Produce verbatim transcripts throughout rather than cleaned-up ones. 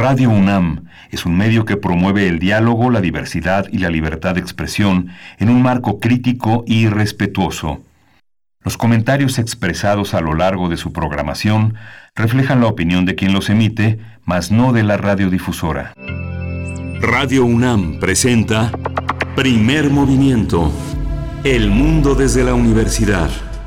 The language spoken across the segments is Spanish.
Radio UNAM es un medio que promueve el diálogo, la diversidad y la libertad de expresión en un marco crítico y respetuoso. Los comentarios expresados a lo largo de su programación reflejan la opinión de quien los emite, mas no de la radiodifusora. Radio UNAM presenta Primer Movimiento. El mundo desde la universidad.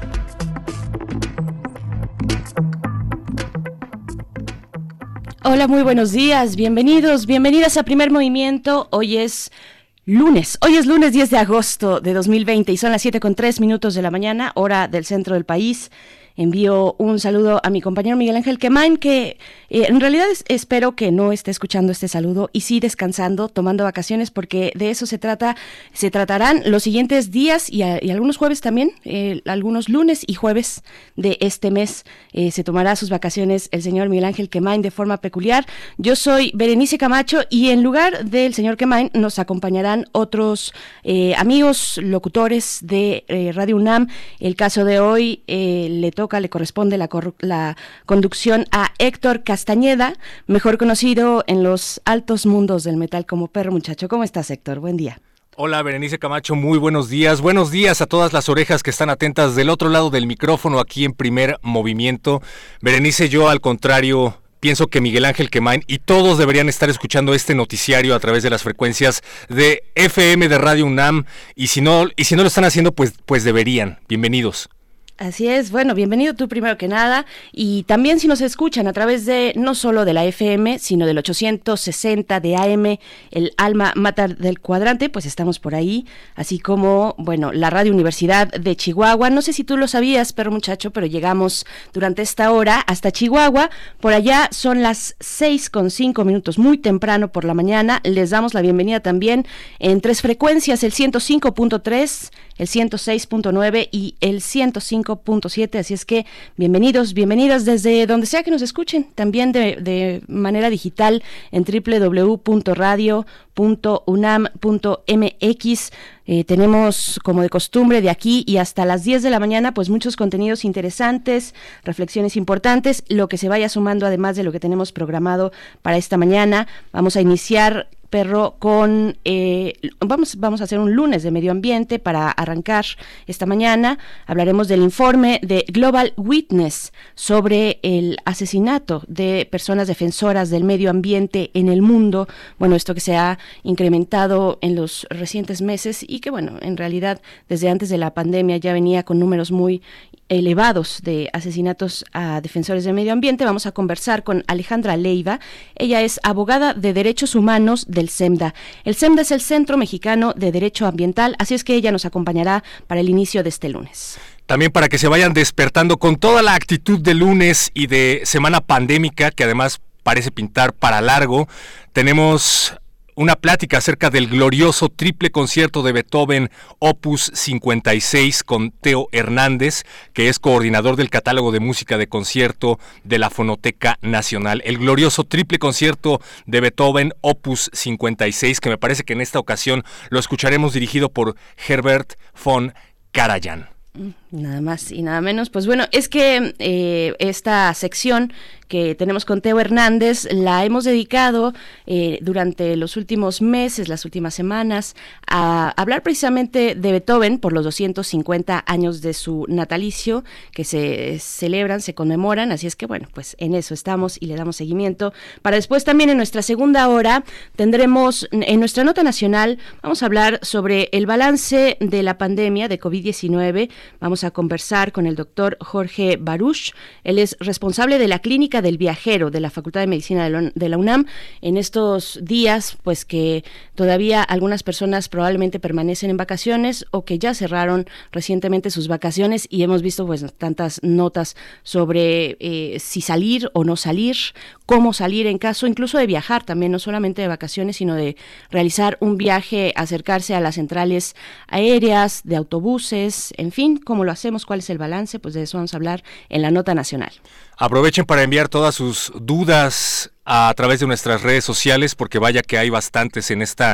Hola, muy buenos días, bienvenidos, bienvenidas a Primer Movimiento. Hoy es lunes, hoy es lunes diez de agosto de dos mil veinte y son las siete con tres minutos de la mañana, hora del centro del país. Envío un saludo a mi compañero Miguel Ángel Quemain, que eh, en realidad es, espero que no esté escuchando este saludo y sí descansando, tomando vacaciones, porque de eso se trata, se tratarán los siguientes días y, a, y algunos jueves también, eh, algunos lunes y jueves de este mes. Eh, se tomará sus vacaciones el señor Miguel Ángel Quemain de forma peculiar. Yo soy Berenice Camacho y en lugar del señor Quemain nos acompañarán otros eh, amigos locutores de eh, Radio UNAM. El caso de hoy eh, le toca le corresponde la, cor- la conducción a Héctor Castañeda, mejor conocido en los altos mundos del metal como Perro Muchacho. ¿Cómo estás, Héctor? Buen día. Hola, Berenice Camacho, muy buenos días. Buenos días a todas las orejas que están atentas del otro lado del micrófono aquí en Primer Movimiento. Berenice, yo al contrario pienso que Miguel Ángel Quemain y todos deberían estar escuchando este noticiario a través de las frecuencias de F M de Radio UNAM y si no, y si no lo están haciendo, pues, pues deberían. Bienvenidos. Así es, bueno, bienvenido tú primero que nada, y también si nos escuchan a través de, no solo de la F M, sino del ochocientos sesenta de A M, el alma mater del cuadrante, pues estamos por ahí, así como, bueno, la Radio Universidad de Chihuahua. No sé si tú lo sabías, Perro Muchacho, pero llegamos durante esta hora hasta Chihuahua. Por allá son las seis con cinco minutos, muy temprano por la mañana. Les damos la bienvenida también en tres frecuencias, el ciento cinco punto tres, el ciento seis punto nueve y el ciento cinco punto siete, así es que bienvenidos, bienvenidas desde donde sea que nos escuchen, también de, de manera digital en doble u doble u doble u punto radio punto unam punto m x. Eh, tenemos, como de costumbre, de aquí y hasta las diez de la mañana, pues muchos contenidos interesantes, reflexiones importantes, lo que se vaya sumando además de lo que tenemos programado para esta mañana. Vamos a iniciar, Perro, con eh, vamos vamos a hacer un lunes de medio ambiente para arrancar esta mañana. Hablaremos del informe de Global Witness sobre el asesinato de personas defensoras del medio ambiente en el mundo. Bueno, esto que se ha incrementado en los recientes meses y que, bueno, en realidad desde antes de la pandemia ya venía con números muy elevados de asesinatos a defensores del medio ambiente. Vamos a conversar con Alejandra Leiva. Ella es abogada de derechos humanos del CEMDA. El CEMDA es el Centro Mexicano de Derecho Ambiental, así es que ella nos acompañará para el inicio de este lunes. También para que se vayan despertando con toda la actitud de lunes y de semana pandémica, que además parece pintar para largo, tenemos una plática acerca del glorioso triple concierto de Beethoven Opus cincuenta y seis con Teo Hernández, que es coordinador del catálogo de música de concierto de la Fonoteca Nacional. El glorioso triple concierto de Beethoven Opus cincuenta y seis, que me parece que en esta ocasión lo escucharemos dirigido por Herbert von Karajan. Nada más y nada menos. Pues bueno, es que eh, esta sección que tenemos con Teo Hernández la hemos dedicado eh, durante los últimos meses, las últimas semanas, a hablar precisamente de Beethoven por los doscientos cincuenta años de su natalicio, que se celebran, se conmemoran, así es que bueno, pues en eso estamos y le damos seguimiento. Para después también en nuestra segunda hora tendremos, en nuestra nota nacional, vamos a hablar sobre el balance de la pandemia de covid diecinueve. Vamos a conversar con el doctor Jorge Baruch. Él es responsable de la Clínica del Viajero de la Facultad de Medicina de la UNAM. En estos días, pues que todavía algunas personas probablemente permanecen en vacaciones o que ya cerraron recientemente sus vacaciones y hemos visto pues tantas notas sobre eh, si salir o no salir, cómo salir en caso incluso de viajar también, no solamente de vacaciones, sino de realizar un viaje, acercarse a las centrales aéreas, de autobuses, en fin, cómo lo hacemos, cuál es el balance, pues de eso vamos a hablar en la nota nacional. Aprovechen para enviar todas sus dudas a través de nuestras redes sociales, porque vaya que hay bastantes en esta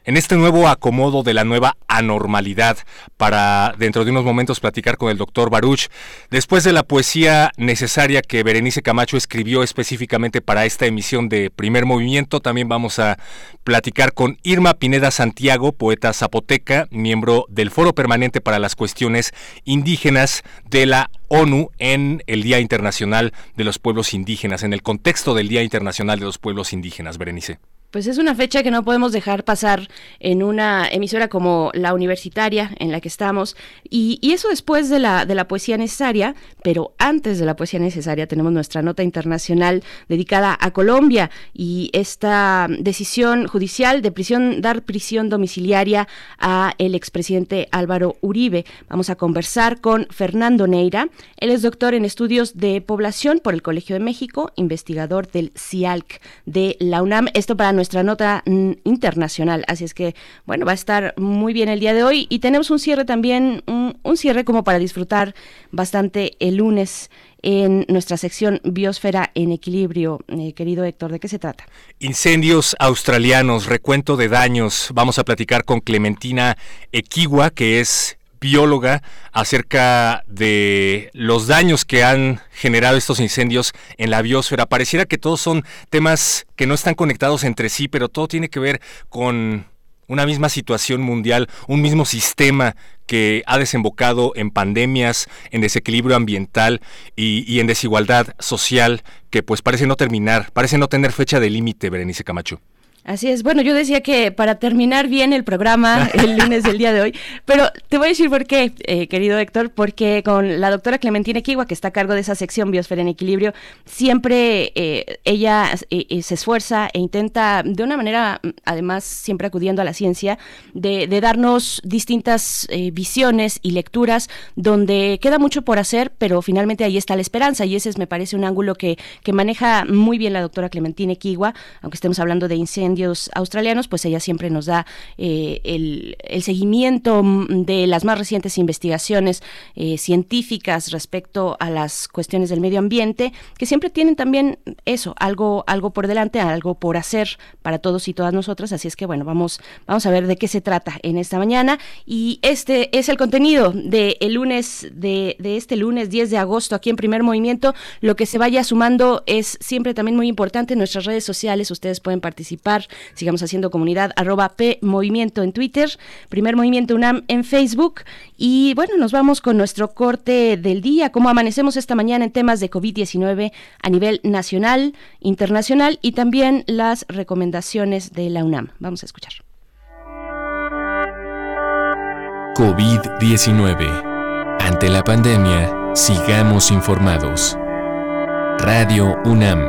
en este nuevo acomodo de la nueva anormalidad, para dentro de unos momentos platicar con el doctor Baruch. Después de la poesía necesaria que Berenice Camacho escribió específicamente para esta emisión de Primer Movimiento, también vamos a platicar con Irma Pineda Santiago, poeta zapoteca, miembro del Foro Permanente para las Cuestiones Indígenas de la ONU en el Día Internacional de los Pueblos Indígenas, en el contexto del Día Internacional de los Pueblos Indígenas. Berenice. Pues es una fecha que no podemos dejar pasar en una emisora como la universitaria en la que estamos, y, y eso después de la, de la poesía necesaria, pero antes de la poesía necesaria tenemos nuestra nota internacional dedicada a Colombia y esta decisión judicial de prisión, dar prisión domiciliaria a el expresidente Álvaro Uribe. Vamos a conversar con Fernando Neira. Él es doctor en estudios de población por el Colegio de México, investigador del C I A L C de la UNAM. Esto para nuestra nota mm, internacional, así es que, bueno, va a estar muy bien el día de hoy, y tenemos un cierre también, un, un cierre como para disfrutar bastante el lunes en nuestra sección Biosfera en Equilibrio. Eh, querido Héctor, ¿de qué se trata? Incendios australianos, recuento de daños. Vamos a platicar con Clementina Equigua, que es bióloga, acerca de los daños que han generado estos incendios en la biosfera. Pareciera que todos son temas que no están conectados entre sí, pero todo tiene que ver con una misma situación mundial, un mismo sistema que ha desembocado en pandemias, en desequilibrio ambiental y, y en desigualdad social que pues parece no terminar, parece no tener fecha de límite, Berenice Camacho. Así es. Bueno, yo decía que para terminar bien el programa el lunes del día de hoy, pero te voy a decir por qué, eh, querido Héctor, porque con la doctora Clementina Equigua, que está a cargo de esa sección Biosfera en Equilibrio, siempre eh, ella eh, se esfuerza e intenta, de una manera, además, siempre acudiendo a la ciencia, de, de darnos distintas eh, visiones y lecturas donde queda mucho por hacer, pero finalmente ahí está la esperanza, y ese es, me parece, un ángulo que, que maneja muy bien la doctora Clementina Equigua, aunque estemos hablando de incendios australianos, pues ella siempre nos da eh, el, el seguimiento de las más recientes investigaciones eh, científicas respecto a las cuestiones del medio ambiente, que siempre tienen también eso, algo, algo por delante, algo por hacer para todos y todas nosotras. Así es que bueno, vamos, vamos a ver de qué se trata en esta mañana, y este es el contenido de el lunes, de, de este lunes diez de agosto aquí en Primer Movimiento. Lo que se vaya sumando es siempre también muy importante. En nuestras redes sociales ustedes pueden participar, sigamos haciendo comunidad, arroba P Movimiento en Twitter, Primer Movimiento UNAM en Facebook, y bueno, nos vamos con nuestro corte del día, cómo amanecemos esta mañana en temas de covid diecinueve a nivel nacional, internacional, y también las recomendaciones de la UNAM. Vamos a escuchar. covid diecinueve. Ante la pandemia, sigamos informados. Radio UNAM.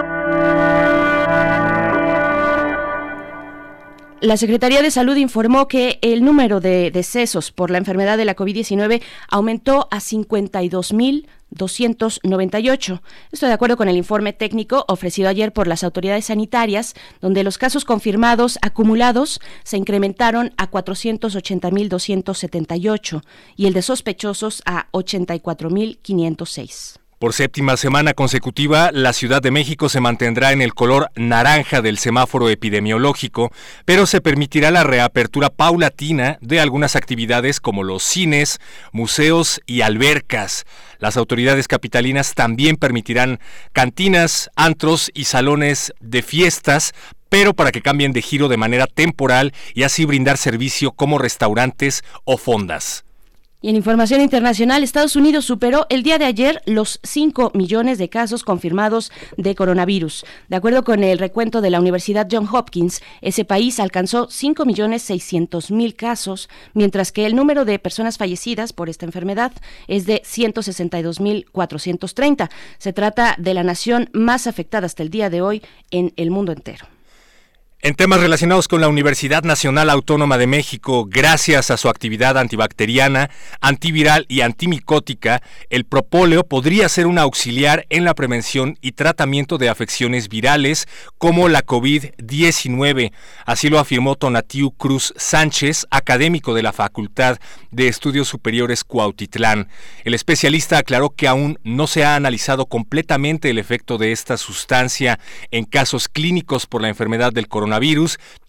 La Secretaría de Salud informó que el número de decesos por la enfermedad de la covid diecinueve aumentó a cincuenta y dos mil doscientos noventa y ocho. Esto de acuerdo con el informe técnico ofrecido ayer por las autoridades sanitarias, donde los casos confirmados acumulados se incrementaron a cuatrocientos ochenta mil doscientos setenta y ocho y el de sospechosos a ochenta y cuatro mil quinientos seis. Por séptima semana consecutiva, la Ciudad de México se mantendrá en el color naranja del semáforo epidemiológico, pero se permitirá la reapertura paulatina de algunas actividades como los cines, museos y albercas. Las autoridades capitalinas también permitirán cantinas, antros y salones de fiestas, pero para que cambien de giro de manera temporal y así brindar servicio como restaurantes o fondas. Y en información internacional, Estados Unidos superó el día de ayer los cinco millones de casos confirmados de coronavirus. De acuerdo con el recuento de la Universidad Johns Hopkins, ese país alcanzó cinco millones seiscientos mil casos, mientras que el número de personas fallecidas por esta enfermedad es de ciento sesenta y dos mil cuatrocientos treinta. Se trata de la nación más afectada hasta el día de hoy en el mundo entero. En temas relacionados con la Universidad Nacional Autónoma de México, gracias a su actividad antibacteriana, antiviral y antimicótica, el propóleo podría ser un auxiliar en la prevención y tratamiento de afecciones virales como la covid diecinueve. Así lo afirmó Tonatiu Cruz Sánchez, académico de la Facultad de Estudios Superiores Cuautitlán. El especialista aclaró que aún no se ha analizado completamente el efecto de esta sustancia en casos clínicos por la enfermedad del coronavirus,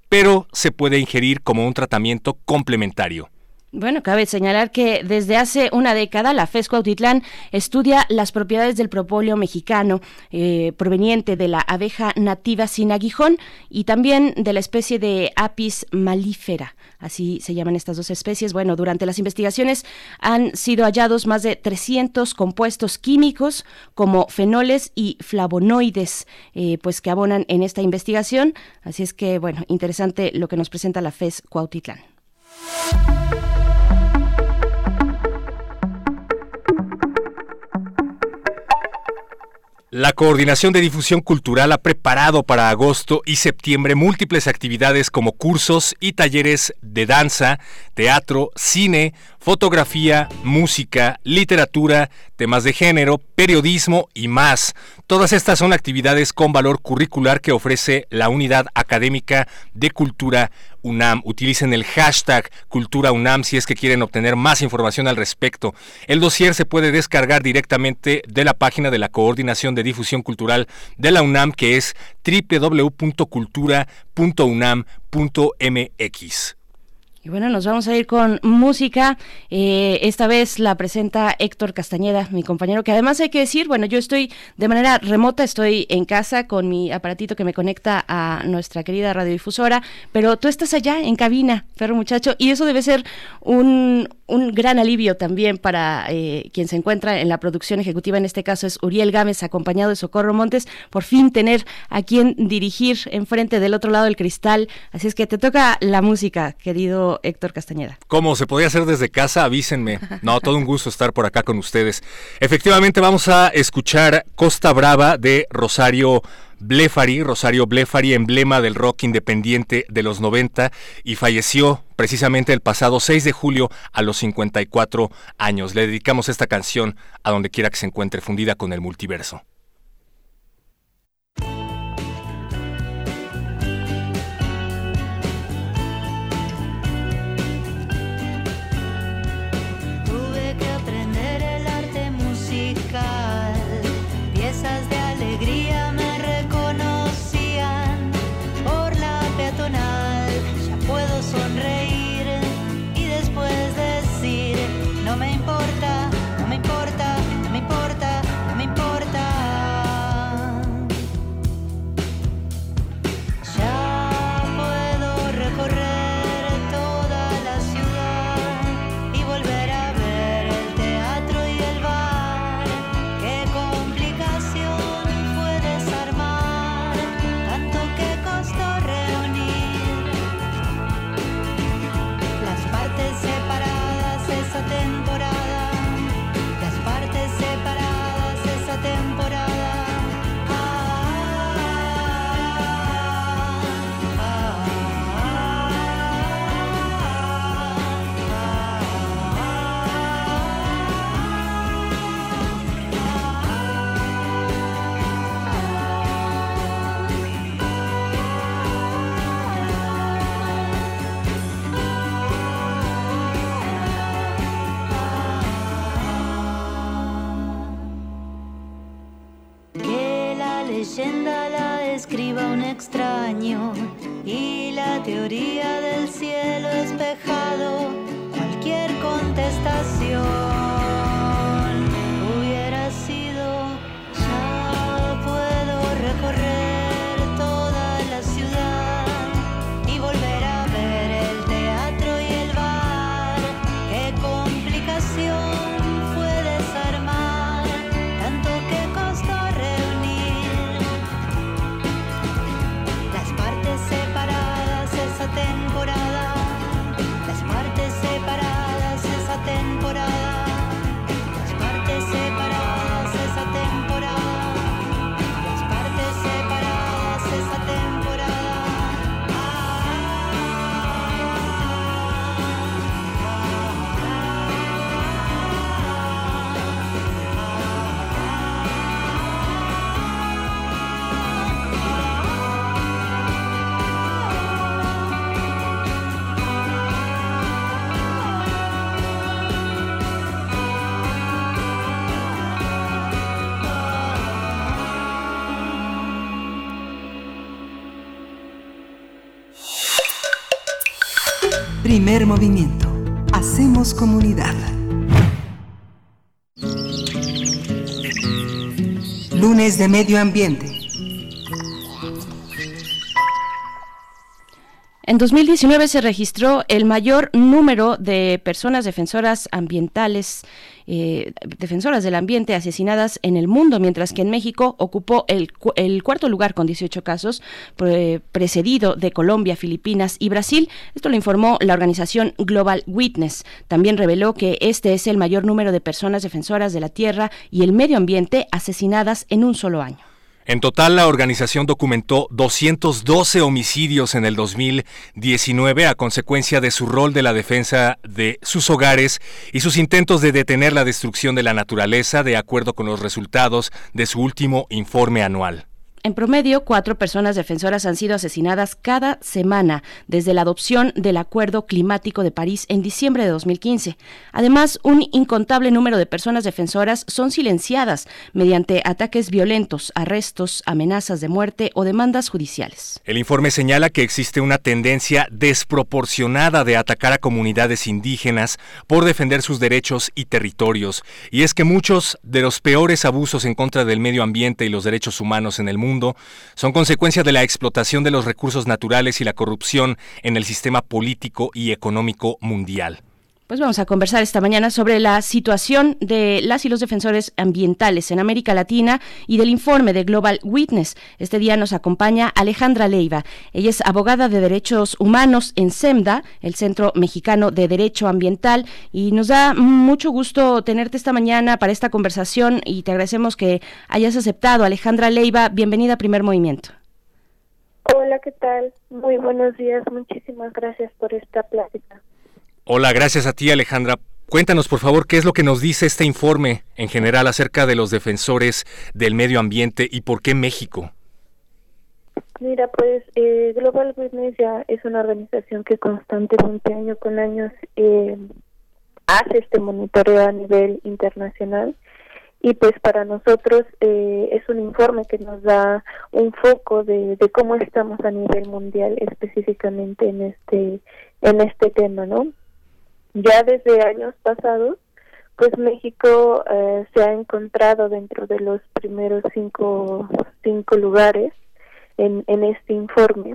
pero se puede ingerir como un tratamiento complementario. Bueno, cabe señalar que desde hace una década la FES Cuautitlán estudia las propiedades del propóleo mexicano eh, proveniente de la abeja nativa sin aguijón y también de la especie de Apis mellifera. Así se llaman estas dos especies. Bueno, durante las investigaciones han sido hallados más de trescientos compuestos químicos como fenoles y flavonoides, eh, pues que abonan en esta investigación. Así es que, bueno, interesante lo que nos presenta la FES Cuautitlán. La Coordinación de Difusión Cultural ha preparado para agosto y septiembre múltiples actividades como cursos y talleres de danza, teatro, cine, fotografía, música, literatura, temas de género, periodismo y más. Todas estas son actividades con valor curricular que ofrece la Unidad Académica de Cultura UNAM. Utilicen el hashtag Cultura UNAM si es que quieren obtener más información al respecto. El dossier se puede descargar directamente de la página de la Coordinación de Difusión Cultural de la UNAM, que es doble u doble u doble u punto cultura punto unam punto m x. Y bueno, nos vamos a ir con música. Eh, esta vez la presenta Héctor Castañeda, mi compañero, que además hay que decir, bueno, yo estoy de manera remota, estoy en casa con mi aparatito que me conecta a nuestra querida radiodifusora, pero tú estás allá en cabina, perro muchacho, y eso debe ser un, un gran alivio también para eh, quien se encuentra en la producción ejecutiva, en este caso es Uriel Gámez, acompañado de Socorro Montes, por fin tener a quien dirigir enfrente del otro lado del cristal. Así es que te toca la música, querido Héctor Castañeda. ¿Cómo se podría hacer desde casa? Avísenme. No, todo un gusto estar por acá con ustedes. Efectivamente, vamos a escuchar Costa Brava de Rosario Blefari. Rosario Blefari, emblema del rock independiente de los noventa, y falleció precisamente el pasado seis de julio a los cincuenta y cuatro años. Le dedicamos esta canción a donde quiera que se encuentre, fundida con el multiverso. La escriba un extraño y la teoría del cielo espejado, cualquier contestación hubiera sido, ya puedo recorrer toda la ciudad y volver a ver el teatro y el bar, qué complicación fue desarmar tanto que costó reunir las partes separadas, esa temporada. Primer movimiento. Hacemos comunidad. Lunes de Medio Ambiente. En dos mil diecinueve se registró el mayor número de personas defensoras ambientales, eh, defensoras del ambiente asesinadas en el mundo, mientras que en México ocupó el, cu- el cuarto lugar con dieciocho casos, pre- precedido de Colombia, Filipinas y Brasil. Esto lo informó la organización Global Witness. También reveló que este es el mayor número de personas defensoras de la tierra y el medio ambiente asesinadas en un solo año. En total, la organización documentó doscientos doce homicidios en el dos mil diecinueve a consecuencia de su rol de la defensa de sus hogares y sus intentos de detener la destrucción de la naturaleza, de acuerdo con los resultados de su último informe anual. En promedio, cuatro personas defensoras han sido asesinadas cada semana desde la adopción del Acuerdo Climático de París en diciembre de dos mil quince. Además, un incontable número de personas defensoras son silenciadas mediante ataques violentos, arrestos, amenazas de muerte o demandas judiciales. El informe señala que existe una tendencia desproporcionada de atacar a comunidades indígenas por defender sus derechos y territorios, y es que muchos de los peores abusos en contra del medio ambiente y los derechos humanos en el mundo son consecuencia de la explotación de los recursos naturales y la corrupción en el sistema político y económico mundial. Pues vamos a conversar esta mañana sobre la situación de las y los defensores ambientales en América Latina y del informe de Global Witness. Este día nos acompaña Alejandra Leiva. Ella es abogada de derechos humanos en CEMDA, el Centro Mexicano de Derecho Ambiental, y nos da mucho gusto tenerte esta mañana para esta conversación y te agradecemos que hayas aceptado. Alejandra Leiva, bienvenida a Primer Movimiento. Hola, ¿qué tal? Muy buenos días, muchísimas gracias por esta plática. Hola, gracias a ti, Alejandra. Cuéntanos, por favor, qué es lo que nos dice este informe en general acerca de los defensores del medio ambiente y por qué México. Mira, pues eh, Global Witness ya es una organización que constantemente, año con año, eh, hace este monitoreo a nivel internacional. Y pues para nosotros eh, es un informe que nos da un foco de, de cómo estamos a nivel mundial específicamente en este en este tema, ¿no? Ya desde años pasados, pues México eh, se ha encontrado dentro de los primeros cinco cinco lugares en, en este informe,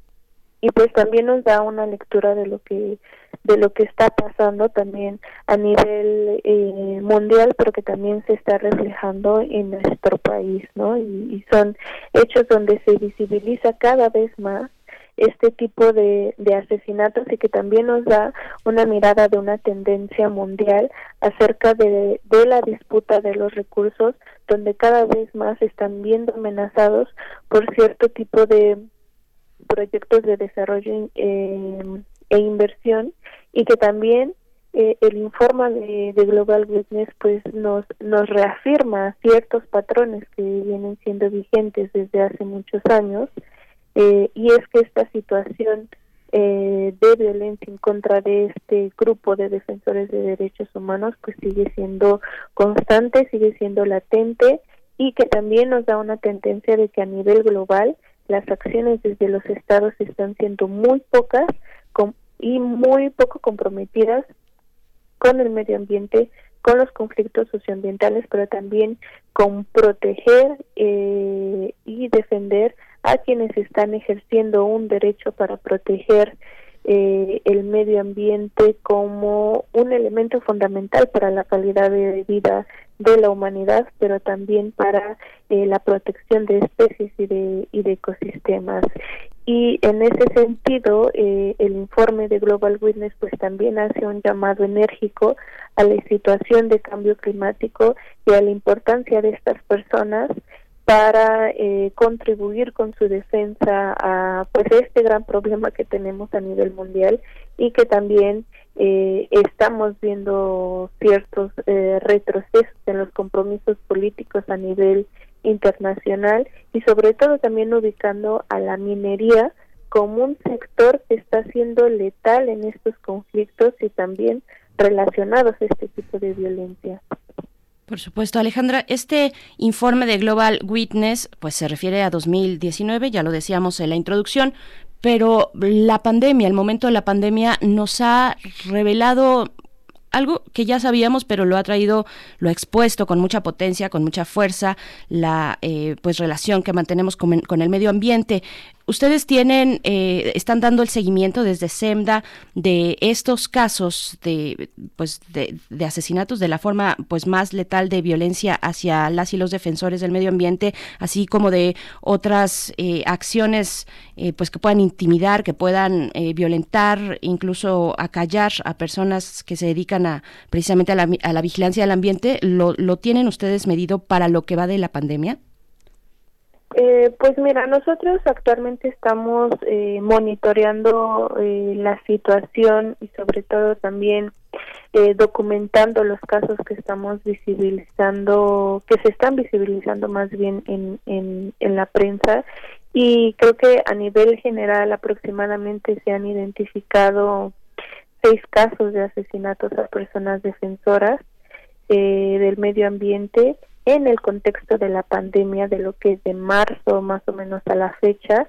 y pues también nos da una lectura de lo que de lo que está pasando también a nivel eh, mundial, pero que también se está reflejando en nuestro país, ¿no? Y, y son hechos donde se visibiliza cada vez más este tipo de, de asesinatos, y que también nos da una mirada de una tendencia mundial acerca de, de la disputa de los recursos, donde cada vez más están viendo amenazados por cierto tipo de proyectos de desarrollo eh, e inversión, y que también eh, el informe de, de Global Witness pues nos nos reafirma ciertos patrones que vienen siendo vigentes desde hace muchos años. Eh, y es que esta situación eh, de violencia en contra de este grupo de defensores de derechos humanos pues sigue siendo constante, sigue siendo latente, y que también nos da una tendencia de que a nivel global las acciones desde los estados están siendo muy pocas con, y muy poco comprometidas con el medio ambiente, con los conflictos socioambientales, pero también con proteger eh, y defender a quienes están ejerciendo un derecho para proteger eh, el medio ambiente como un elemento fundamental para la calidad de vida de la humanidad, pero también para eh, la protección de especies y de, y de ecosistemas. Y en ese sentido, eh, el informe de Global Witness pues también hace un llamado enérgico a la situación de cambio climático y a la importancia de estas personas para eh, contribuir con su defensa a pues este gran problema que tenemos a nivel mundial, y que también eh, estamos viendo ciertos eh, retrocesos en los compromisos políticos a nivel internacional, y sobre todo también ubicando a la minería como un sector que está siendo letal en estos conflictos y también relacionados a este tipo de violencia. Por supuesto, Alejandra, este informe de Global Witness pues se refiere a dos mil diecinueve, ya lo decíamos en la introducción. pero la pandemia, el momento de la pandemia nos ha revelado algo que ya sabíamos, pero lo ha traído, lo ha expuesto con mucha potencia, con mucha fuerza, la eh, pues relación que mantenemos con, con el medio ambiente. Ustedes tienen, eh, están dando el seguimiento desde SEMDA de estos casos de, pues, de, de asesinatos de la forma, pues, más letal de violencia hacia las y los defensores del medio ambiente, así como de otras eh, acciones, eh, pues, que puedan intimidar, que puedan eh, violentar, incluso acallar a personas que se dedican a precisamente a la, a la vigilancia del ambiente. ¿Lo, lo tienen ustedes medido para lo que va de la pandemia? Eh, pues mira, nosotros actualmente estamos eh, monitoreando eh, la situación y sobre todo también eh, documentando los casos que estamos visibilizando, que se están visibilizando más bien en, en, en la prensa, y creo que a nivel general aproximadamente se han identificado seis casos de asesinatos a personas defensoras eh, del medio ambiente en el contexto de la pandemia, de lo que es de marzo más o menos a la fecha.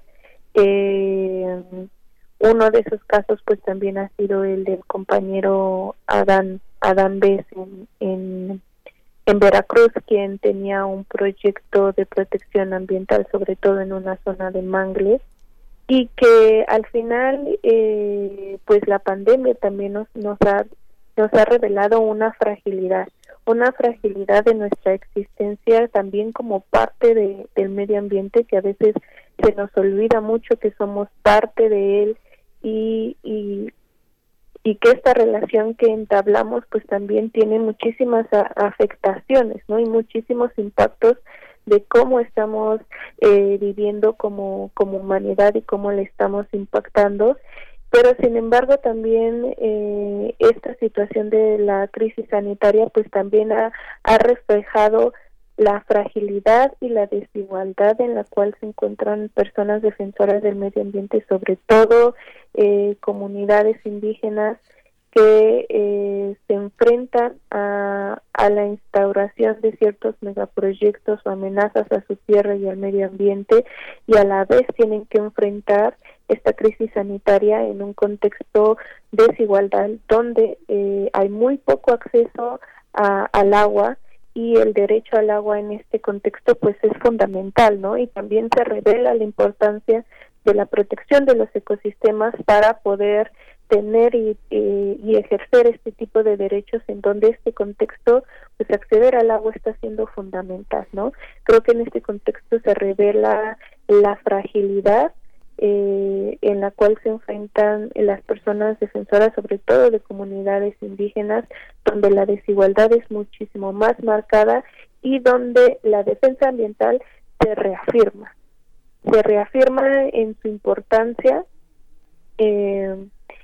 Eh, uno de esos casos pues también ha sido el del compañero Adán Adán Bes en, en, en Veracruz, quien tenía un proyecto de protección ambiental, sobre todo en una zona de mangles, y que al final eh, pues la pandemia también nos, nos ha nos ha revelado una fragilidad una fragilidad de nuestra existencia también como parte de, del medio ambiente, que a veces se nos olvida mucho que somos parte de él, y, y, y que esta relación que entablamos pues también tiene muchísimas a, afectaciones, ¿no? Y muchísimos impactos de cómo estamos eh, viviendo como, como humanidad y cómo le estamos impactando. Pero sin embargo también eh, esta situación de la crisis sanitaria pues también ha, ha reflejado la fragilidad y la desigualdad en la cual se encuentran personas defensoras del medio ambiente, sobre todo eh, comunidades indígenas que eh, se enfrentan a, a la instauración de ciertos megaproyectos o amenazas a su tierra y al medio ambiente, y a la vez tienen que enfrentar esta crisis sanitaria en un contexto de desigualdad donde eh, hay muy poco acceso a, al agua, y el derecho al agua en este contexto pues es fundamental, ¿no? Y también se revela la importancia de la protección de los ecosistemas para poder tener y, y, y ejercer este tipo de derechos, en donde este contexto, pues acceder al agua está siendo fundamental, ¿no? Creo que en este contexto se revela la fragilidad eh, en la cual se enfrentan las personas defensoras, sobre todo de comunidades indígenas, donde la desigualdad es muchísimo más marcada y donde la defensa ambiental se reafirma, se reafirma en su importancia. Eh,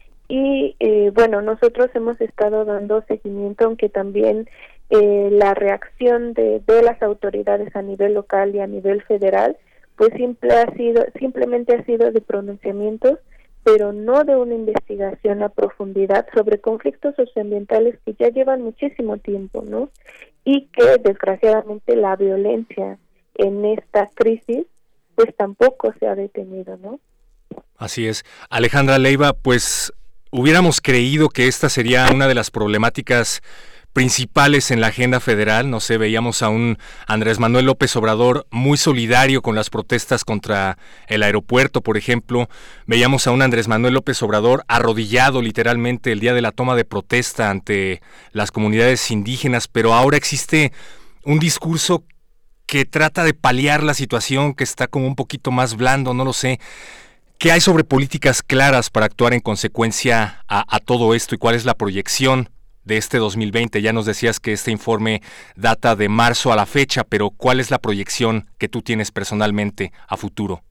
Y eh, bueno, nosotros hemos estado dando seguimiento, aunque también eh, la reacción de, de las autoridades a nivel local y a nivel federal, pues simple ha sido, simplemente ha sido de pronunciamientos, pero no de una investigación a profundidad sobre conflictos socioambientales que ya llevan muchísimo tiempo, ¿no? Y que desgraciadamente la violencia en esta crisis, pues tampoco se ha detenido, ¿no? Así es. Alejandra Leiva, pues hubiéramos creído que esta sería una de las problemáticas principales en la agenda federal. No sé, veíamos a un Andrés Manuel López Obrador muy solidario con las protestas contra el aeropuerto, por ejemplo. Veíamos a un Andrés Manuel López Obrador arrodillado literalmente el día de la toma de protesta ante las comunidades indígenas, pero ahora existe un discurso que trata de paliar la situación, que está como un poquito más blando, no lo sé. ¿Qué hay sobre políticas claras para actuar en consecuencia a, a todo esto, y cuál es la proyección de este dos mil veinte? Ya nos decías que este informe data de marzo a la fecha, pero ¿cuál es la proyección que tú tienes personalmente a futuro?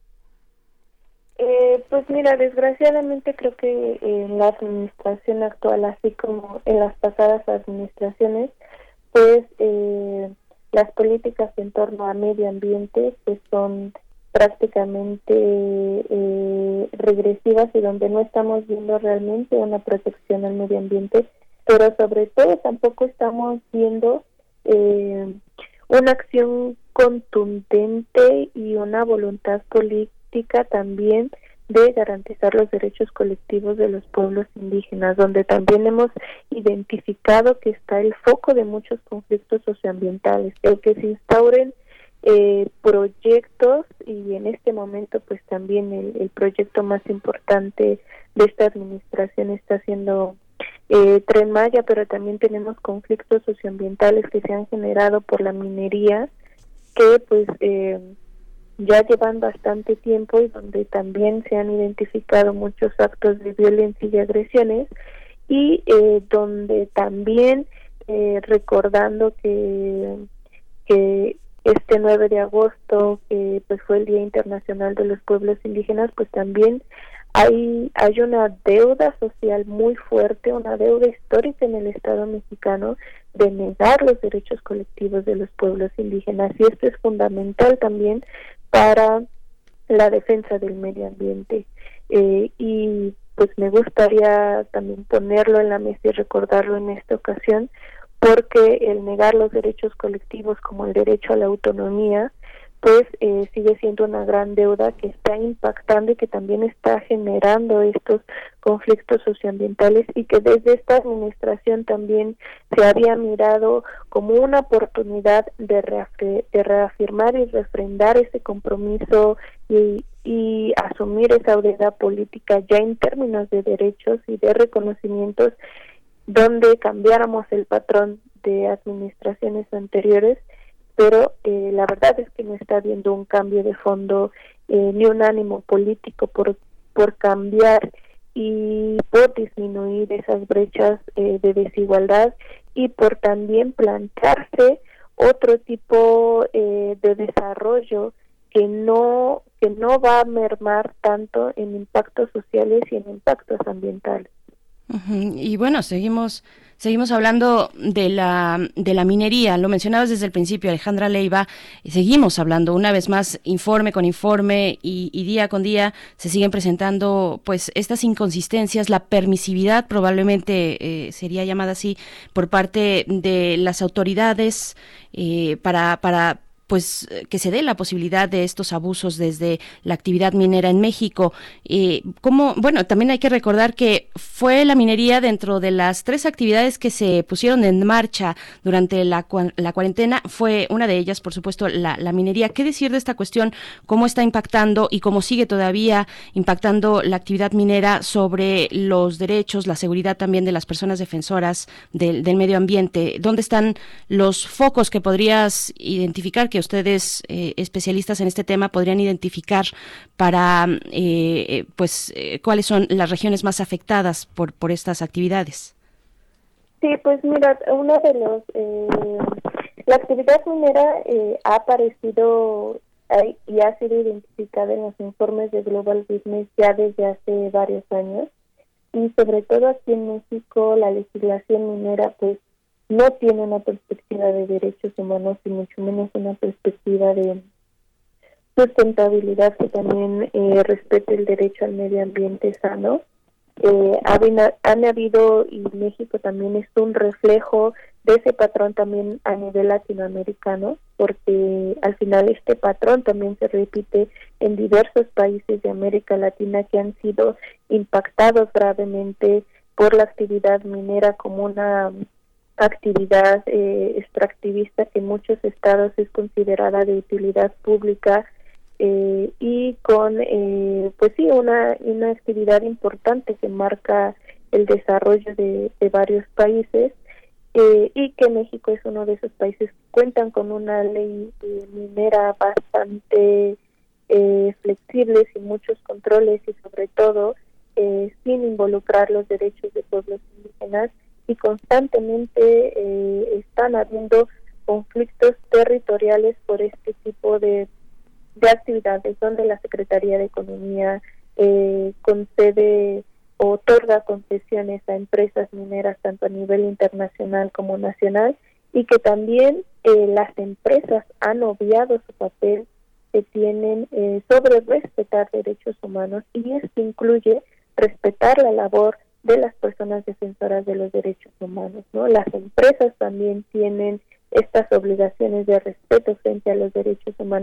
Eh, pues mira, desgraciadamente creo que en la administración actual, así como en las pasadas administraciones, pues eh, las políticas en torno a medio ambiente pues son prácticamente eh, regresivas, y donde no estamos viendo realmente una protección al medio ambiente, pero sobre todo tampoco estamos viendo eh, una acción contundente y una voluntad política también de garantizar los derechos colectivos de los pueblos indígenas, donde también hemos identificado que está el foco de muchos conflictos socioambientales, el que se instauren eh, proyectos, y en este momento pues también el, el proyecto más importante de esta administración está siendo eh, Tren Maya, pero también tenemos conflictos socioambientales que se han generado por la minería, que pues eh, ya llevan bastante tiempo y donde también se han identificado muchos actos de violencia y agresiones, y eh, donde también eh, recordando que que este nueve de agosto, que pues fue el Día Internacional de los Pueblos Indígenas, pues también hay hay una deuda social muy fuerte, una deuda histórica en el Estado mexicano de negar los derechos colectivos de los pueblos indígenas, y esto es fundamental también para la defensa del medio ambiente. Eh, y pues me gustaría también ponerlo en la mesa y recordarlo en esta ocasión, porque el negar los derechos colectivos como el derecho a la autonomía, pues eh, sigue siendo una gran deuda que está impactando y que también está generando estos conflictos socioambientales, y que desde esta administración también se había mirado como una oportunidad de, reaf- de reafirmar y refrendar ese compromiso y, y asumir esa deuda política ya en términos de derechos y de reconocimientos, donde cambiáramos el patrón de administraciones anteriores, pero eh, la verdad es que no está habiendo un cambio de fondo eh, ni un ánimo político por por cambiar y por disminuir esas brechas eh, de desigualdad, y por también plantearse otro tipo eh, de desarrollo que no que no va a mermar tanto en impactos sociales y en impactos ambientales. Uh-huh. Y bueno, seguimos seguimos hablando de la de la minería. Lo mencionabas desde el principio, Alejandra Leiva, y seguimos hablando una vez más, informe con informe y, y día con día se siguen presentando pues estas inconsistencias, la permisividad probablemente eh, sería llamada así por parte de las autoridades eh, para para pues que se dé la posibilidad de estos abusos desde la actividad minera en México. Eh, como, bueno, también hay que recordar que fue la minería dentro de las tres actividades que se pusieron en marcha durante la, la cuarentena, fue una de ellas, por supuesto, la, la minería. ¿Qué decir de esta cuestión? ¿Cómo está impactando y cómo sigue todavía impactando la actividad minera sobre los derechos, la seguridad también de las personas defensoras del, del medio ambiente? ¿Dónde están los focos que podrías identificar, que ustedes, eh, especialistas en este tema, podrían identificar para, eh, pues, eh, cuáles son las regiones más afectadas por por estas actividades? Sí, pues mira, uno de los, eh, la actividad minera eh, ha aparecido eh, y ha sido identificada en los informes de Global Witness ya desde hace varios años, y sobre todo aquí en México la legislación minera pues no tiene una perspectiva de derechos humanos y mucho menos una perspectiva de sustentabilidad que también eh, respete el derecho al medio ambiente sano. Eh, han, han habido, y México también es un reflejo de ese patrón también a nivel latinoamericano, porque al final este patrón también se repite en diversos países de América Latina que han sido impactados gravemente por la actividad minera como una actividad eh, extractivista que en muchos estados es considerada de utilidad pública, eh, y con eh, pues sí una una actividad importante que marca el desarrollo de, de varios países, eh, y que México es uno de esos países que cuentan con una ley eh, minera bastante eh, flexible, sin muchos controles y sobre todo eh, sin involucrar los derechos de pueblos indígenas, y constantemente eh, están habiendo conflictos territoriales por este tipo de, de actividades, donde la Secretaría de Economía eh, concede o otorga concesiones a empresas mineras tanto a nivel internacional como nacional, y que también eh, las empresas han obviado su papel que tienen eh, sobre respetar derechos humanos, y esto incluye respetar la labor de las personas defensoras de los derechos humanos, ¿no? Las empresas también tienen estas obligaciones de respeto frente a los derechos humanos,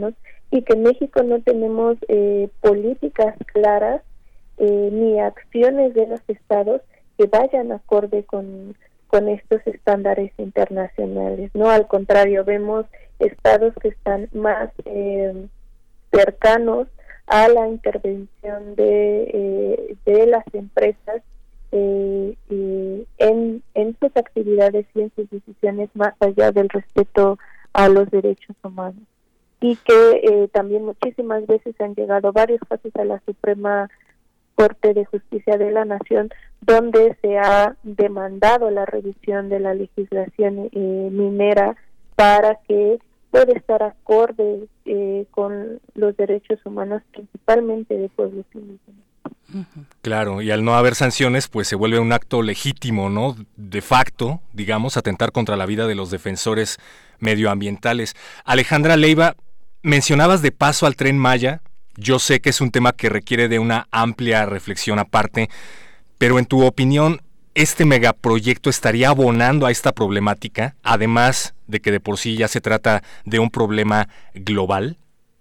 y que en México no tenemos eh, políticas claras eh, ni acciones de los estados que vayan acorde con, con estos estándares internacionales, ¿no? Al contrario, vemos estados que están más eh, cercanos a la intervención de, eh, de las empresas eh, y en, en sus actividades y en sus decisiones, más allá del respeto a los derechos humanos. Y que eh, también muchísimas veces han llegado varios casos a la Suprema Corte de Justicia de la Nación, donde se ha demandado la revisión de la legislación eh, minera para que pueda estar acorde eh, con los derechos humanos, principalmente de pueblos indígenas. Claro, y al no haber sanciones, pues se vuelve un acto legítimo, ¿no? De facto, digamos, atentar contra la vida de los defensores medioambientales. Alejandra Leiva, mencionabas de paso al Tren Maya. Yo sé que es un tema que requiere de una amplia reflexión aparte, pero en tu opinión, ¿este megaproyecto estaría abonando a esta problemática, además de que de por sí ya se trata de un problema global?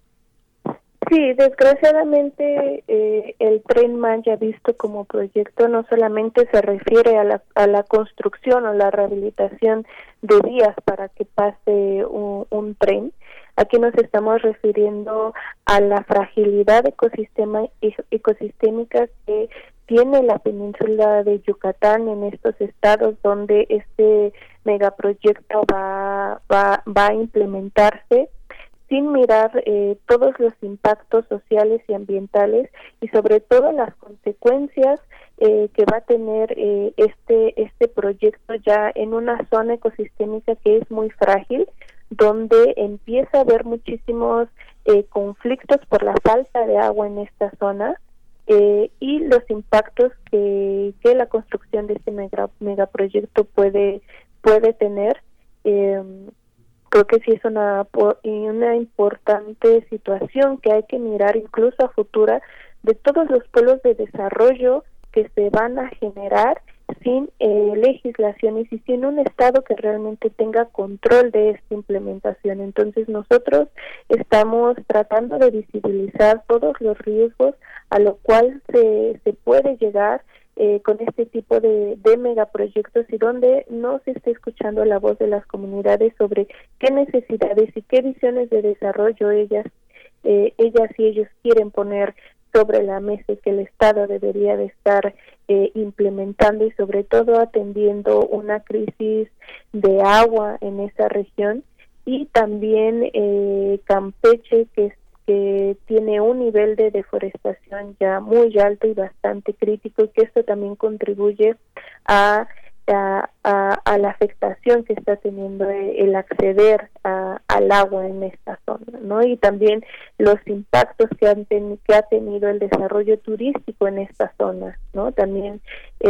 Sí, desgraciadamente eh, el Tren Maya visto como proyecto no solamente se refiere a la, a la construcción o la rehabilitación de vías para que pase un, un tren. Aquí nos estamos refiriendo a la fragilidad ecosistema, ecosistémica que tiene la península de Yucatán en estos estados donde este megaproyecto va, va, va a implementarse, sin mirar eh, todos los impactos sociales y ambientales y sobre todo las consecuencias eh, que va a tener eh, este este proyecto ya en una zona ecosistémica que es muy frágil, donde empieza a haber muchísimos eh, conflictos por la falta de agua en esta zona eh, y los impactos que, que la construcción de este mega, megaproyecto puede puede tener. Eh, Creo que sí es una una importante situación que hay que mirar incluso a futura de todos los polos de desarrollo que se van a generar sin eh, legislaciones y sin un Estado que realmente tenga control de esta implementación. Entonces nosotros estamos tratando de visibilizar todos los riesgos a lo cual se, se puede llegar Eh, con este tipo de, de megaproyectos y donde no se está escuchando la voz de las comunidades sobre qué necesidades y qué visiones de desarrollo ellas, eh, ellas y ellos quieren poner sobre la mesa y que el Estado debería de estar eh, implementando y sobre todo atendiendo una crisis de agua en esa región y también eh, Campeche, que es que tiene un nivel de deforestación ya muy alto y bastante crítico y que esto también contribuye a, a, a, a la afectación que está teniendo el acceder a, al agua en esta zona, ¿no? Y también los impactos que, han ten, que ha tenido el desarrollo turístico en esta zona, ¿no? También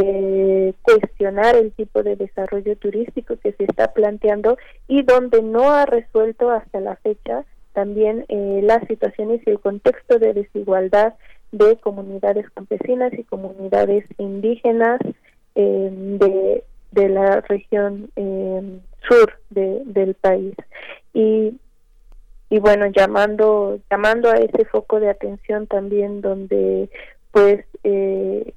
eh, cuestionar el tipo de desarrollo turístico que se está planteando y donde no ha resuelto hasta la fecha también eh, las situaciones y el contexto de desigualdad de comunidades campesinas y comunidades indígenas eh, de, de la región eh, sur de, del país. Y, y bueno, llamando, llamando a ese foco de atención también donde pues eh,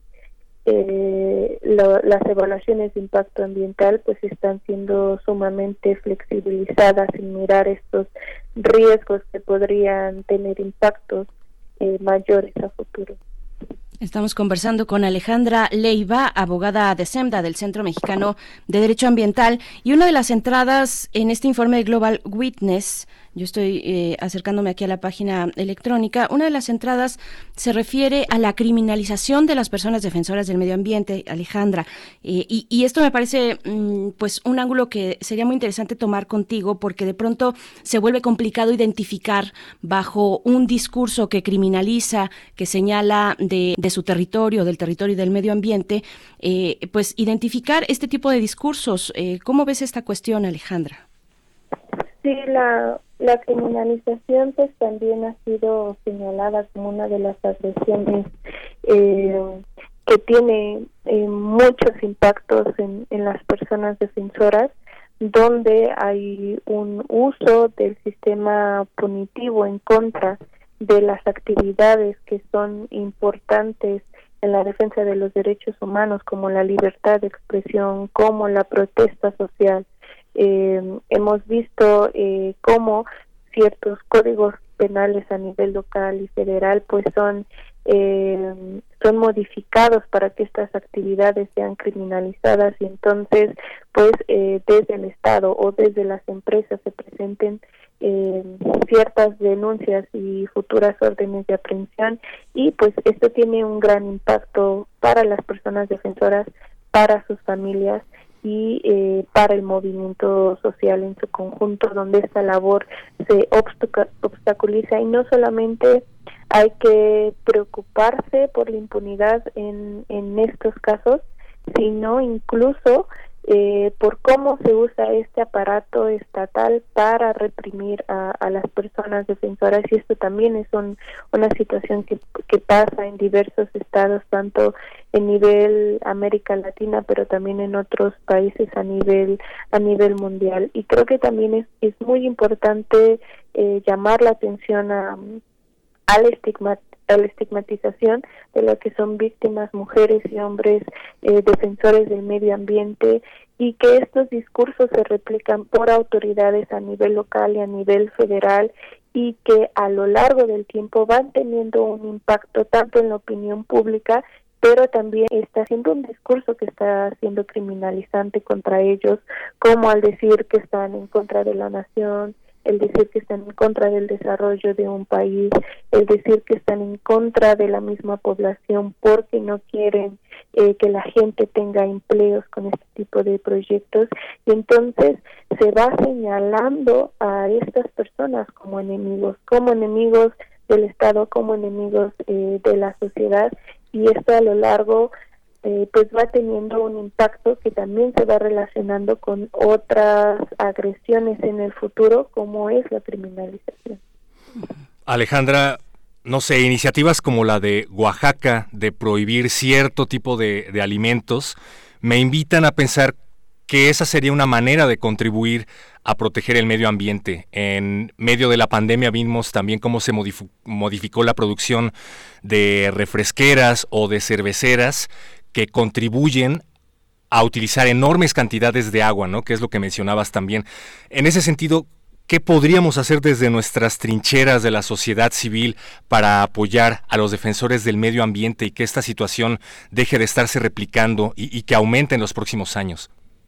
Eh, lo, las evaluaciones de impacto ambiental pues están siendo sumamente flexibilizadas sin mirar estos riesgos que podrían tener impactos eh, mayores a futuro. Estamos conversando con Alejandra Leiva, abogada de SEMDA, del Centro Mexicano de Derecho Ambiental, y una de las entradas en este informe de Global Witness, yo estoy eh, acercándome aquí a la página electrónica, una de las entradas se refiere a la criminalización de las personas defensoras del medio ambiente, Alejandra, eh, y, y esto me parece mm, pues un ángulo que sería muy interesante tomar contigo, porque de pronto se vuelve complicado identificar bajo un discurso que criminaliza, que señala de, de su territorio, del territorio y del medio ambiente, eh, pues identificar este tipo de discursos. Eh, ¿Cómo ves esta cuestión, Alejandra? Sí, la, la criminalización pues también ha sido señalada como una de las agresiones eh, que tiene eh, muchos impactos en, en las personas defensoras, donde hay un uso del sistema punitivo en contra de las actividades que son importantes en la defensa de los derechos humanos, como la libertad de expresión, como la protesta social. Eh, hemos visto eh, cómo ciertos códigos penales a nivel local y federal pues son eh, son modificados para que estas actividades sean criminalizadas, y entonces pues eh, desde el Estado o desde las empresas se presenten eh, ciertas denuncias y futuras órdenes de aprehensión, y pues esto tiene un gran impacto para las personas defensoras, para sus familias y eh, para el movimiento social en su conjunto, donde esta labor se obstac- obstaculiza. Y no solamente hay que preocuparse por la impunidad en, en estos casos, sino incluso eh, por cómo se usa este aparato estatal para reprimir a, a las personas defensoras, y esto también es un, una situación que, que pasa en diversos estados, tanto en nivel América Latina, pero también en otros países a nivel a nivel mundial. Y creo que también es, es muy importante eh, llamar la atención a, a la estigma, a la estigmatización de lo que son víctimas, mujeres y hombres eh, defensores del medio ambiente, y que estos discursos se replican por autoridades a nivel local y a nivel federal, y que a lo largo del tiempo van teniendo un impacto tanto en la opinión pública, pero también está haciendo un discurso que está siendo criminalizante contra ellos, como al decir que están en contra de la nación, el decir que están en contra del desarrollo de un país, el decir que están en contra de la misma población porque no quieren eh, que la gente tenga empleos con este tipo de proyectos, y entonces se va señalando a estas personas como enemigos, como enemigos del Estado, como enemigos eh, de la sociedad, y esto a lo largo Eh, pues va teniendo un impacto que también se va relacionando con otras agresiones en el futuro, como es la criminalización. Alejandra, no sé, iniciativas como la de Oaxaca de prohibir cierto tipo de, de alimentos me invitan a pensar que esa sería una manera de contribuir a proteger el medio ambiente. En medio de la pandemia vimos también cómo se modificó, modificó la producción de refresqueras o de cerveceras que contribuyen a utilizar enormes cantidades de agua, ¿no? Que es lo que mencionabas también. En ese sentido, ¿qué podríamos hacer desde nuestras trincheras de la sociedad civil para apoyar a los defensores del medio ambiente y que esta situación deje de estarse replicando y, y que aumente en los próximos años?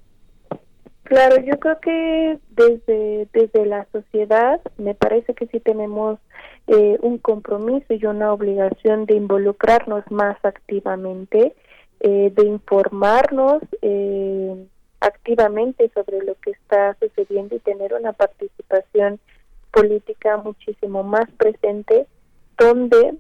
Claro, yo creo que desde desde la sociedad me parece que sí tenemos eh, un compromiso y una obligación de involucrarnos más activamente, eh, de informarnos eh, activamente sobre lo que está sucediendo y tener una participación política muchísimo más presente, donde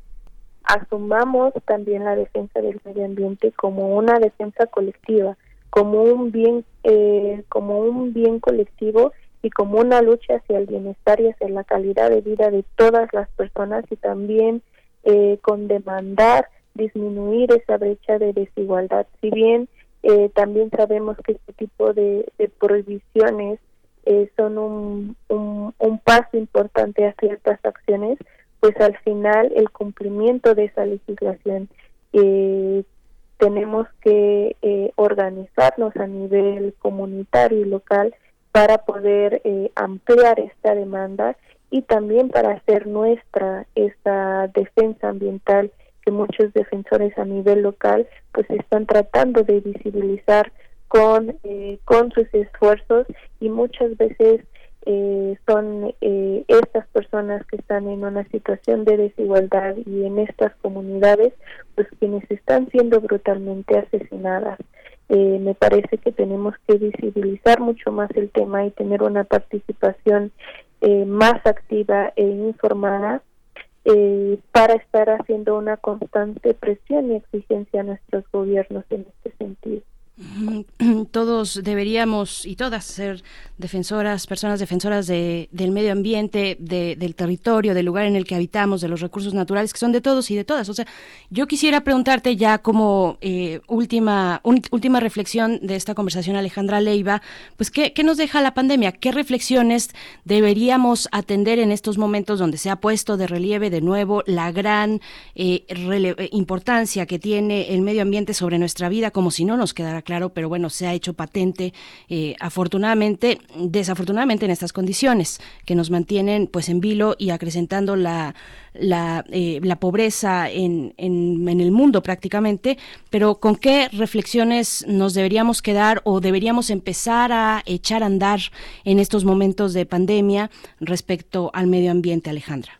asumamos también la defensa del medio ambiente como una defensa colectiva, como un bien eh, como un bien colectivo y como una lucha hacia el bienestar y hacia la calidad de vida de todas las personas, y también eh, con demandar disminuir esa brecha de desigualdad. Si bien eh, también sabemos que este tipo de, de prohibiciones eh, son un, un, un paso importante a ciertas acciones, pues al final el cumplimiento de esa legislación eh, tenemos que eh, organizarnos a nivel comunitario y local para poder eh, ampliar esta demanda y también para hacer nuestra esta defensa ambiental que muchos defensores a nivel local pues están tratando de visibilizar con eh, con sus esfuerzos, y muchas veces eh, son eh, estas personas que están en una situación de desigualdad y en estas comunidades pues quienes están siendo brutalmente asesinadas. Eh, me parece que tenemos que visibilizar mucho más el tema y tener una participación eh, más activa e informada eh, para estar haciendo una constante presión y exigencia a nuestros gobiernos en este sentido. Todos deberíamos y todas ser defensoras, personas defensoras de, del medio ambiente, de, del territorio, del lugar en el que habitamos, de los recursos naturales que son de todos y de todas. O sea, yo quisiera preguntarte ya como eh, última un, última reflexión de esta conversación, Alejandra Leiva, pues ¿qué, qué nos deja la pandemia? ¿Qué reflexiones deberíamos atender en estos momentos donde se ha puesto de relieve de nuevo la gran eh, rele- importancia que tiene el medio ambiente sobre nuestra vida, como si no nos quedara claro, pero bueno, se ha hecho patente, eh, afortunadamente, desafortunadamente en estas condiciones que nos mantienen pues en vilo y acrecentando la la, eh, la pobreza en, en, en el mundo prácticamente, pero ¿con qué reflexiones nos deberíamos quedar o deberíamos empezar a echar a andar en estos momentos de pandemia respecto al medio ambiente, Alejandra?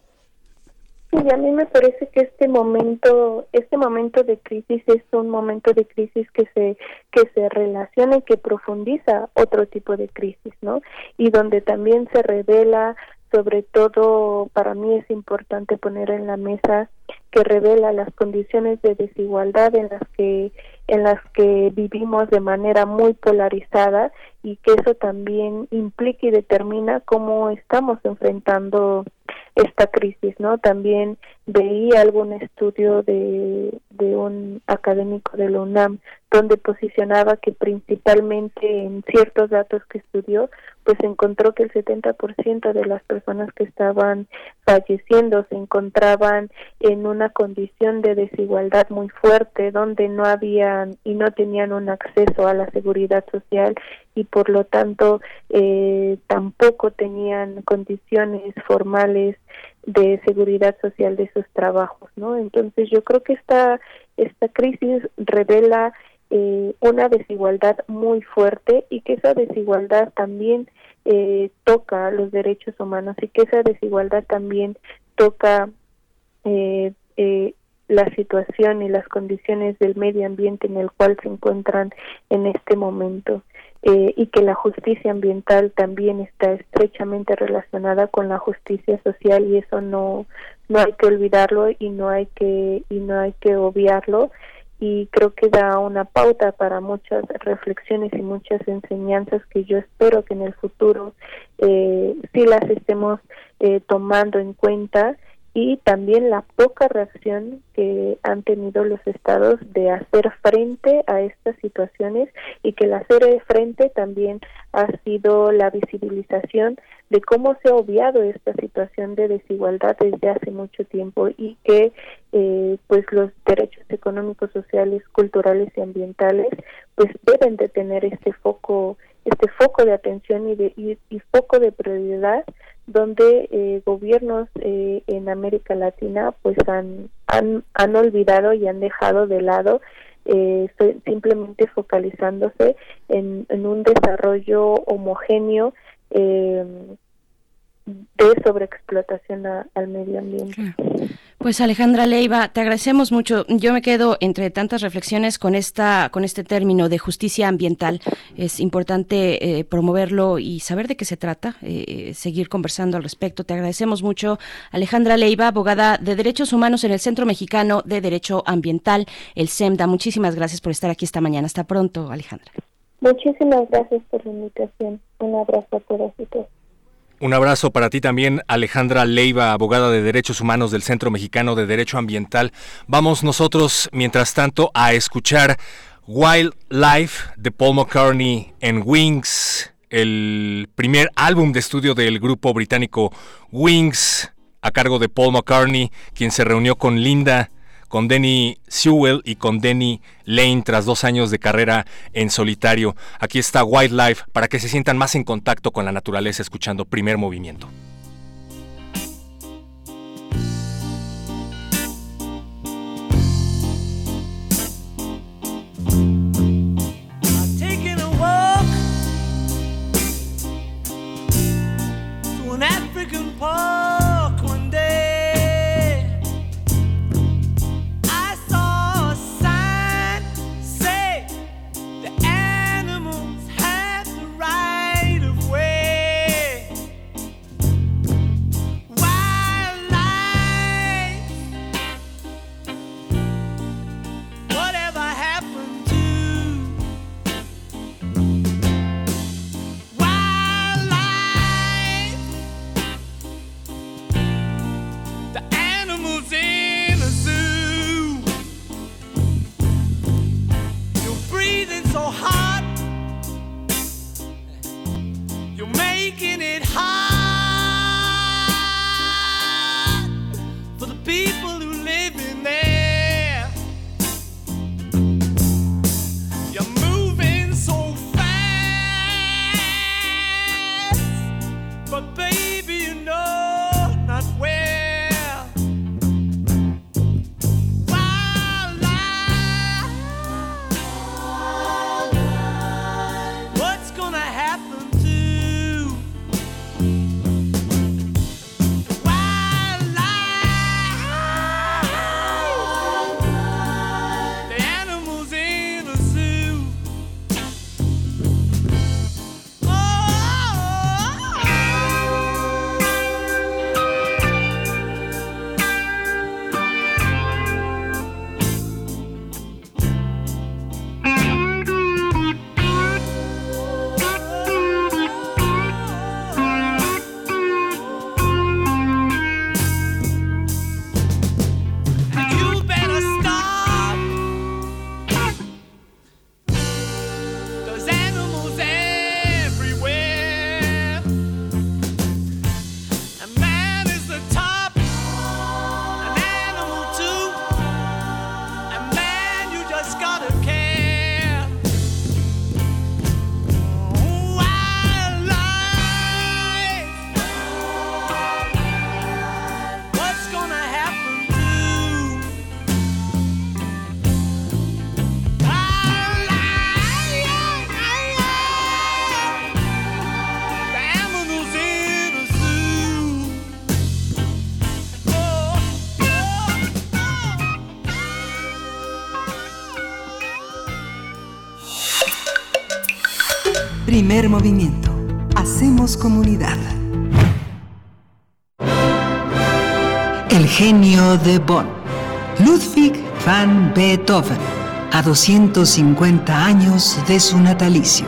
Sí, a mí me parece que este momento, este momento de crisis es un momento de crisis que se que se relaciona y que profundiza otro tipo de crisis, ¿no? Y donde también se revela, sobre todo para mí es importante poner en la mesa que revela las condiciones de desigualdad en las que en las que vivimos de manera muy polarizada y que eso también implica y determina cómo estamos enfrentando esta crisis, ¿no? También veía algún estudio de, de un académico de la UNAM donde posicionaba que principalmente en ciertos datos que estudió, pues encontró que el setenta por ciento de las personas que estaban falleciendo se encontraban en una condición de desigualdad muy fuerte, donde no habían y no tenían un acceso a la seguridad social y por lo tanto eh, tampoco tenían condiciones formales de seguridad social de sus trabajos, ¿no? Entonces yo creo que esta esta crisis revela eh, una desigualdad muy fuerte y que esa desigualdad también eh, toca los derechos humanos y que esa desigualdad también toca eh, eh, la situación y las condiciones del medio ambiente en el cual se encuentran en este momento. Eh, y que la justicia ambiental también está estrechamente relacionada con la justicia social y eso no no hay que olvidarlo y no hay que y no hay que obviarlo y creo que da una pauta para muchas reflexiones y muchas enseñanzas que yo espero que en el futuro eh, sí las estemos eh, tomando en cuenta y también la poca reacción que han tenido los estados de hacer frente a estas situaciones y que el hacer frente también ha sido la visibilización de cómo se ha obviado esta situación de desigualdad desde hace mucho tiempo y que eh, pues los derechos económicos, sociales, culturales y ambientales pues deben de tener este foco este foco de atención y de y, y foco de prioridad donde eh, gobiernos eh, en América Latina pues han, han han olvidado y han dejado de lado eh, simplemente focalizándose en, en un desarrollo homogéneo eh, de sobreexplotación a, al medio ambiente. Pues Alejandra Leiva, te agradecemos mucho. Yo me quedo entre tantas reflexiones con esta, con este término de justicia ambiental. Es importante eh, promoverlo y saber de qué se trata, eh, seguir conversando al respecto. Te agradecemos mucho, Alejandra Leiva, abogada de Derechos Humanos en el Centro Mexicano de Derecho Ambiental, el CEMDA. Muchísimas gracias por estar aquí esta mañana. Hasta pronto, Alejandra. Muchísimas gracias por la invitación. Un abrazo a todas y todos. Un abrazo para ti también, Alejandra Leiva, abogada de Derechos Humanos del Centro Mexicano de Derecho Ambiental. Vamos nosotros, mientras tanto, a escuchar Wildlife de Paul McCartney en Wings, el primer álbum de estudio del grupo británico Wings, a cargo de Paul McCartney, quien se reunió con Linda, con Denny Sewell y con Denny Lane tras dos años de carrera en solitario. Aquí está Wildlife para que se sientan más en contacto con la naturaleza escuchando Primer Movimiento. Primer movimiento. Hacemos comunidad. El genio de Bonn. Ludwig van Beethoven, a doscientos cincuenta años de su natalicio.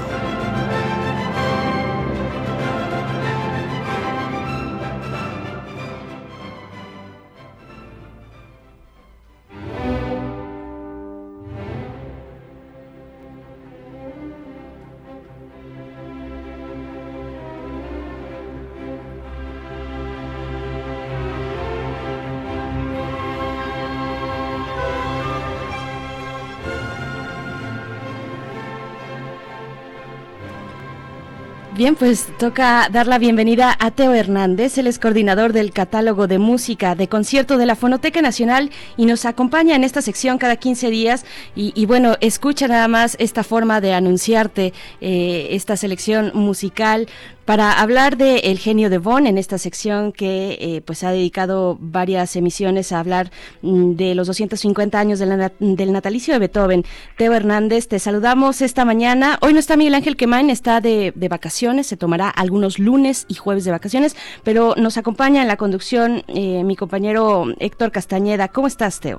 Bien, pues toca dar la bienvenida a Teo Hernández. Él es coordinador del catálogo de música de concierto de la Fonoteca Nacional y nos acompaña en esta sección cada quince días y, y bueno, escucha nada más esta forma de anunciarte eh, esta selección musical para hablar de El genio de Bonn en esta sección que eh, pues ha dedicado varias emisiones a hablar mm, de los doscientos cincuenta años de la, del natalicio de Beethoven. Teo Hernández, te saludamos esta mañana. Hoy no está Miguel Ángel Quemain, está de, de vacaciones, se tomará algunos lunes y jueves de vacaciones, pero nos acompaña en la conducción eh, mi compañero Héctor Castañeda. ¿Cómo estás, Teo?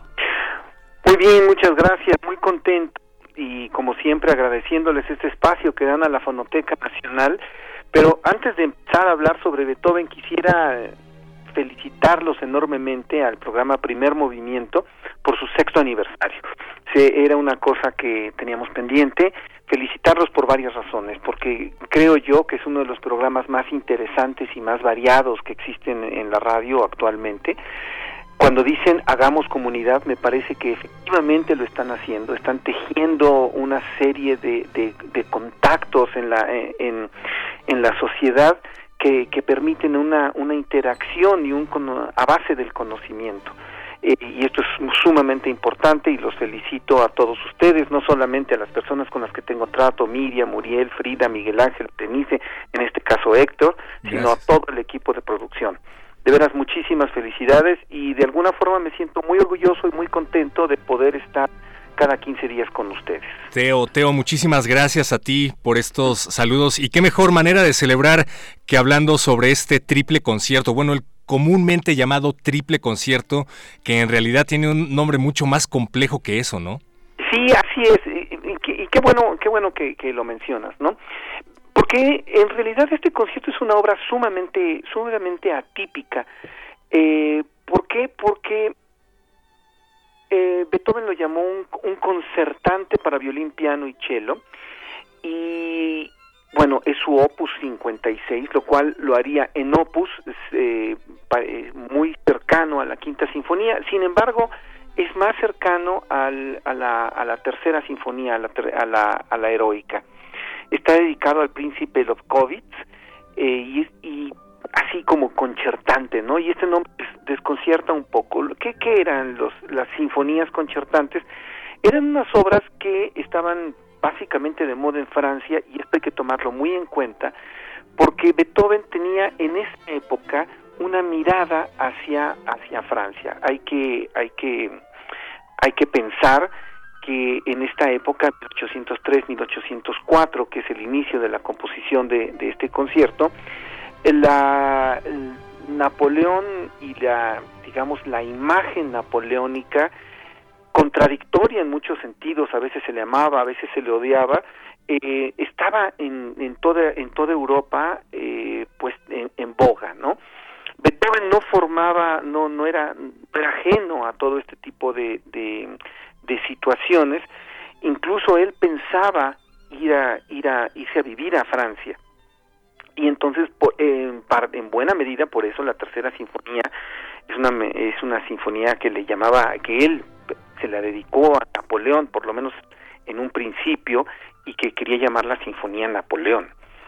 Muy bien, muchas gracias, muy contento y como siempre agradeciéndoles este espacio que dan a la Fonoteca Nacional. Pero antes de empezar a hablar sobre Beethoven, quisiera felicitarlos enormemente al programa Primer Movimiento por su sexto aniversario. Se, era una cosa que teníamos pendiente, felicitarlos por varias razones, porque creo yo que es uno de los programas más interesantes y más variados que existen en la radio actualmente. Cuando dicen hagamos comunidad, me parece que efectivamente lo están haciendo, están tejiendo una serie de, de, de contactos en la en, en la sociedad que, que permiten una, una interacción y un a base del conocimiento. Eh, y esto es sumamente importante y los felicito a todos ustedes, no solamente a las personas con las que tengo trato, Miriam, Muriel, Frida, Miguel Ángel, Denise, en este caso Héctor, Gracias. Sino a todo el equipo de producción. De veras, muchísimas felicidades y de alguna forma me siento muy orgulloso y muy contento de poder estar cada quince días con ustedes. Teo, Teo, muchísimas gracias a ti por estos saludos y qué mejor manera de celebrar que hablando sobre este triple concierto, bueno, el comúnmente llamado triple concierto, que en realidad tiene un nombre mucho más complejo que eso, ¿no? Sí, así es, y, y, y qué bueno, qué bueno que, que lo mencionas, ¿no? Porque en realidad este concierto es una obra sumamente, sumamente atípica. Eh, ¿Por qué? Porque eh, Beethoven lo llamó un, un concertante para violín, piano y cello, y bueno, es su opus cincuenta y seis, lo cual lo haría en opus eh, muy cercano a la quinta sinfonía. Sin embargo, es más cercano al, a, la, a la tercera sinfonía, a la, a la, a la heroica. Está dedicado al príncipe Lobkowitz eh, y, y así como concertante, ¿no? Y este nombre desconcierta un poco. ¿Qué, qué eran los, las sinfonías concertantes? Eran unas obras que estaban básicamente de moda en Francia y esto hay que tomarlo muy en cuenta porque Beethoven tenía en esa época una mirada hacia hacia Francia. Hay que hay que hay que pensar que en esta época, mil ochocientos tres a mil ochocientos cuatro, que es el inicio de la composición de, de este concierto, la el Napoleón y la, digamos, la imagen napoleónica, contradictoria en muchos sentidos, a veces se le amaba, a veces se le odiaba, eh, estaba en, en toda en toda Europa, eh, pues en, en boga, ¿no? Beethoven no formaba, no no era, era ajeno a todo este tipo de, de de situaciones, incluso él pensaba ir a ir a irse a vivir a Francia y entonces por, en, en buena medida por eso la tercera sinfonía es una es una sinfonía que le llamaba, que él se la dedicó a Napoleón, por lo menos en un principio, y que quería llamar la Sinfonía Napoleón.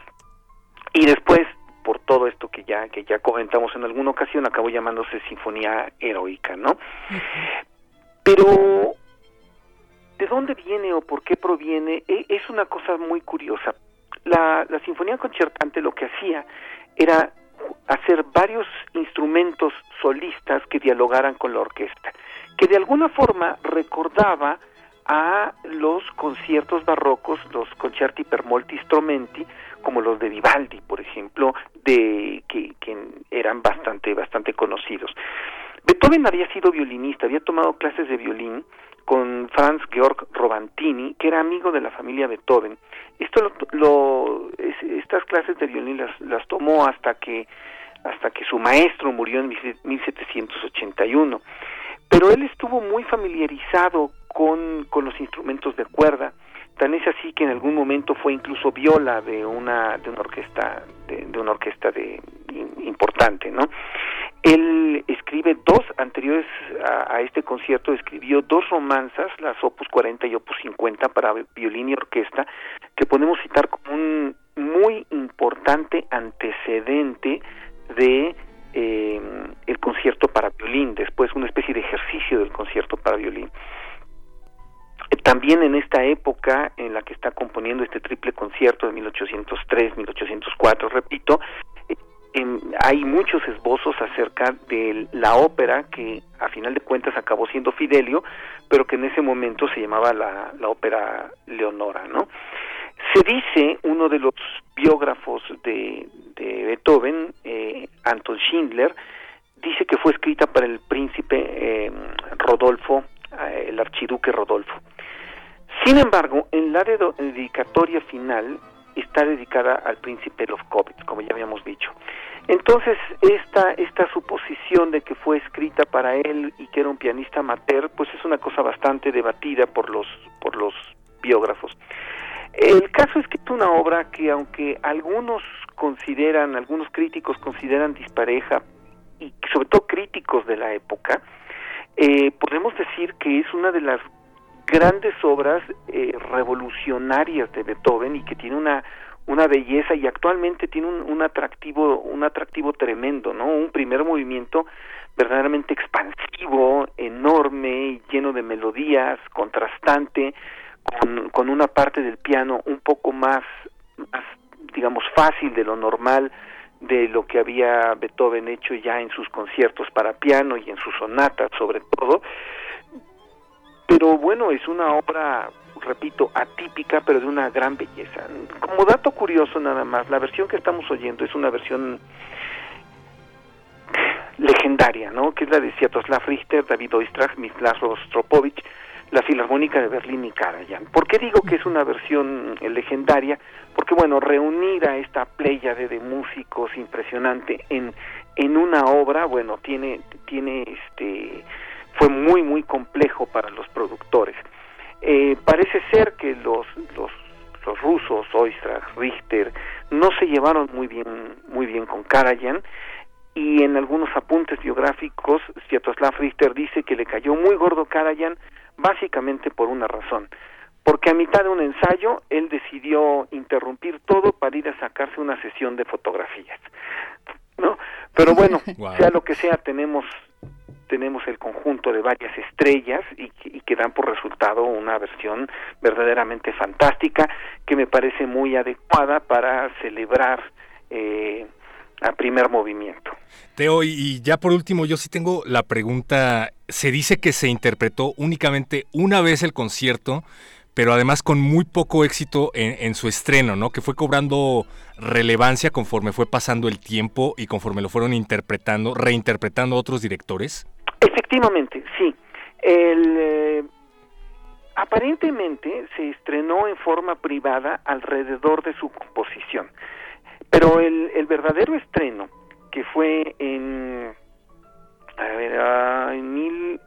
Y después, por todo esto que ya que ya comentamos en alguna ocasión, acabó llamándose Sinfonía Heroica, ¿no? Pero ¿de dónde viene o por qué proviene? Es una cosa muy curiosa. La, la Sinfonía Concertante lo que hacía era hacer varios instrumentos solistas que dialogaran con la orquesta, que de alguna forma recordaba a los conciertos barrocos, los concerti per molti strumenti, como los de Vivaldi, por ejemplo, de que, que eran bastante bastante conocidos. Beethoven había sido violinista, había tomado clases de violín con Franz Georg Robantini, que era amigo de la familia Beethoven. Esto lo, lo es, estas clases de violín las, las tomó hasta que hasta que su maestro murió en mil setecientos ochenta y uno. Pero él estuvo muy familiarizado con, con los instrumentos de cuerda, tan es así que en algún momento fue incluso viola de una de una orquesta de, de una orquesta de importante, ¿no? Él escribe dos anteriores a, a este concierto, escribió dos romanzas, las Opus cuarenta y Opus cincuenta para violín y orquesta, que podemos citar como un muy importante antecedente de eh, el concierto para violín, después una especie de ejercicio del concierto para violín. También en esta época en la que está componiendo este triple concierto de mil ochocientos tres, mil ochocientos cuatro, repito, eh, hay muchos esbozos acerca de la ópera que a final de cuentas acabó siendo Fidelio, pero que en ese momento se llamaba la, la ópera Leonora, ¿no? Se dice, uno de los biógrafos de, de Beethoven, eh, Anton Schindler, dice que fue escrita para el príncipe eh, Rodolfo, eh, el archiduque Rodolfo. Sin embargo, en la dedicatoria final está dedicada al príncipe Lobkowitz, como ya habíamos dicho. Entonces, esta esta suposición de que fue escrita para él y que era un pianista amateur, pues es una cosa bastante debatida por los por los biógrafos. El caso es que es una obra que, aunque algunos consideran, algunos críticos consideran dispareja, y sobre todo críticos de la época, eh, podemos decir que es una de las grandes obras eh, revolucionarias de Beethoven y que tiene una una belleza y actualmente tiene un, un atractivo un atractivo tremendo, ¿no? Un primer movimiento verdaderamente expansivo, enorme, lleno de melodías, contrastante, con, con una parte del piano un poco más, más, digamos, fácil de lo normal, de lo que había Beethoven hecho ya en sus conciertos para piano y en sus sonatas sobre todo. Pero bueno, es una obra, repito, atípica, pero de una gran belleza. Como dato curioso nada más, la versión que estamos oyendo es una versión legendaria, ¿no? Que es la de Sviatoslav Richter, David Oistrakh, Miroslav Rostropovich, la Filarmónica de Berlín y Karajan. ¿Por qué digo que es una versión legendaria? Porque, bueno, reunir a esta pléyade de músicos impresionante en en una obra, bueno, tiene tiene este fue muy muy complejo para los productores. Eh, parece ser que los los los rusos, Oistrakh, Richter, no se llevaron muy bien muy bien con Karajan, y en algunos apuntes biográficos Sviatoslav Richter dice que le cayó muy gordo Karajan, básicamente por una razón, porque a mitad de un ensayo él decidió interrumpir todo para ir a sacarse una sesión de fotografías, ¿no? Pero bueno, wow. Sea lo que sea, tenemos tenemos el conjunto de varias estrellas y, y que dan por resultado una versión verdaderamente fantástica que me parece muy adecuada para celebrar eh, a primer movimiento. Teo, y ya por último, yo sí tengo la pregunta. Se dice que se interpretó únicamente una vez el concierto, pero además con muy poco éxito en, en su estreno, ¿no? Que fue cobrando relevancia conforme fue pasando el tiempo y conforme lo fueron interpretando, reinterpretando otros directores. Efectivamente, sí. El, eh, aparentemente se estrenó en forma privada alrededor de su composición, pero el, el verdadero estreno, que fue en, a ver, uh, en mil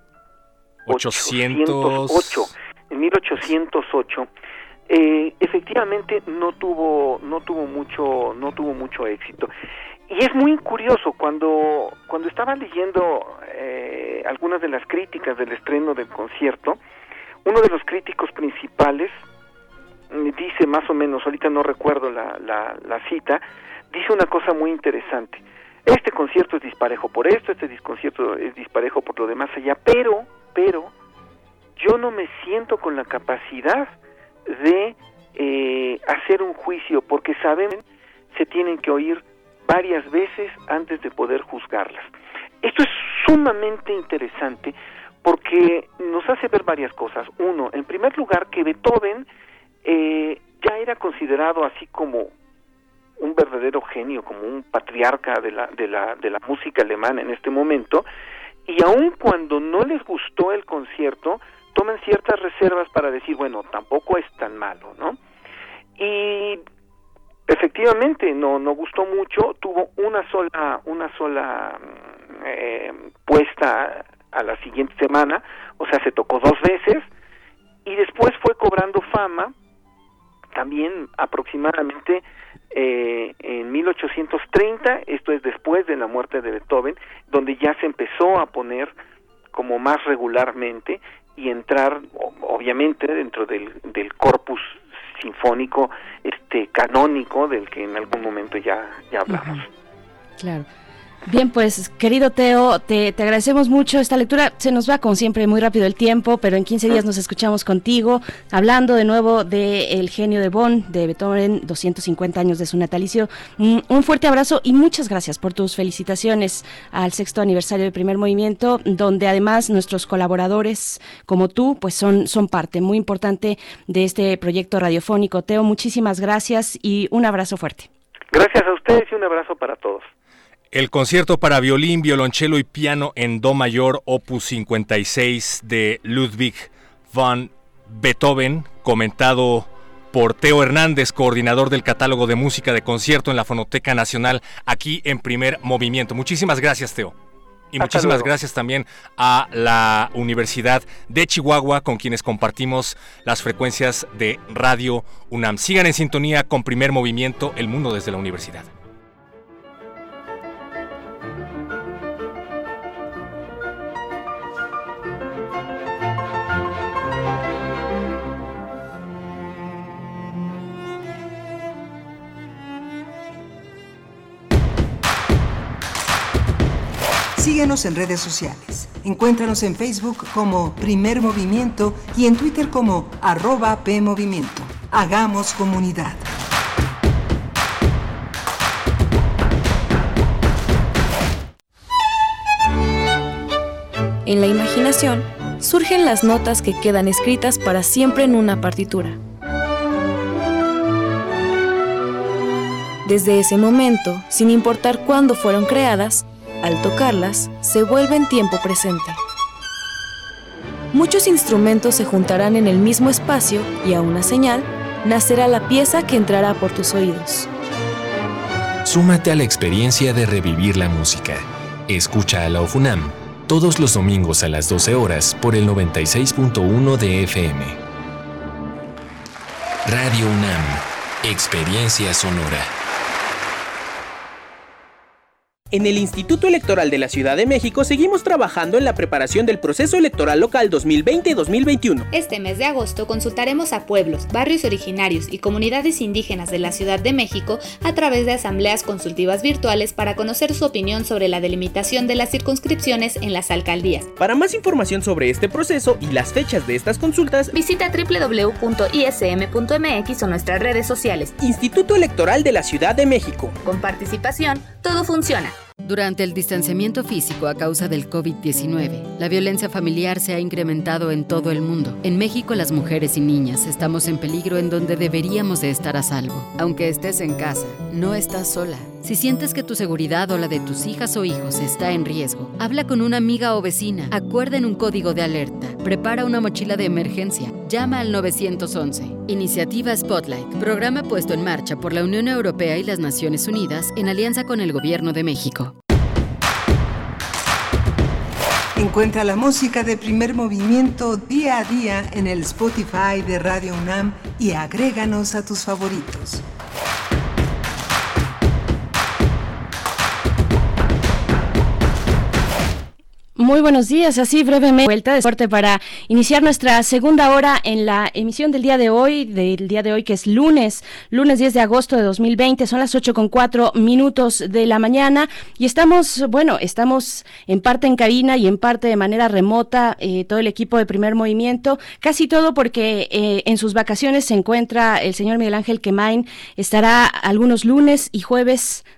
ochocientos ocho, en mil ochocientos ocho, eh, efectivamente no tuvo, no tuvo mucho, no tuvo mucho éxito. Y es muy curioso, cuando cuando estaba leyendo eh, algunas de las críticas del estreno del concierto, uno de los críticos principales dice más o menos, ahorita no recuerdo la, la, la cita, dice una cosa muy interesante: este concierto es disparejo por esto, este concierto es disparejo por lo demás allá, pero, pero, yo no me siento con la capacidad de eh, hacer un juicio, porque saben, se tienen que oír varias veces antes de poder juzgarlas. Esto es sumamente interesante porque nos nos hace ver varias cosas. Uno, en primer lugar, que Beethoven eh, ya era considerado así como un verdadero genio, como un patriarca de la, de la, de la música alemana en este momento, y aun cuando no les gustó el concierto, toman ciertas reservas para decir, bueno, tampoco es tan malo, ¿no? Y efectivamente no no gustó mucho, tuvo una sola una sola eh, puesta a la siguiente semana, o sea, se tocó dos veces, y después fue cobrando fama, también aproximadamente eh, en mil ochocientos treinta, esto es después de la muerte de Beethoven, donde ya se empezó a poner como más regularmente y entrar, obviamente, dentro del, del corpus sinfónico este canónico del que en algún momento ya, ya hablamos. Claro. Bien, pues, querido Teo, te, te agradecemos mucho esta lectura. Se nos va, como siempre, muy rápido el tiempo, pero en quince días nos escuchamos contigo, hablando de nuevo de El genio de Bonn, de Beethoven, doscientos cincuenta años de su natalicio. Un, un fuerte abrazo y muchas gracias por tus felicitaciones al sexto aniversario del Primer Movimiento, donde además nuestros colaboradores, como tú, pues son, son parte muy importante de este proyecto radiofónico. Teo, muchísimas gracias y un abrazo fuerte. Gracias a ustedes y un abrazo para todos. El concierto para violín, violonchelo y piano en do mayor, opus cincuenta y seis de Ludwig van Beethoven, comentado por Teo Hernández, coordinador del catálogo de música de concierto en la Fonoteca Nacional, aquí en Primer Movimiento. Muchísimas gracias, Teo. Y Hasta muchísimas luego. Gracias también a la Universidad de Chihuahua, con quienes compartimos las frecuencias de Radio UNAM. Sigan en sintonía con Primer Movimiento, el mundo desde la universidad. Síguenos en redes sociales. Encuéntranos en Facebook como Primer Movimiento y en Twitter como arroba PMovimiento. Hagamos comunidad. En la imaginación surgen las notas que quedan escritas para siempre en una partitura. Desde ese momento, sin importar cuándo fueron creadas, al tocarlas, se vuelven tiempo presente. Muchos instrumentos se juntarán en el mismo espacio y a una señal nacerá la pieza que entrará por tus oídos. Súmate a la experiencia de revivir la música. Escucha a la UFUNAM todos los domingos a las doce horas por el noventa y seis punto uno de F M. Radio UNAM, experiencia sonora. En el Instituto Electoral de la Ciudad de México seguimos trabajando en la preparación del proceso electoral local dos mil veinte dos mil veintiuno. Este mes de agosto consultaremos a pueblos, barrios originarios y comunidades indígenas de la Ciudad de México a través de asambleas consultivas virtuales para conocer su opinión sobre la delimitación de las circunscripciones en las alcaldías. Para más información sobre este proceso y las fechas de estas consultas, visita doble u doble u doble u punto i s m punto m x o nuestras redes sociales. Instituto Electoral de la Ciudad de México. Con participación, todo funciona. Durante el distanciamiento físico a causa del COVID diecinueve, la violencia familiar se ha incrementado en todo el mundo. En México, las mujeres y niñas estamos en peligro en donde deberíamos de estar a salvo. Aunque estés en casa, no estás sola. Si sientes que tu seguridad o la de tus hijas o hijos está en riesgo, habla con una amiga o vecina, acuerden un código de alerta, prepara una mochila de emergencia, llama al nueve once. Iniciativa Spotlight, programa puesto en marcha por la Unión Europea y las Naciones Unidas en alianza con el Gobierno de México. Encuentra la música de Primer Movimiento día a día en el Spotify de Radio UNAM y agréganos a tus favoritos. Muy buenos días, así brevemente vuelta de corte para iniciar nuestra segunda hora en la emisión del día de hoy, del día de hoy que es lunes, lunes diez de agosto de dos mil veinte, son las ocho con cuatro minutos de la mañana y estamos, bueno, estamos en parte en cabina y en parte de manera remota, eh, todo el equipo de Primer Movimiento, casi todo porque eh, en sus vacaciones se encuentra el señor Miguel Ángel Quemain, estará algunos lunes y jueves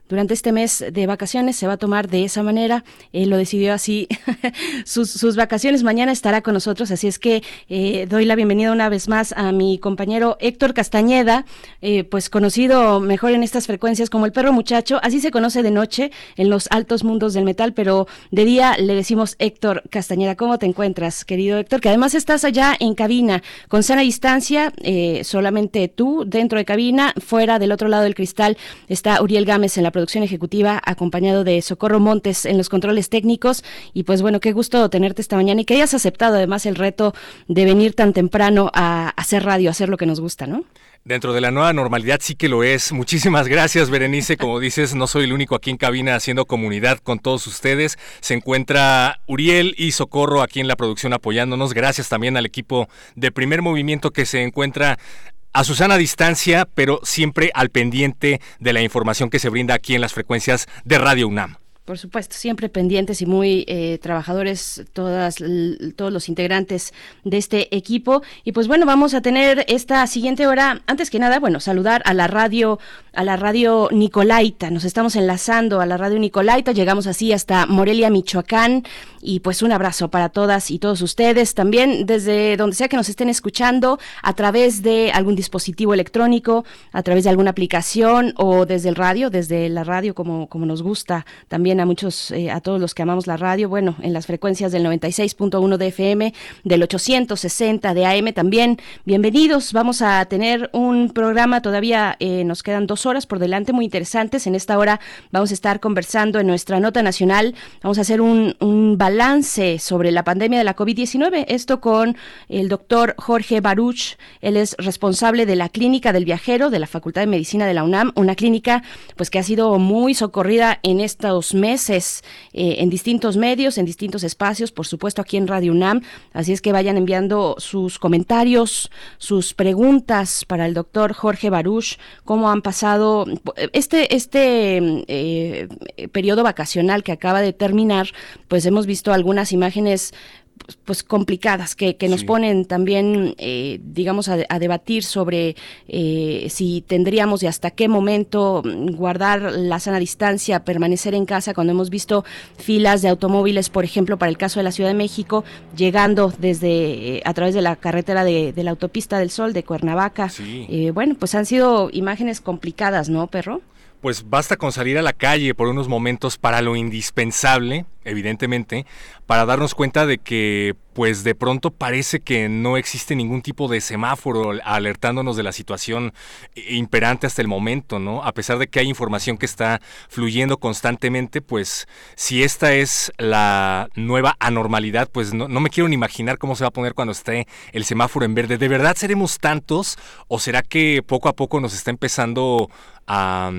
durante este mes de vacaciones se va a tomar de esa manera, él lo decidió así, sus, sus vacaciones. Mañana estará con nosotros, así es que eh, doy la bienvenida una vez más a mi compañero Héctor Castañeda, eh, pues conocido mejor en estas frecuencias como el Perro Muchacho, así se conoce de noche en los altos mundos del metal, pero de día le decimos Héctor Castañeda. ¿Cómo te encuentras, querido Héctor? Que además estás allá en cabina, con sana distancia, eh, solamente tú dentro de cabina, fuera del otro lado del cristal está Uriel Gámez en la producción ejecutiva, acompañado de Socorro Montes en los controles técnicos. Y pues bueno, qué gusto tenerte esta mañana y que hayas aceptado además el reto de venir tan temprano a hacer radio, a hacer lo que nos gusta, ¿no? Dentro de la nueva normalidad sí que lo es. Muchísimas gracias, Berenice. Como dices, no soy el único aquí en cabina haciendo comunidad con todos ustedes. Se encuentra Uriel y Socorro aquí en la producción apoyándonos. Gracias también al equipo de Primer Movimiento que se encuentra a su sana distancia, pero siempre al pendiente de la información que se brinda aquí en las frecuencias de Radio UNAM. Por supuesto, siempre pendientes y muy eh, trabajadores todas, l- todos los integrantes de este equipo. Y pues bueno, vamos a tener esta siguiente hora, antes que nada, bueno, saludar a la radio, a la radio Nicolaita. Nos estamos enlazando a la radio Nicolaita, llegamos así hasta Morelia, Michoacán, y pues un abrazo para todas y todos ustedes. También desde donde sea que nos estén escuchando, a través de algún dispositivo electrónico, a través de alguna aplicación o desde el radio, desde la radio como, como nos gusta también a muchos, eh, a todos los que amamos la radio, bueno, en las frecuencias del noventa y seis punto uno de F M, del ochocientos sesenta de A M también, bienvenidos. Vamos a tener un programa, todavía eh, nos quedan dos horas por delante muy interesantes. En esta hora vamos a estar conversando en nuestra nota nacional, vamos a hacer un, un balance sobre la pandemia de la COVID diecinueve, esto con el doctor Jorge Baruch. Él es responsable de la Clínica del Viajero de la Facultad de Medicina de la UNAM, una clínica pues que ha sido muy socorrida en estos meses eh, en distintos medios, en distintos espacios, por supuesto aquí en Radio UNAM, así es que vayan enviando sus comentarios, sus preguntas para el doctor Jorge Baruch, cómo han pasado este, este eh, periodo vacacional que acaba de terminar. Pues hemos visto algunas imágenes pues complicadas que, que nos sí. ponen también eh, digamos a, a debatir sobre eh, si tendríamos y hasta qué momento guardar la sana distancia, permanecer en casa, cuando hemos visto filas de automóviles, por ejemplo, para el caso de la Ciudad de México, llegando desde eh, a través de la carretera de, de la Autopista del Sol de Cuernavaca. Sí. Eh, bueno, pues han sido imágenes complicadas, ¿no, Perro? Pues basta con salir a la calle por unos momentos para lo indispensable, evidentemente, para darnos cuenta de que pues de pronto parece que no existe ningún tipo de semáforo alertándonos de la situación imperante hasta el momento, ¿no? A pesar de que hay información que está fluyendo constantemente, pues si esta es la nueva anormalidad, pues no, no me quiero ni imaginar cómo se va a poner cuando esté el semáforo en verde. ¿De verdad seremos tantos o será que poco a poco nos está empezando a...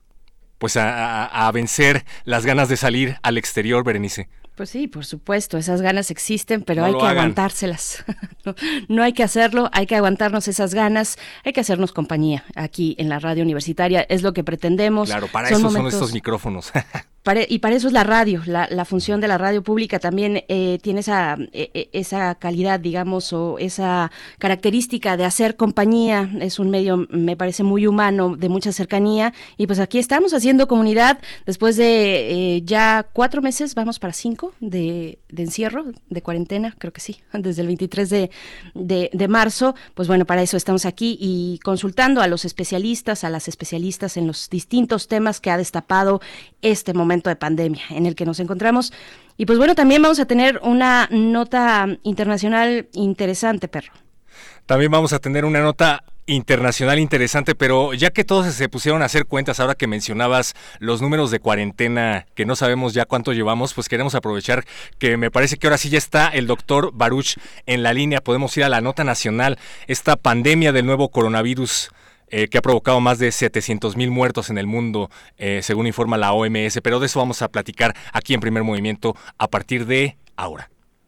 pues a, a, a vencer las ganas de salir al exterior, Berenice? Pues sí, por supuesto, esas ganas existen, pero no hay que hagan. aguantárselas. no, no hay que hacerlo, hay que aguantarnos esas ganas, hay que hacernos compañía aquí en la radio universitaria, es lo que pretendemos. Claro, para son eso momentos... son estos micrófonos. Para, y para eso es la radio, la, la función de la radio pública también eh, tiene esa, eh, esa calidad, digamos, o esa característica de hacer compañía. Es un medio, me parece, muy humano, de mucha cercanía, y pues aquí estamos haciendo comunidad después de eh, ya cuatro meses, vamos para cinco de, de encierro, de cuarentena, creo que sí, desde el veintitrés de, de, de marzo. Pues bueno, para eso estamos aquí y consultando a los especialistas, a las especialistas en los distintos temas que ha destapado este momento de pandemia en el que nos encontramos. Y pues bueno, también vamos a tener una nota internacional interesante, Perro. También vamos a tener una nota internacional interesante, pero ya que todos se pusieron a hacer cuentas ahora que mencionabas los números de cuarentena, que no sabemos ya cuánto llevamos, pues queremos aprovechar que me parece que ahora sí ya está el doctor Baruch en la línea. Podemos ir a la nota nacional, esta pandemia del nuevo coronavirus Eh, que ha provocado más de setecientos mil muertos en el mundo, eh, según informa la O M S, pero de eso vamos a platicar aquí en Primer Movimiento a partir de ahora.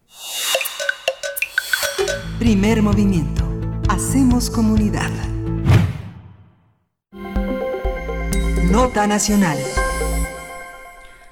Primer Movimiento. Hacemos comunidad. Nota nacional.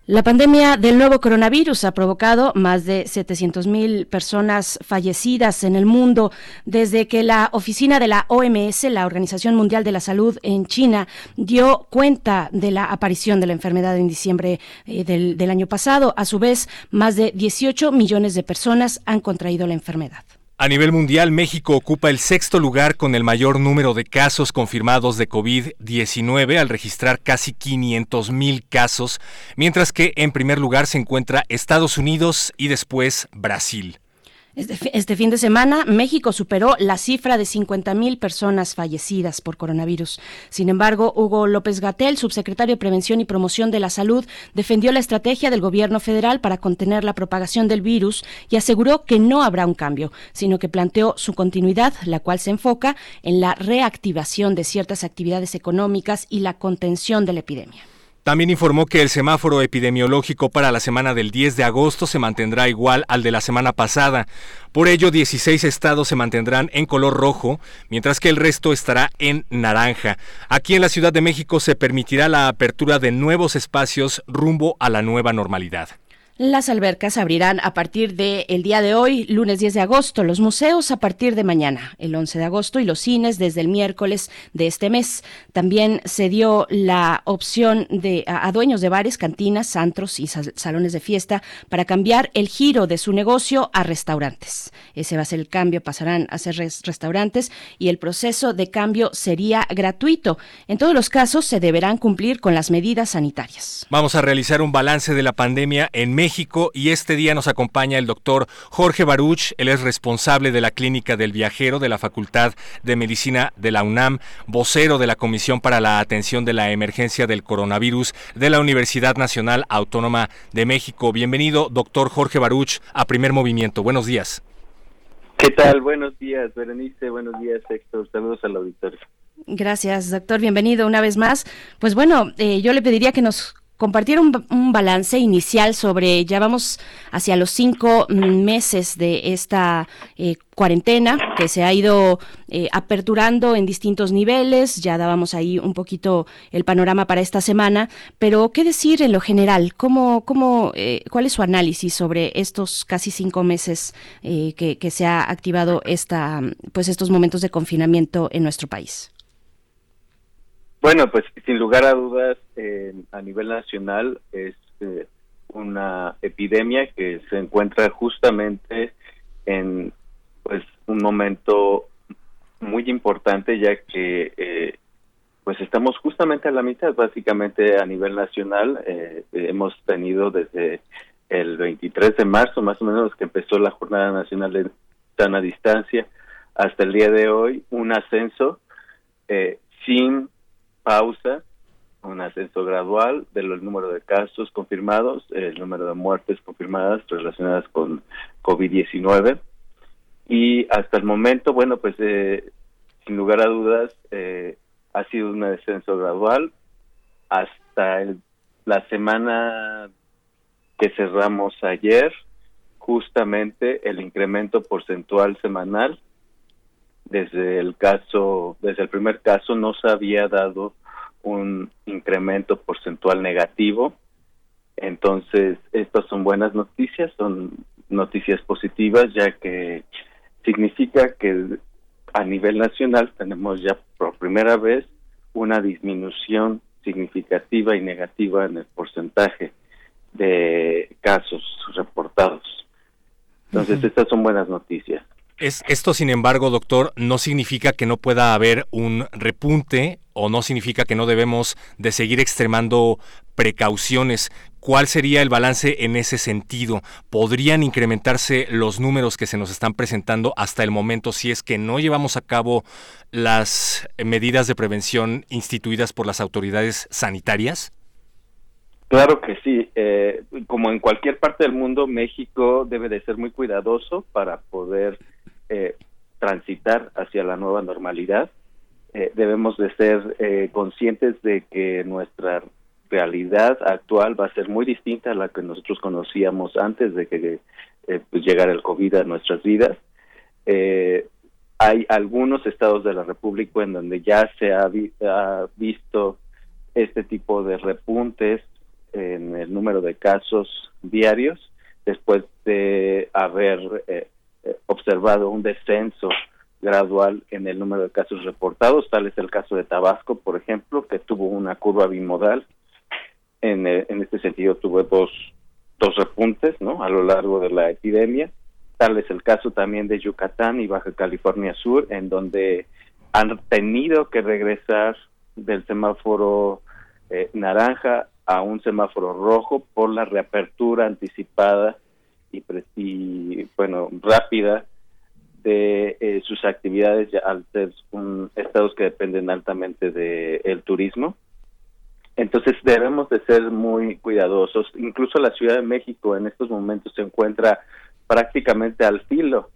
La pandemia del nuevo coronavirus ha provocado más de setecientas mil personas fallecidas en el mundo desde que la oficina de la O M S, la Organización Mundial de la Salud en China, dio cuenta de la aparición de la enfermedad en diciembre eh, del, del año pasado. A su vez, más de dieciocho millones de personas han contraído la enfermedad. A nivel mundial, México ocupa el sexto lugar con el mayor número de casos confirmados de covid diecinueve al registrar casi quinientos mil casos, mientras que en primer lugar se encuentra Estados Unidos y después Brasil. Este, este fin de semana, México superó la cifra de cincuenta mil personas fallecidas por coronavirus. Sin embargo, Hugo López-Gatell, subsecretario de Prevención y Promoción de la Salud, defendió la estrategia del gobierno federal para contener la propagación del virus y aseguró que no habrá un cambio, sino que planteó su continuidad, la cual se enfoca en la reactivación de ciertas actividades económicas y la contención de la epidemia. También informó que el semáforo epidemiológico para la semana del diez de agosto se mantendrá igual al de la semana pasada. Por ello, dieciséis estados se mantendrán en color rojo, mientras que el resto estará en naranja. Aquí en la Ciudad de México se permitirá la apertura de nuevos espacios rumbo a la nueva normalidad. Las albercas abrirán a partir del día de hoy, lunes diez de agosto, los museos a partir de mañana, el once de agosto, y los cines desde el miércoles de este mes. También se dio la opción de, a, a dueños de bares, cantinas, antros y sal, salones de fiesta para cambiar el giro de su negocio a restaurantes. Ese va a ser el cambio, pasarán a ser res, restaurantes y el proceso de cambio sería gratuito. En todos los casos se deberán cumplir con las medidas sanitarias. Vamos a realizar un balance de la pandemia en México. México, y este día nos acompaña el doctor Jorge Baruch. Él es responsable de la Clínica del Viajero de la Facultad de Medicina de la UNAM, vocero de la Comisión para la Atención de la Emergencia del Coronavirus de la Universidad Nacional Autónoma de México. Bienvenido, doctor Jorge Baruch, a Primer Movimiento. Buenos días. ¿Qué tal? Buenos días, Berenice. Buenos días, Héctor. Saludos al auditorio. Gracias, doctor. Bienvenido una vez más. Pues bueno, eh, yo le pediría que nos compartir un, un balance inicial sobre, ya vamos hacia los cinco meses de esta eh, cuarentena que se ha ido eh, aperturando en distintos niveles. Ya dábamos ahí un poquito el panorama para esta semana, pero ¿qué decir en lo general? ¿Cómo, cómo, eh, ¿Cuál es su análisis sobre estos casi cinco meses eh, que, que se ha activado esta, pues estos momentos de confinamiento en nuestro país? Bueno, pues sin lugar a dudas, eh, a nivel nacional es eh, una epidemia que se encuentra justamente en pues un momento muy importante, ya que eh, pues estamos justamente a la mitad. Básicamente a nivel nacional eh, hemos tenido desde el veintitrés de marzo, más o menos, que empezó la Jornada Nacional de Sana Distancia, hasta el día de hoy, un ascenso eh, sin pausa, un ascenso gradual del número de casos confirmados, el número de muertes confirmadas relacionadas con covid diecinueve, y hasta el momento, bueno, pues eh, sin lugar a dudas eh, ha sido un descenso gradual. Hasta el, la semana que cerramos ayer, justamente el incremento porcentual semanal desde el caso, desde el primer caso no se había dado un incremento porcentual negativo. Entonces, estas son buenas noticias, son noticias positivas, ya que significa que a nivel nacional tenemos ya por primera vez una disminución significativa y negativa en el porcentaje de casos reportados. Entonces, uh-huh. Estas son buenas noticias. Es, esto, sin embargo, doctor, no significa que no pueda haber un repunte o no significa que no debemos de seguir extremando precauciones. ¿Cuál sería el balance en ese sentido? ¿Podrían incrementarse los números que se nos están presentando hasta el momento si es que no llevamos a cabo las medidas de prevención instituidas por las autoridades sanitarias? Claro que sí. Eh, como en cualquier parte del mundo, México debe de ser muy cuidadoso para poder eh, transitar hacia la nueva normalidad. Eh, debemos de ser eh, conscientes de que nuestra realidad actual va a ser muy distinta a la que nosotros conocíamos antes de que eh, pues llegara el COVID a nuestras vidas. Eh, hay algunos estados de la República en donde ya se ha, vi- ha visto este tipo de repuntes en el número de casos diarios, después de haber eh, observado un descenso gradual en el número de casos reportados. Tal es el caso de Tabasco, por ejemplo, que tuvo una curva bimodal. En, en este sentido tuvo dos, dos repuntes, ¿no?, a lo largo de la epidemia. Tal es el caso también de Yucatán y Baja California Sur, en donde han tenido que regresar del semáforo eh, naranja a un semáforo rojo por la reapertura anticipada y, y bueno, rápida de eh, sus actividades, ya al ser un, estados que dependen altamente del turismo. Entonces debemos de ser muy cuidadosos. Incluso la Ciudad de México en estos momentos se encuentra prácticamente al filo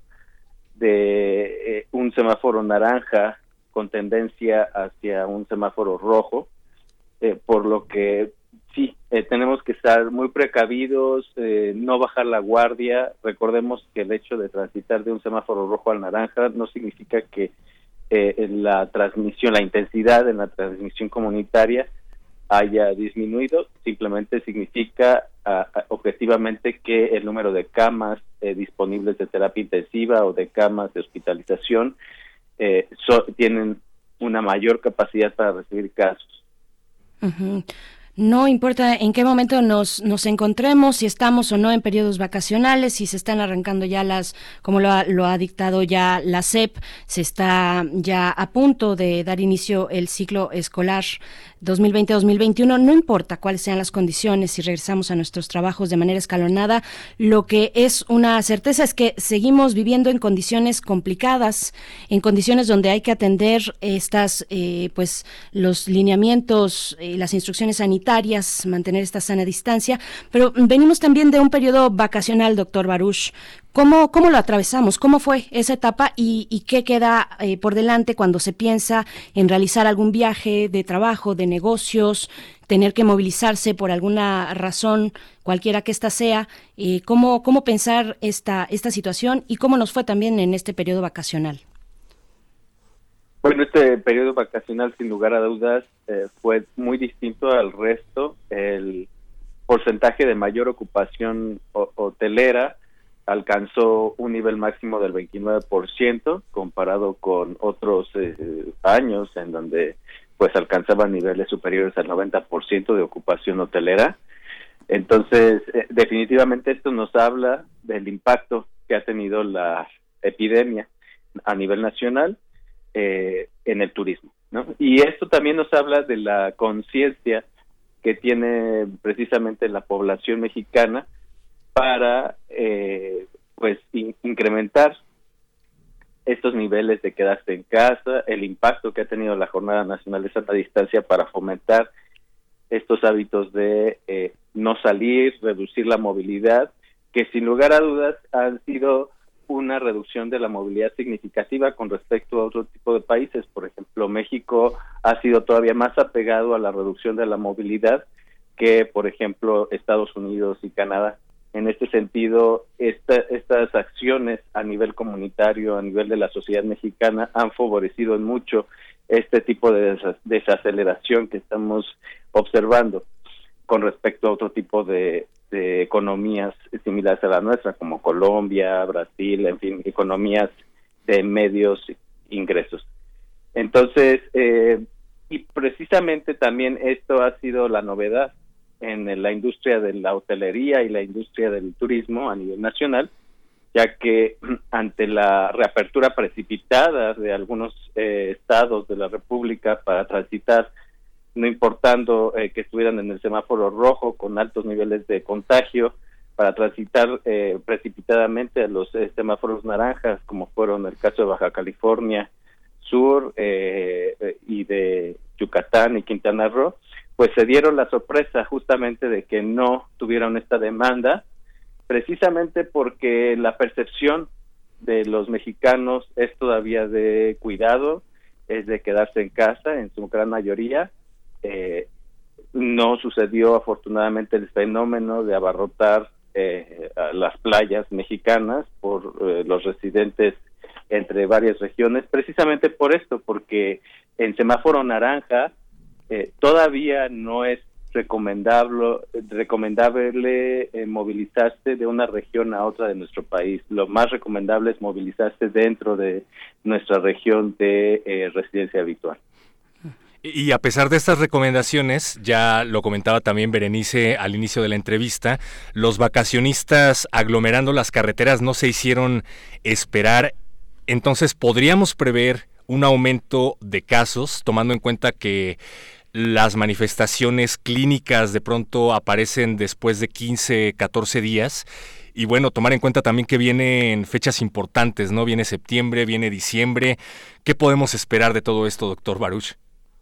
de eh, un semáforo naranja con tendencia hacia un semáforo rojo, eh, por lo que sí, eh, tenemos que estar muy precavidos, eh, no bajar la guardia. Recordemos que el hecho de transitar de un semáforo rojo al naranja no significa que eh, la transmisión, la intensidad en la transmisión comunitaria haya disminuido, simplemente significa uh, objetivamente que el número de camas eh, disponibles de terapia intensiva o de camas de hospitalización eh, so, tienen una mayor capacidad para recibir casos. Uh-huh. No importa en qué momento nos, nos encontremos, si estamos o no en periodos vacacionales, si se están arrancando ya las, como lo ha, lo ha dictado ya la S E P, se está ya a punto de dar inicio el ciclo escolar dos mil veinte dos mil veintiuno, no importa cuáles sean las condiciones, si regresamos a nuestros trabajos de manera escalonada, lo que es una certeza es que seguimos viviendo en condiciones complicadas, en condiciones donde hay que atender estas, eh, pues, los lineamientos, eh, las instrucciones sanitarias, mantener esta sana distancia, pero venimos también de un periodo vacacional, doctor Baruch. ¿Cómo, cómo lo atravesamos? ¿Cómo fue esa etapa y, y qué queda eh, por delante cuando se piensa en realizar algún viaje de trabajo, de negocios, tener que movilizarse por alguna razón, cualquiera que ésta sea? Eh, ¿cómo, cómo pensar esta, esta situación y cómo nos fue también en este periodo vacacional? Bueno, este periodo vacacional, sin lugar a dudas, eh, fue muy distinto al resto. El porcentaje de mayor ocupación ho- hotelera alcanzó un nivel máximo del veintinueve por ciento comparado con otros eh, años en donde pues alcanzaba niveles superiores al noventa por ciento de ocupación hotelera. Entonces, eh, definitivamente esto nos habla del impacto que ha tenido la epidemia a nivel nacional eh, en el turismo, ¿no? Y esto también nos habla de la conciencia que tiene precisamente la población mexicana para eh, pues in- incrementar estos niveles de quedarse en casa, el impacto que ha tenido la Jornada Nacional de Sana Distancia para fomentar estos hábitos de eh, no salir, reducir la movilidad, que sin lugar a dudas han sido una reducción de la movilidad significativa con respecto a otro tipo de países. Por ejemplo, México ha sido todavía más apegado a la reducción de la movilidad que, por ejemplo, Estados Unidos y Canadá. En este sentido, esta, estas acciones a nivel comunitario, a nivel de la sociedad mexicana, han favorecido en mucho este tipo de desas- desaceleración que estamos observando con respecto a otro tipo de, de economías similares a la nuestra, como Colombia, Brasil, en fin, economías de medios ingresos. Entonces, eh, y precisamente también esto ha sido la novedad en la industria de la hotelería y la industria del turismo a nivel nacional, ya que ante la reapertura precipitada de algunos eh, estados de la República para transitar, no importando eh, que estuvieran en el semáforo rojo con altos niveles de contagio, para transitar eh, precipitadamente a los eh, semáforos naranjas, como fueron el caso de Baja California Sur eh, eh, y de Yucatán y Quintana Roo, pues se dieron la sorpresa justamente de que no tuvieron esta demanda, precisamente porque la percepción de los mexicanos es todavía de cuidado, es de quedarse en casa en su gran mayoría. Eh, no sucedió afortunadamente el fenómeno de abarrotar eh, a las playas mexicanas por eh, los residentes entre varias regiones, precisamente por esto, porque en semáforo naranja Eh, todavía no es recomendable, recomendable eh, movilizarse de una región a otra de nuestro país. Lo más recomendable es movilizarse dentro de nuestra región de eh, residencia habitual. Y a pesar de estas recomendaciones, ya lo comentaba también Berenice al inicio de la entrevista, los vacacionistas aglomerando las carreteras no se hicieron esperar. Entonces, ¿podríamos prever un aumento de casos, tomando en cuenta que las manifestaciones clínicas de pronto aparecen después de quince, catorce días? Y bueno, tomar en cuenta también que vienen fechas importantes, ¿no? Viene septiembre, viene diciembre. ¿Qué podemos esperar de todo esto, doctor Baruch?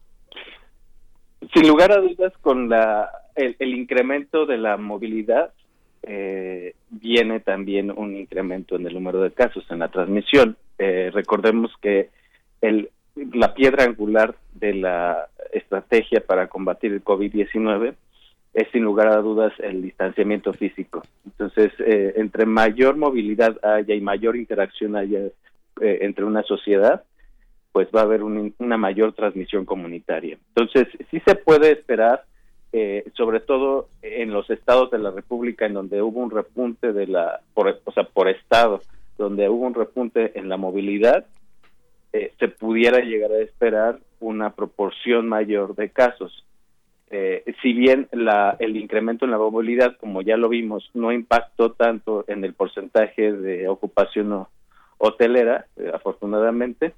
Sin lugar a dudas, con la el, el incremento de la movilidad, eh, viene también un incremento en el número de casos, en la transmisión. Eh, recordemos que el, la piedra angular de la estrategia para combatir el COVID diecinueve es, sin lugar a dudas, el distanciamiento físico. Entonces, eh, entre mayor movilidad haya y mayor interacción haya eh, entre una sociedad, pues va a haber un, una mayor transmisión comunitaria. Entonces, sí se puede esperar, eh, sobre todo en los estados de la República en donde hubo un repunte de la, por, o sea, por estado, donde hubo un repunte en la movilidad, eh, se pudiera llegar a esperar una proporción mayor de casos. Eh, si bien la, el incremento en la movilidad, como ya lo vimos, no impactó tanto en el porcentaje de ocupación o, hotelera, eh, afortunadamente,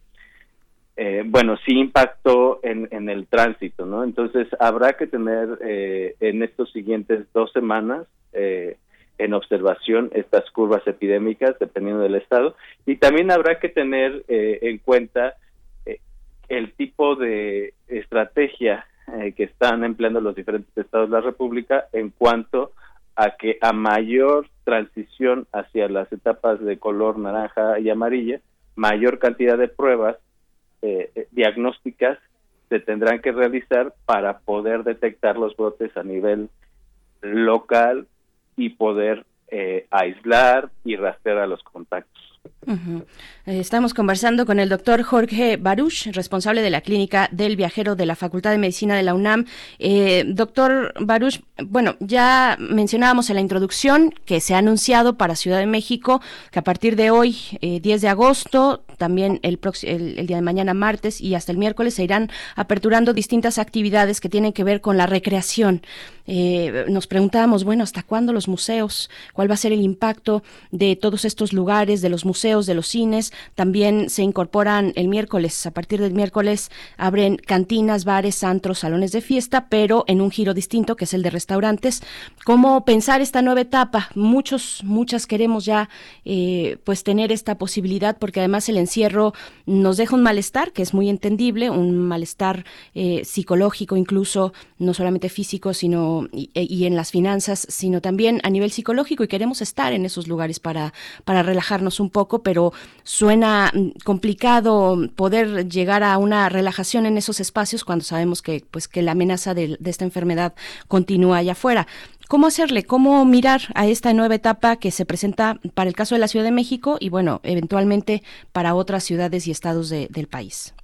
Eh, bueno, sí impactó en, en el tránsito, ¿no? Entonces habrá que tener eh, en estos siguientes dos semanas eh, en observación estas curvas epidémicas dependiendo del estado, y también habrá que tener eh, en cuenta eh, el tipo de estrategia eh, que están empleando los diferentes estados de la República en cuanto a que a mayor transición hacia las etapas de color naranja y amarilla, mayor cantidad de pruebas Eh, diagnósticas se tendrán que realizar para poder detectar los brotes a nivel local y poder eh, aislar y rastrear a los contactos. Uh-huh. Eh, estamos conversando con el doctor Jorge Baruch, responsable de la Clínica del Viajero de la Facultad de Medicina de la UNAM. Eh, doctor Baruch, bueno, ya mencionábamos en la introducción que se ha anunciado para Ciudad de México que a partir de hoy, eh, diez de agosto, también el, prox- el, el día de mañana, martes, y hasta el miércoles se irán aperturando distintas actividades que tienen que ver con la recreación. Eh, nos preguntábamos, bueno, ¿hasta cuándo los museos? ¿Cuál va a ser el impacto de todos estos lugares, de los museos, de los cines? También se incorporan el miércoles, a partir del miércoles abren cantinas, bares, antros, salones de fiesta, pero en un giro distinto, que es el de restaurantes. ¿Cómo pensar esta nueva etapa? Muchos, muchas queremos ya eh, pues tener esta posibilidad, porque además el encierro nos deja un malestar, que es muy entendible, un malestar eh, psicológico incluso, no solamente físico, sino y, y en las finanzas, sino también a nivel psicológico, y queremos estar en esos lugares para, para relajarnos un poco, pero suena complicado poder llegar a una relajación en esos espacios cuando sabemos que, pues, que la amenaza de, de esta enfermedad continúa allá afuera. ¿Cómo hacerle? ¿Cómo mirar a esta nueva etapa que se presenta para el caso de la Ciudad de México y, bueno, eventualmente para otras ciudades y estados de, del país?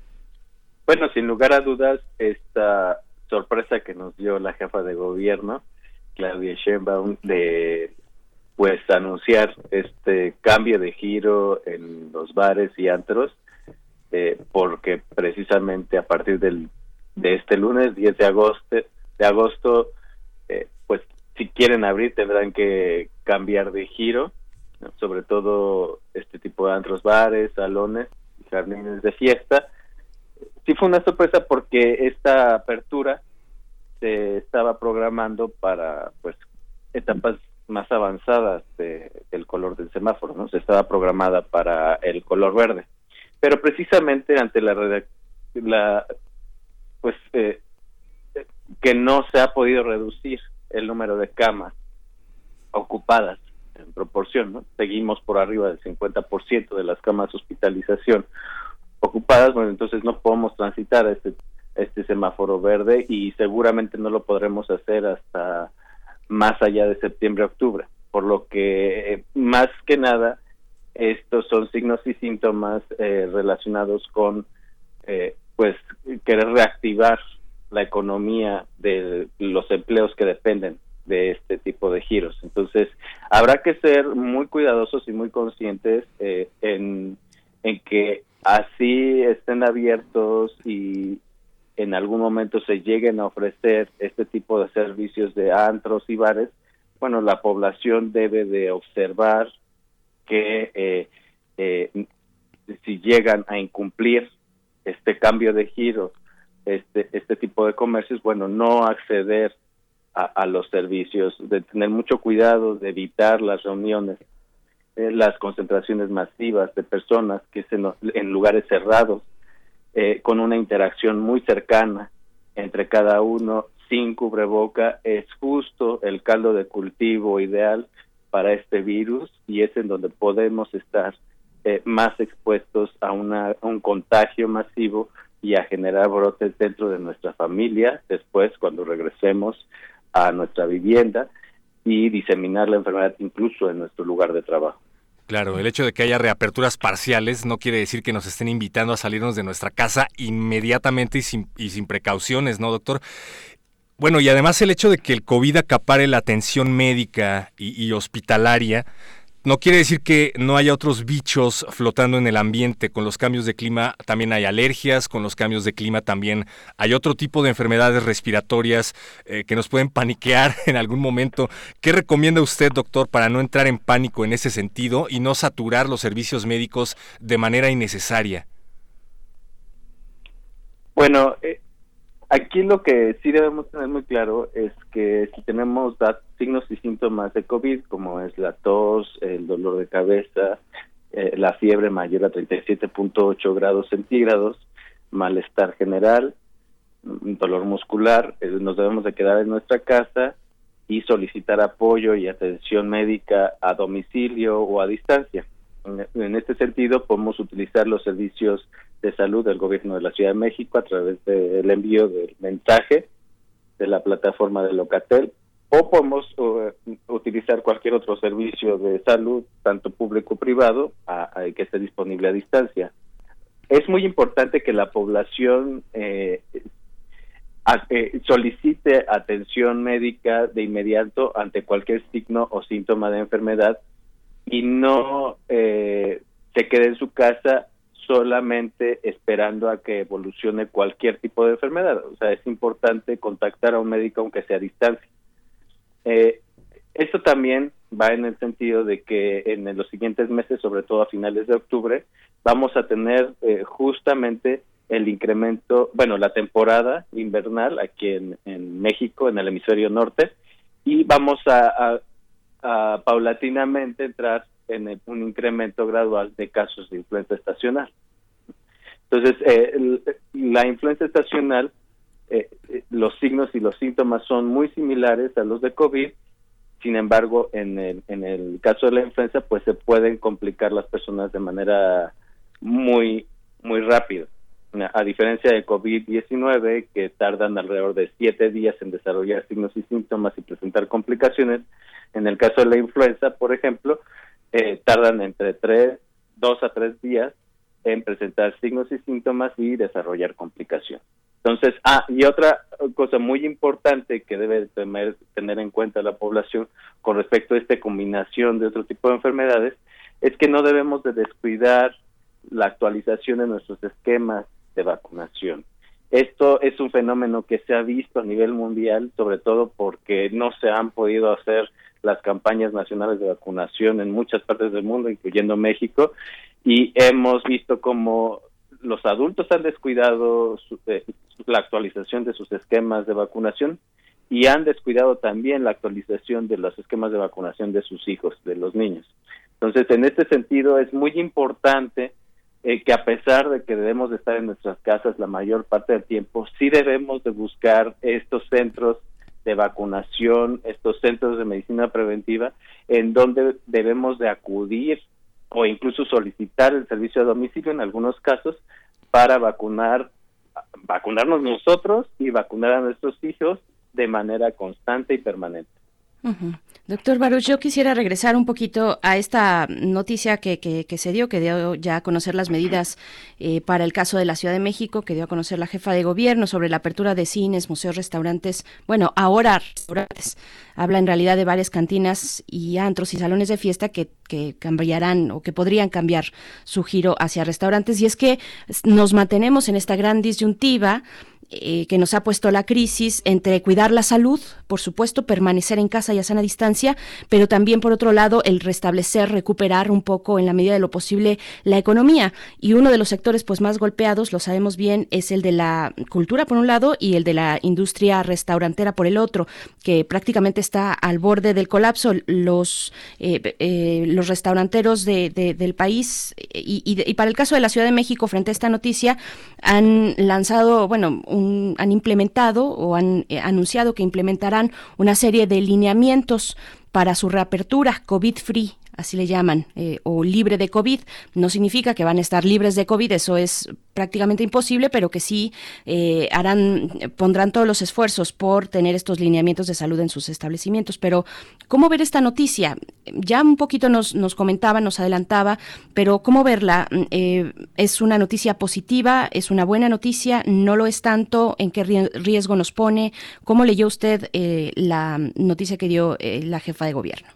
Bueno, sin lugar a dudas, esta sorpresa que nos dio la jefa de gobierno, Claudia Sheinbaum, de pues anunciar este cambio de giro en los bares y antros, eh, porque precisamente a partir del de este lunes, diez de agosto, de agosto eh, pues si quieren abrir tendrán que cambiar de giro, ¿no? Sobre todo este tipo de antros, bares, salones, jardines de fiesta. Sí fue una sorpresa porque esta apertura se estaba programando para pues etapas más avanzadas de, del color del semáforo, ¿no? Se estaba programada para el color verde, pero precisamente ante la, la pues eh, que no se ha podido reducir el número de camas ocupadas en proporción, ¿no? Seguimos por arriba del cincuenta por ciento de las camas de hospitalización ocupadas. Bueno, entonces no podemos transitar este este semáforo verde y seguramente no lo podremos hacer hasta más allá de septiembre-octubre, por lo que eh, más que nada estos son signos y síntomas eh, relacionados con eh, pues querer reactivar la economía de los empleos que dependen de este tipo de giros. Entonces, habrá que ser muy cuidadosos y muy conscientes eh, en, en que así estén abiertos y en algún momento se lleguen a ofrecer este tipo de servicios de antros y bares. Bueno, la población debe de observar que eh, eh, si llegan a incumplir este cambio de giro, este este tipo de comercios, bueno, no acceder a, a los servicios, de tener mucho cuidado, de evitar las reuniones, eh, las concentraciones masivas de personas que se no, en lugares cerrados, eh, con una interacción muy cercana entre cada uno, sin cubreboca, es justo el caldo de cultivo ideal para este virus, y es en donde podemos estar eh, más expuestos a, una, a un contagio masivo y a generar brotes dentro de nuestra familia, después cuando regresemos a nuestra vivienda, y diseminar la enfermedad incluso en nuestro lugar de trabajo. Claro, el hecho de que haya reaperturas parciales no quiere decir que nos estén invitando a salirnos de nuestra casa inmediatamente y sin, y sin precauciones, ¿no, doctor? Bueno, y además el hecho de que el COVID acapare la atención médica y, y hospitalaria no quiere decir que no haya otros bichos flotando en el ambiente. Con los cambios de clima también hay alergias, con los cambios de clima también hay otro tipo de enfermedades respiratorias eh, que nos pueden paniquear en algún momento. ¿Qué recomienda usted, doctor, para no entrar en pánico en ese sentido y no saturar los servicios médicos de manera innecesaria? Bueno, eh, aquí lo que sí debemos tener muy claro es que si tenemos dat- signos y síntomas de COVID, como es la tos, el dolor de cabeza, eh, la fiebre mayor a treinta y siete punto ocho grados centígrados, malestar general, dolor muscular, eh, nos debemos de quedar en nuestra casa y solicitar apoyo y atención médica a domicilio o a distancia. En, en este sentido, podemos utilizar los servicios de salud del gobierno de la Ciudad de México a través del envío del mensaje de la plataforma de Locatel, o podemos uh, utilizar cualquier otro servicio de salud, tanto público o privado, a, a que esté disponible a distancia. Es muy importante que la población eh, a, eh, solicite atención médica de inmediato ante cualquier signo o síntoma de enfermedad y no eh, se quede en su casa solamente esperando a que evolucione cualquier tipo de enfermedad. O sea, es importante contactar a un médico aunque sea a distancia. Eh, esto también va en el sentido de que en los siguientes meses, sobre todo a finales de octubre, vamos a tener eh, justamente el incremento, bueno, la temporada invernal aquí en, en México, en el hemisferio norte, y vamos a, a, a paulatinamente entrar en el, un incremento gradual de casos de influenza estacional. Entonces, eh, el, la influenza estacional, eh, los signos y los síntomas son muy similares a los de COVID. Sin embargo, en el, en el caso de la influenza, pues se pueden complicar las personas de manera muy, muy rápida. A diferencia de COVID diecinueve, que tardan alrededor de siete días en desarrollar signos y síntomas y presentar complicaciones, en el caso de la influenza, por ejemplo, eh, tardan entre tres, dos a tres días en presentar signos y síntomas y desarrollar complicaciones. Entonces, ah, y otra cosa muy importante que debe tener, tener en cuenta la población con respecto a esta combinación de otro tipo de enfermedades, es que no debemos de descuidar la actualización de nuestros esquemas de vacunación. Esto es un fenómeno que se ha visto a nivel mundial, sobre todo porque no se han podido hacer las campañas nacionales de vacunación en muchas partes del mundo, incluyendo México, y hemos visto cómo los adultos han descuidado su, eh, la actualización de sus esquemas de vacunación y han descuidado también la actualización de los esquemas de vacunación de sus hijos, de los niños. Entonces, en este sentido, es muy importante eh, que a pesar de que debemos de estar en nuestras casas la mayor parte del tiempo, sí debemos de buscar estos centros de vacunación, estos centros de medicina preventiva, en donde debemos de acudir o incluso solicitar el servicio a domicilio en algunos casos para vacunar, vacunarnos nosotros y vacunar a nuestros hijos de manera constante y permanente. Uh-huh. Doctor Baruch, yo quisiera regresar un poquito a esta noticia que, que, que se dio, que dio ya a conocer las medidas eh, para el caso de la Ciudad de México, que dio a conocer la jefa de gobierno sobre la apertura de cines, museos, restaurantes, bueno, ahora restaurantes. Habla en realidad de varias cantinas y antros y salones de fiesta que, que cambiarán o que podrían cambiar su giro hacia restaurantes. Y es que nos mantenemos en esta gran disyuntiva Eh, que nos ha puesto la crisis entre cuidar la salud, por supuesto, permanecer en casa y a sana distancia, pero también, por otro lado, el restablecer, recuperar un poco, en la medida de lo posible, la economía. Y uno de los sectores pues más golpeados, lo sabemos bien, es el de la cultura, por un lado, y el de la industria restaurantera, por el otro, que prácticamente está al borde del colapso. Los, eh, eh, los restauranteros de, de, del país, y, y, y para el caso de la Ciudad de México, frente a esta noticia, han lanzado, bueno, Un, han implementado o han eh, anunciado que implementarán una serie de lineamientos para su reapertura COVID-free, así le llaman, eh, o libre de COVID. No significa que van a estar libres de COVID, eso es prácticamente imposible, pero que sí eh, harán, pondrán todos los esfuerzos por tener estos lineamientos de salud en sus establecimientos. Pero, ¿cómo ver esta noticia? Ya un poquito nos, nos comentaba, nos adelantaba, pero ¿cómo verla? Eh, ¿Es una noticia positiva? ¿Es una buena noticia? ¿No lo es tanto? ¿En qué riesgo nos pone? ¿Cómo leyó usted eh, la noticia que dio eh, la jefa de gobierno?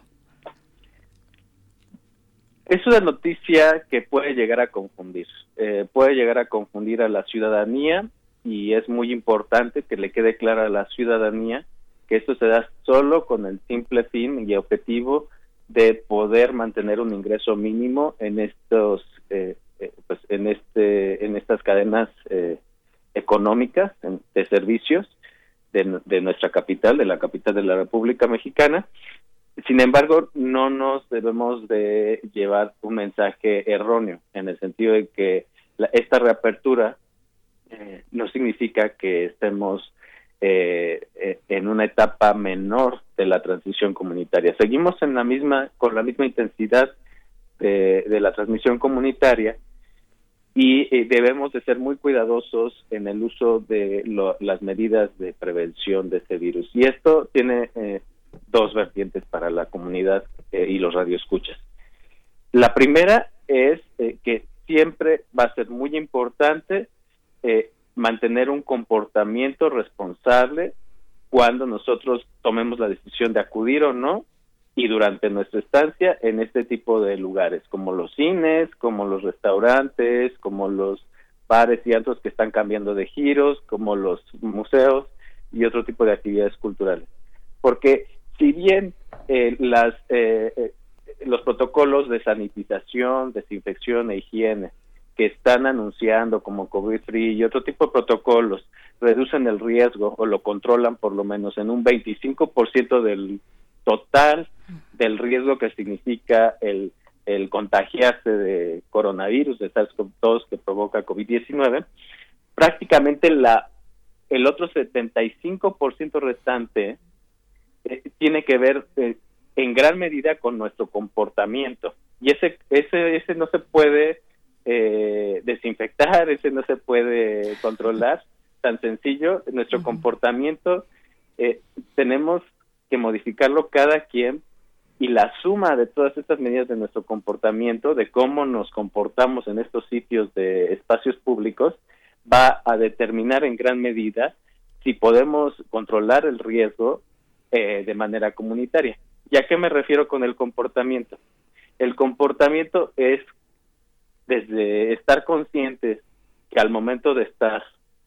Es una noticia que puede llegar a confundir, eh, puede llegar a confundir a la ciudadanía, y es muy importante que le quede clara a la ciudadanía que esto se da solo con el simple fin y objetivo de poder mantener un ingreso mínimo en estos, eh, eh, pues en este, en estas cadenas eh, económicas en, de servicios de, de nuestra capital, de la capital de la República Mexicana. Sin embargo, no nos debemos de llevar un mensaje erróneo, en el sentido de que la, esta reapertura eh, no significa que estemos eh, eh, en una etapa menor de la transmisión comunitaria. Seguimos en la misma, con la misma intensidad de, de la transmisión comunitaria, y eh, debemos de ser muy cuidadosos en el uso de lo, las medidas de prevención de este virus. Y esto tiene eh, dos vertientes para la comunidad eh, y los radioescuchas. La primera es eh, que siempre va a ser muy importante eh, mantener un comportamiento responsable cuando nosotros tomemos la decisión de acudir o no, y durante nuestra estancia en este tipo de lugares, como los cines, como los restaurantes, como los bares y antros que están cambiando de giros, como los museos y otro tipo de actividades culturales. Porque si bien eh, las eh, eh, los protocolos de sanitización, desinfección e higiene que están anunciando como COVID-free y otro tipo de protocolos reducen el riesgo o lo controlan por lo menos en un veinticinco por ciento del total del riesgo que significa el, el contagiarse de coronavirus, de SARS-CoV dos que provoca COVID diecinueve, prácticamente la el otro setenta y cinco por ciento restante eh, tiene que ver eh, en gran medida con nuestro comportamiento, y ese ese ese no se puede eh, desinfectar, ese no se puede controlar, tan sencillo. Nuestro uh-huh. comportamiento eh, tenemos que modificarlo cada quien, y la suma de todas estas medidas de nuestro comportamiento, de cómo nos comportamos en estos sitios de espacios públicos, va a determinar en gran medida si podemos controlar el riesgo eh, de manera comunitaria. ¿Y a qué me refiero con el comportamiento? El comportamiento es desde estar conscientes que al momento de estar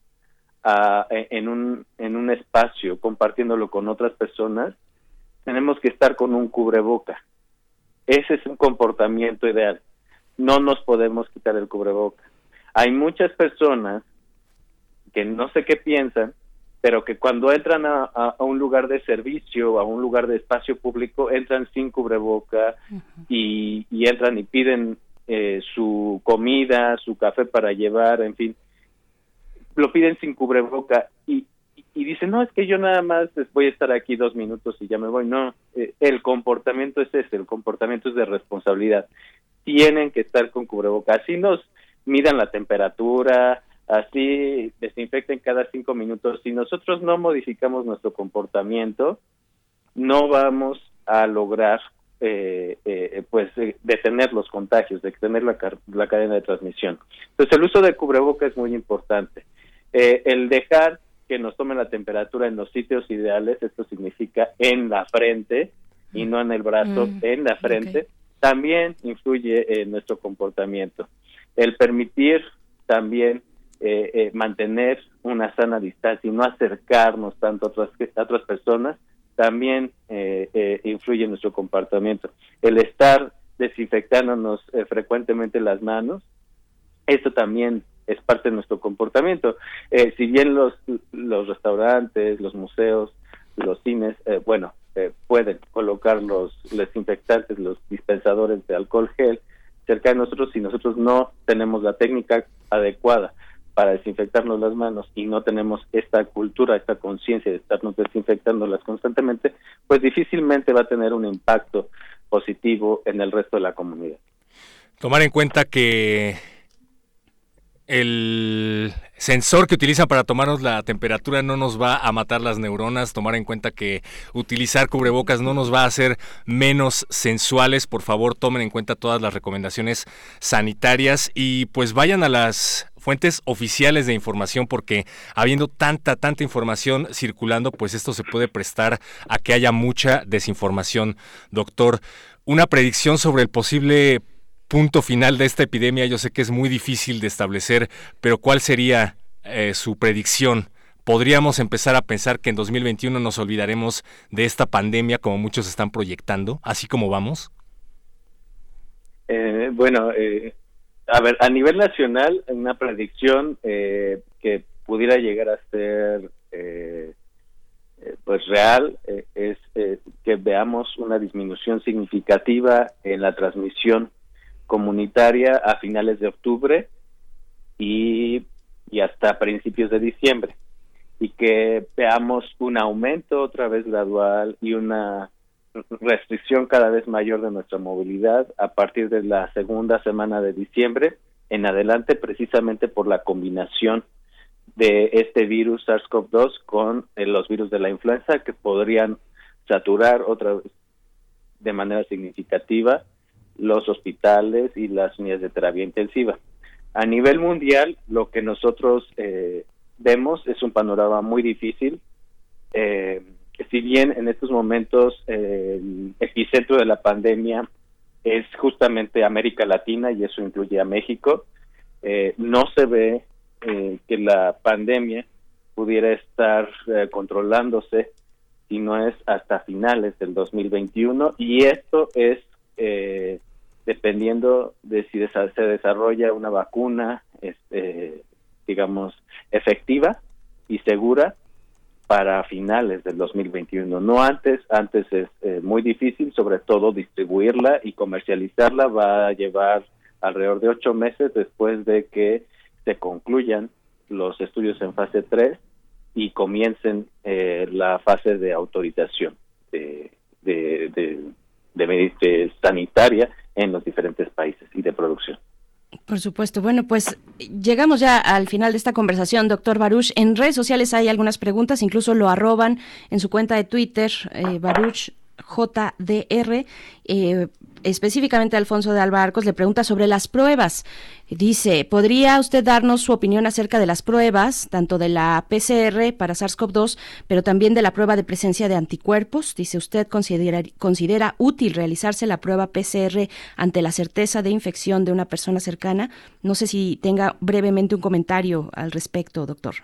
uh, en un en un espacio compartiéndolo con otras personas, tenemos que estar con un cubreboca. Ese es un comportamiento ideal. No nos podemos quitar el cubreboca. Hay muchas personas que no sé qué piensan, pero que cuando entran a, a, a un lugar de servicio, a un lugar de espacio público, entran sin cubreboca uh-huh. y, y entran y piden eh, su comida, su café para llevar, en fin, lo piden sin cubreboca y y dicen, no, es que yo nada más voy a estar aquí dos minutos y ya me voy. No, eh, el comportamiento es ese, el comportamiento es de responsabilidad. Tienen que estar con cubrebocas. Así nos midan la temperatura, así desinfecten cada cinco minutos. Si nosotros no modificamos nuestro comportamiento, no vamos a lograr eh, eh, pues eh, detener los contagios, detener la, la cadena de transmisión. Entonces el uso de cubreboca es muy importante. Eh, el dejar que nos tomen la temperatura en los sitios ideales, esto significa en la frente y no en el brazo, mm, en la frente, okay. También influye en nuestro comportamiento. El permitir también eh, eh, mantener una sana distancia y no acercarnos tanto a otras, a otras personas, también eh, eh, influye en nuestro comportamiento. El estar desinfectándonos eh, frecuentemente las manos, esto también es parte de nuestro comportamiento. Eh, si bien los los restaurantes, los museos, los cines, eh, bueno, eh, pueden colocar los desinfectantes, los dispensadores de alcohol gel cerca de nosotros, si nosotros no tenemos la técnica adecuada para desinfectarnos las manos y no tenemos esta cultura, esta conciencia de estarnos desinfectándolas constantemente, pues difícilmente va a tener un impacto positivo en el resto de la comunidad. Tomar en cuenta que el sensor que utilizan para tomarnos la temperatura no nos va a matar las neuronas, tomar en cuenta que utilizar cubrebocas no nos va a hacer menos sensuales. Por favor, tomen en cuenta todas las recomendaciones sanitarias y pues vayan a las fuentes oficiales de información, porque habiendo tanta, tanta información circulando, pues esto se puede prestar a que haya mucha desinformación. Doctor, una predicción sobre el posible punto final de esta epidemia, yo sé que es muy difícil de establecer, pero ¿cuál sería eh, su predicción? ¿Podríamos empezar a pensar que en dos mil veintiuno nos olvidaremos de esta pandemia como muchos están proyectando, así como vamos? Eh, bueno, eh, a ver, a nivel nacional, una predicción eh, que pudiera llegar a ser eh, eh, pues real eh, es eh, que veamos una disminución significativa en la transmisión comunitaria a finales de octubre y, y hasta principios de diciembre, y que veamos un aumento otra vez gradual y una restricción cada vez mayor de nuestra movilidad a partir de la segunda semana de diciembre en adelante, precisamente por la combinación de este virus SARS-CoV dos con eh, los virus de la influenza, que podrían saturar otra vez de manera significativa los hospitales y las unidades de terapia intensiva. A nivel mundial, lo que nosotros eh, vemos es un panorama muy difícil. Eh, si bien en estos momentos eh, el epicentro de la pandemia es justamente América Latina, y eso incluye a México, eh, no se ve eh, que la pandemia pudiera estar eh, controlándose si no es hasta finales del dos mil veintiuno, y esto es Eh, dependiendo de si se desarrolla una vacuna este, digamos efectiva y segura para finales del dos mil veintiuno, no antes. Antes es eh, muy difícil, sobre todo distribuirla y comercializarla va a llevar alrededor de ocho meses después de que se concluyan los estudios en fase tres y comiencen eh, la fase de autorización de, de, de De, de sanitaria en los diferentes países y de producción. Por supuesto. Bueno, pues llegamos ya al final de esta conversación, doctor Baruch. En redes sociales hay algunas preguntas, incluso lo arroban en su cuenta de Twitter, eh, Baruch J D R, eh, específicamente Alfonso de Alba Arcos le pregunta sobre las pruebas. Dice, ¿podría usted darnos su opinión acerca de las pruebas, tanto de la P C R para SARS-CoV dos, pero también de la prueba de presencia de anticuerpos? Dice, ¿usted considera, considera útil realizarse la prueba P C R ante la certeza de infección de una persona cercana? No sé si tenga brevemente un comentario al respecto, doctor.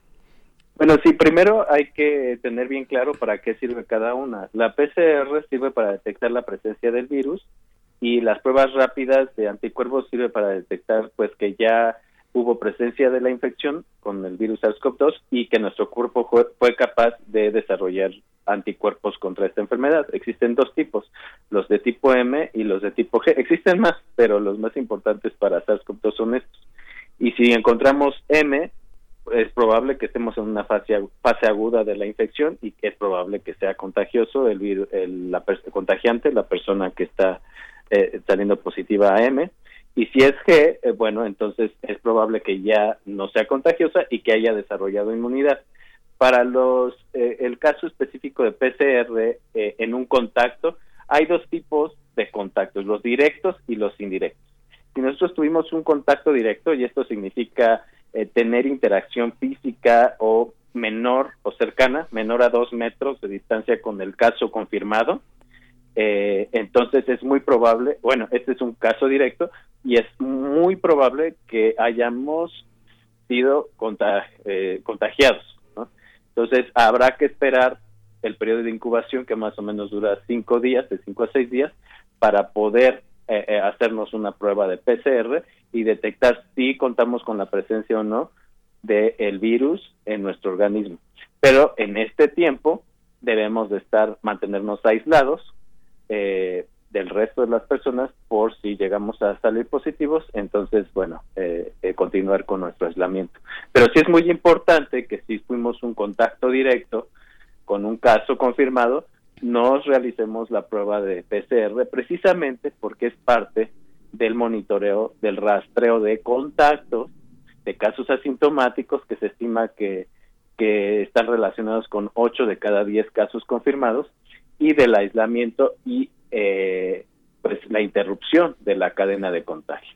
Bueno, sí, primero hay que tener bien claro para qué sirve cada una. La P C R sirve para detectar la presencia del virus, y las pruebas rápidas de anticuerpos sirve para detectar pues que ya hubo presencia de la infección con el virus SARS-CoV dos y que nuestro cuerpo fue, fue capaz de desarrollar anticuerpos contra esta enfermedad. Existen dos tipos, los de tipo M y los de tipo G. Existen más, pero los más importantes para SARS-CoV dos son estos. Y si encontramos M, es probable que estemos en una fase, fase aguda de la infección, y que es probable que sea contagioso el virus, el, la contagiante, la persona que está eh, saliendo positiva a M. Y si es G, eh, bueno, entonces es probable que ya no sea contagiosa y que haya desarrollado inmunidad. para los eh, el caso específico de P C R eh, en un contacto, hay dos tipos de contactos, los directos y los indirectos. Si nosotros tuvimos un contacto directo, y esto significa eh, tener interacción física o menor o cercana, menor a dos metros de distancia con el caso confirmado, eh, entonces es muy probable, bueno, este es un caso directo, y es muy probable que hayamos sido contag- eh, contagiados, ¿no? Entonces habrá que esperar el periodo de incubación, que más o menos dura cinco días, de cinco a seis días, para poder eh, eh, hacernos una prueba de P C R y detectar si contamos con la presencia o no del virus en nuestro organismo. Pero en este tiempo debemos de estar, mantenernos aislados eh, del resto de las personas por si llegamos a salir positivos, entonces, bueno, eh, eh, continuar con nuestro aislamiento. Pero sí es muy importante que si fuimos un contacto directo con un caso confirmado, nos realicemos la prueba de P C R, precisamente porque es parte del monitoreo, del rastreo de contactos, de casos asintomáticos, que se estima que, que están relacionados con ocho de cada diez casos confirmados, y del aislamiento y eh, pues la interrupción de la cadena de contagio.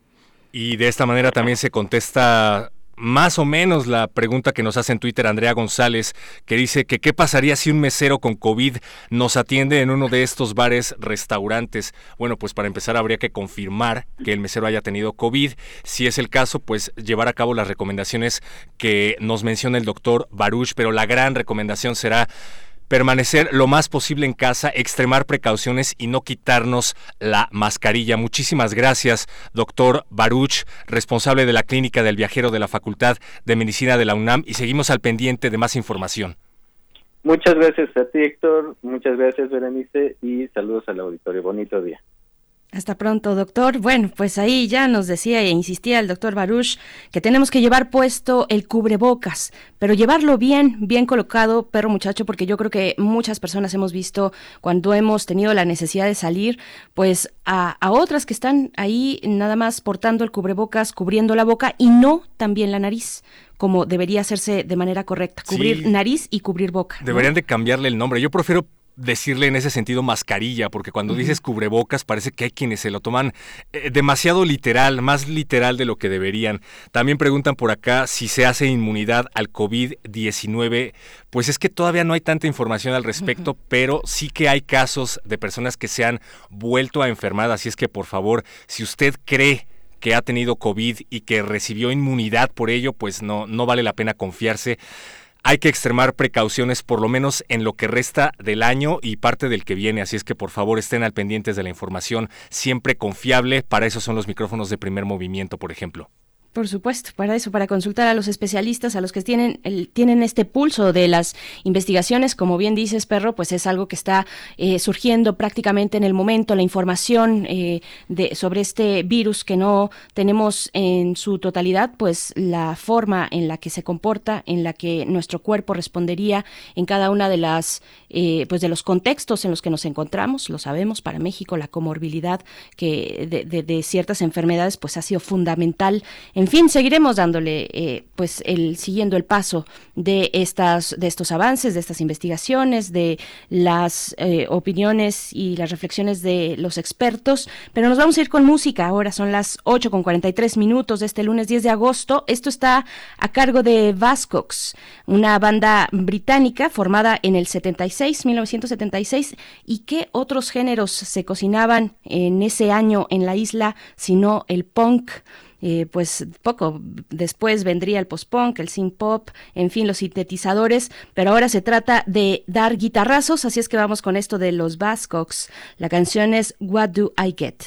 Y de esta manera también se contesta más o menos la pregunta que nos hace en Twitter Andrea González, que dice que qué pasaría si un mesero con COVID nos atiende en uno de estos bares, restaurantes. Bueno, pues para empezar habría que confirmar que el mesero haya tenido COVID. Si es el caso, pues llevar a cabo las recomendaciones que nos menciona el doctor Baruch, pero la gran recomendación será permanecer lo más posible en casa, extremar precauciones y no quitarnos la mascarilla. Muchísimas gracias, doctor Baruch, responsable de la Clínica del Viajero de la Facultad de Medicina de la UNAM, y seguimos al pendiente de más información. Muchas gracias a ti, Héctor, muchas gracias, Berenice, y saludos al auditorio. Bonito día. Hasta pronto, doctor. Bueno, pues ahí ya nos decía e insistía el doctor Baruch que tenemos que llevar puesto el cubrebocas, pero llevarlo bien, bien colocado, perro muchacho, porque yo creo que muchas personas hemos visto cuando hemos tenido la necesidad de salir, pues a, a otras que están ahí nada más portando el cubrebocas, cubriendo la boca y no también la nariz, como debería hacerse de manera correcta, cubrir sí. nariz y cubrir boca, ¿no? Deberían de cambiarle el nombre. Yo prefiero decirle en ese sentido mascarilla, porque cuando uh-huh. dices cubrebocas parece que hay quienes se lo toman eh, demasiado literal, más literal de lo que deberían. También preguntan por acá si se hace inmunidad al COVID diecinueve. Pues es que todavía no hay tanta información al respecto, uh-huh. pero sí que hay casos de personas que se han vuelto a enfermar, así es que por favor, si usted cree que ha tenido COVID y que recibió inmunidad por ello, pues no, no vale la pena confiarse. Hay que extremar precauciones por lo menos en lo que resta del año y parte del que viene, así es que por favor estén al pendientes de la información siempre confiable. Para eso son los micrófonos de Primer Movimiento, por ejemplo. Por supuesto, para eso, para consultar a los especialistas, a los que tienen el, tienen este pulso de las investigaciones, como bien dices, Perro, pues es algo que está eh, surgiendo prácticamente en el momento, la información eh, de sobre este virus que no tenemos en su totalidad, pues la forma en la que se comporta, en la que nuestro cuerpo respondería en cada una de las, eh, pues de los contextos en los que nos encontramos. Lo sabemos, para México la comorbilidad que de, de, de ciertas enfermedades, pues ha sido fundamental. En En fin, seguiremos dándole, eh, pues, el siguiendo el paso de estas, de estos avances, de estas investigaciones, de las eh, opiniones y las reflexiones de los expertos. Pero nos vamos a ir con música. Ahora son las ocho con cuarenta y tres minutos de este lunes diez de agosto. Esto está a cargo de Buzzcocks, una banda británica formada en el setenta y seis, mil novecientos setenta y seis. ¿Y qué otros géneros se cocinaban en ese año en la isla sino el punk? Eh, pues poco después vendría el post-punk, el synth-pop, en fin, los sintetizadores, pero ahora se trata de dar guitarrazos, así es que vamos con esto de los Buzzcocks. La canción es What Do I Get?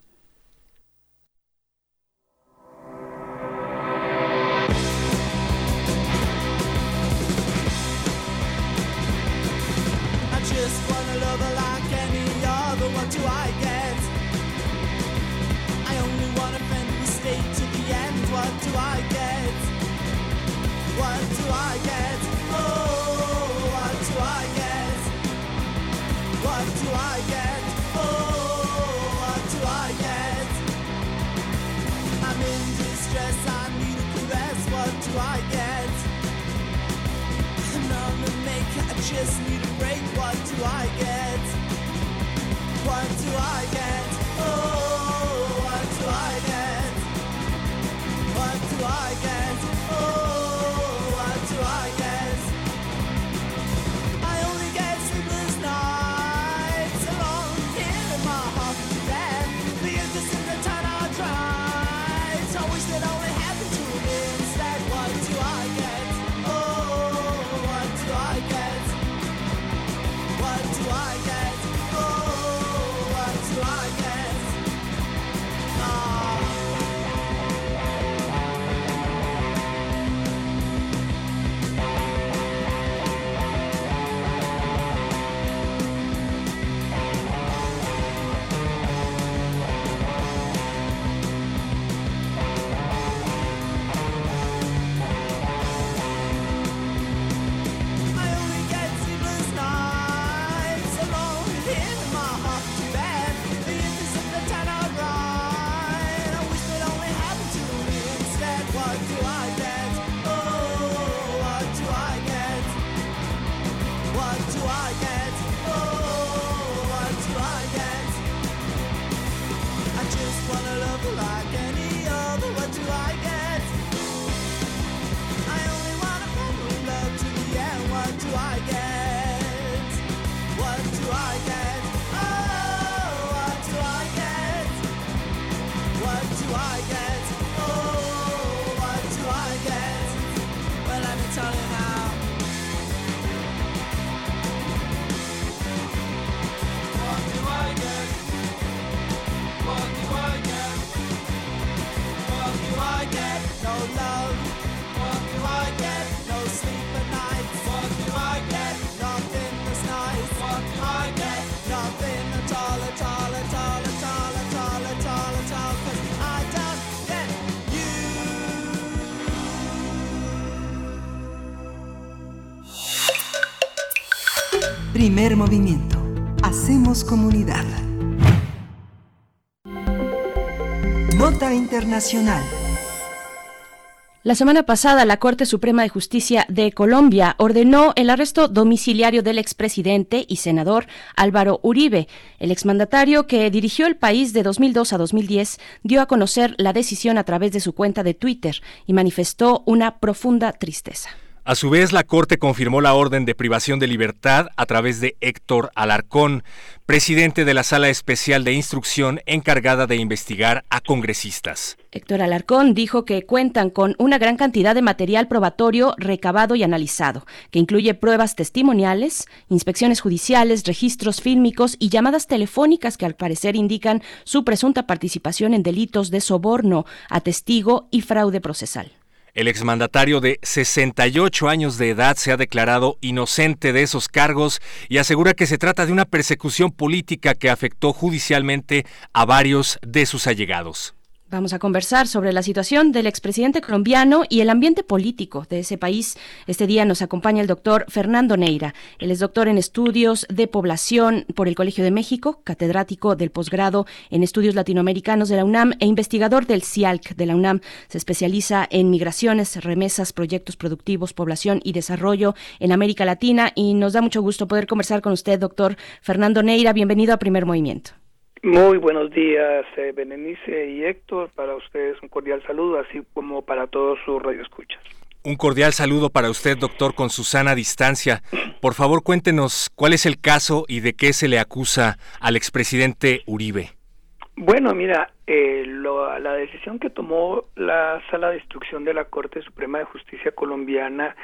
I just wanna love her like any other. What do I get? I only want a friend who stay to the end. What do I get? What do I get? Oh, what do I get? What do I get? Oh, what do I get? I'm in distress, I need a caress. What do I get? just need a break. What do I get? What do I get? Oh, what do I get? What do I get? Oh, what do I get? I only get sleepless nights alone here in my heart bed. The interest in the town I tried. I wish that only happened to me instead. What do I get? Oh, what do I get? What do I get? Oh, what do I get? Ah. I only get sleepless nights alone here in my heart bed. The interest in the town I ride. I wish that only happened to me instead. What do I get? Oh, what do I get? What do I get? Oh, what do I get? I just wanna love like any other. What do I get? I only want a friend who love to the end. What do I get? What do I get? Oh, what do I get? What do I get? Oh, what do I get? Well, let me tell you now. What do I get? What do I get? What do I get? No love. What do I get? No sleep at night. What do I get? Nothing that's nice. What do I get? Nothing at all, at all, at all, at all, at all, at all, at all. 'Cause I don't get you. Primer movimiento. Hacemos comunidad. Nota internacional. La semana pasada, la Corte Suprema de Justicia de Colombia ordenó el arresto domiciliario del expresidente y senador Álvaro Uribe. El exmandatario, que dirigió el país de dos mil dos a dos mil diez, dio a conocer la decisión a través de su cuenta de Twitter y manifestó una profunda tristeza. A su vez, la Corte confirmó la orden de privación de libertad a través de Héctor Alarcón, presidente de la Sala Especial de Instrucción encargada de investigar a congresistas. Héctor Alarcón dijo que cuentan con una gran cantidad de material probatorio recabado y analizado, que incluye pruebas testimoniales, inspecciones judiciales, registros fílmicos y llamadas telefónicas que al parecer indican su presunta participación en delitos de soborno a testigo y fraude procesal. El exmandatario de sesenta y ocho años de edad se ha declarado inocente de esos cargos y asegura que se trata de una persecución política que afectó judicialmente a varios de sus allegados. Vamos a conversar sobre la situación del expresidente colombiano y el ambiente político de ese país. Este día nos acompaña el doctor Fernando Neira. Él es doctor en estudios de población por el Colegio de México, catedrático del posgrado en estudios latinoamericanos de la UNAM e investigador del C I A L C de la UNAM. Se especializa en migraciones, remesas, proyectos productivos, población y desarrollo en América Latina, y nos da mucho gusto poder conversar con usted, doctor Fernando Neira. Bienvenido a Primer Movimiento. Muy buenos días, eh, Berenice y Héctor. Para ustedes un cordial saludo, así como para todos sus radioescuchas. Un cordial saludo para usted, doctor, con Susana distancia. Por favor, cuéntenos cuál es el caso y de qué se le acusa al expresidente Uribe. Bueno, mira, eh, lo, la decisión que tomó la Sala de Instrucción de la Corte Suprema de Justicia colombiana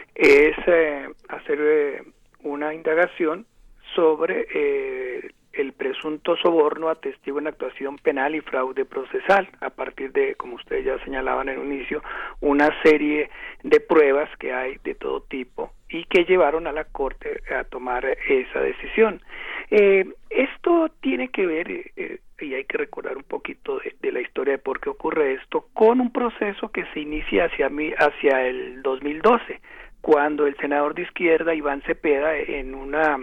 es eh, hacer eh, una indagación sobre eh, el presunto soborno a testigo en actuación penal y fraude procesal, a partir de, como ustedes ya señalaban en un inicio, una serie de pruebas que hay de todo tipo y que llevaron a la Corte a tomar esa decisión. Eh, esto tiene que ver, eh, y hay que recordar un poquito de, de la historia de por qué ocurre esto, con un proceso que se inicia hacia, hacia el dos mil doce, cuando el senador de izquierda, Iván Cepeda, en una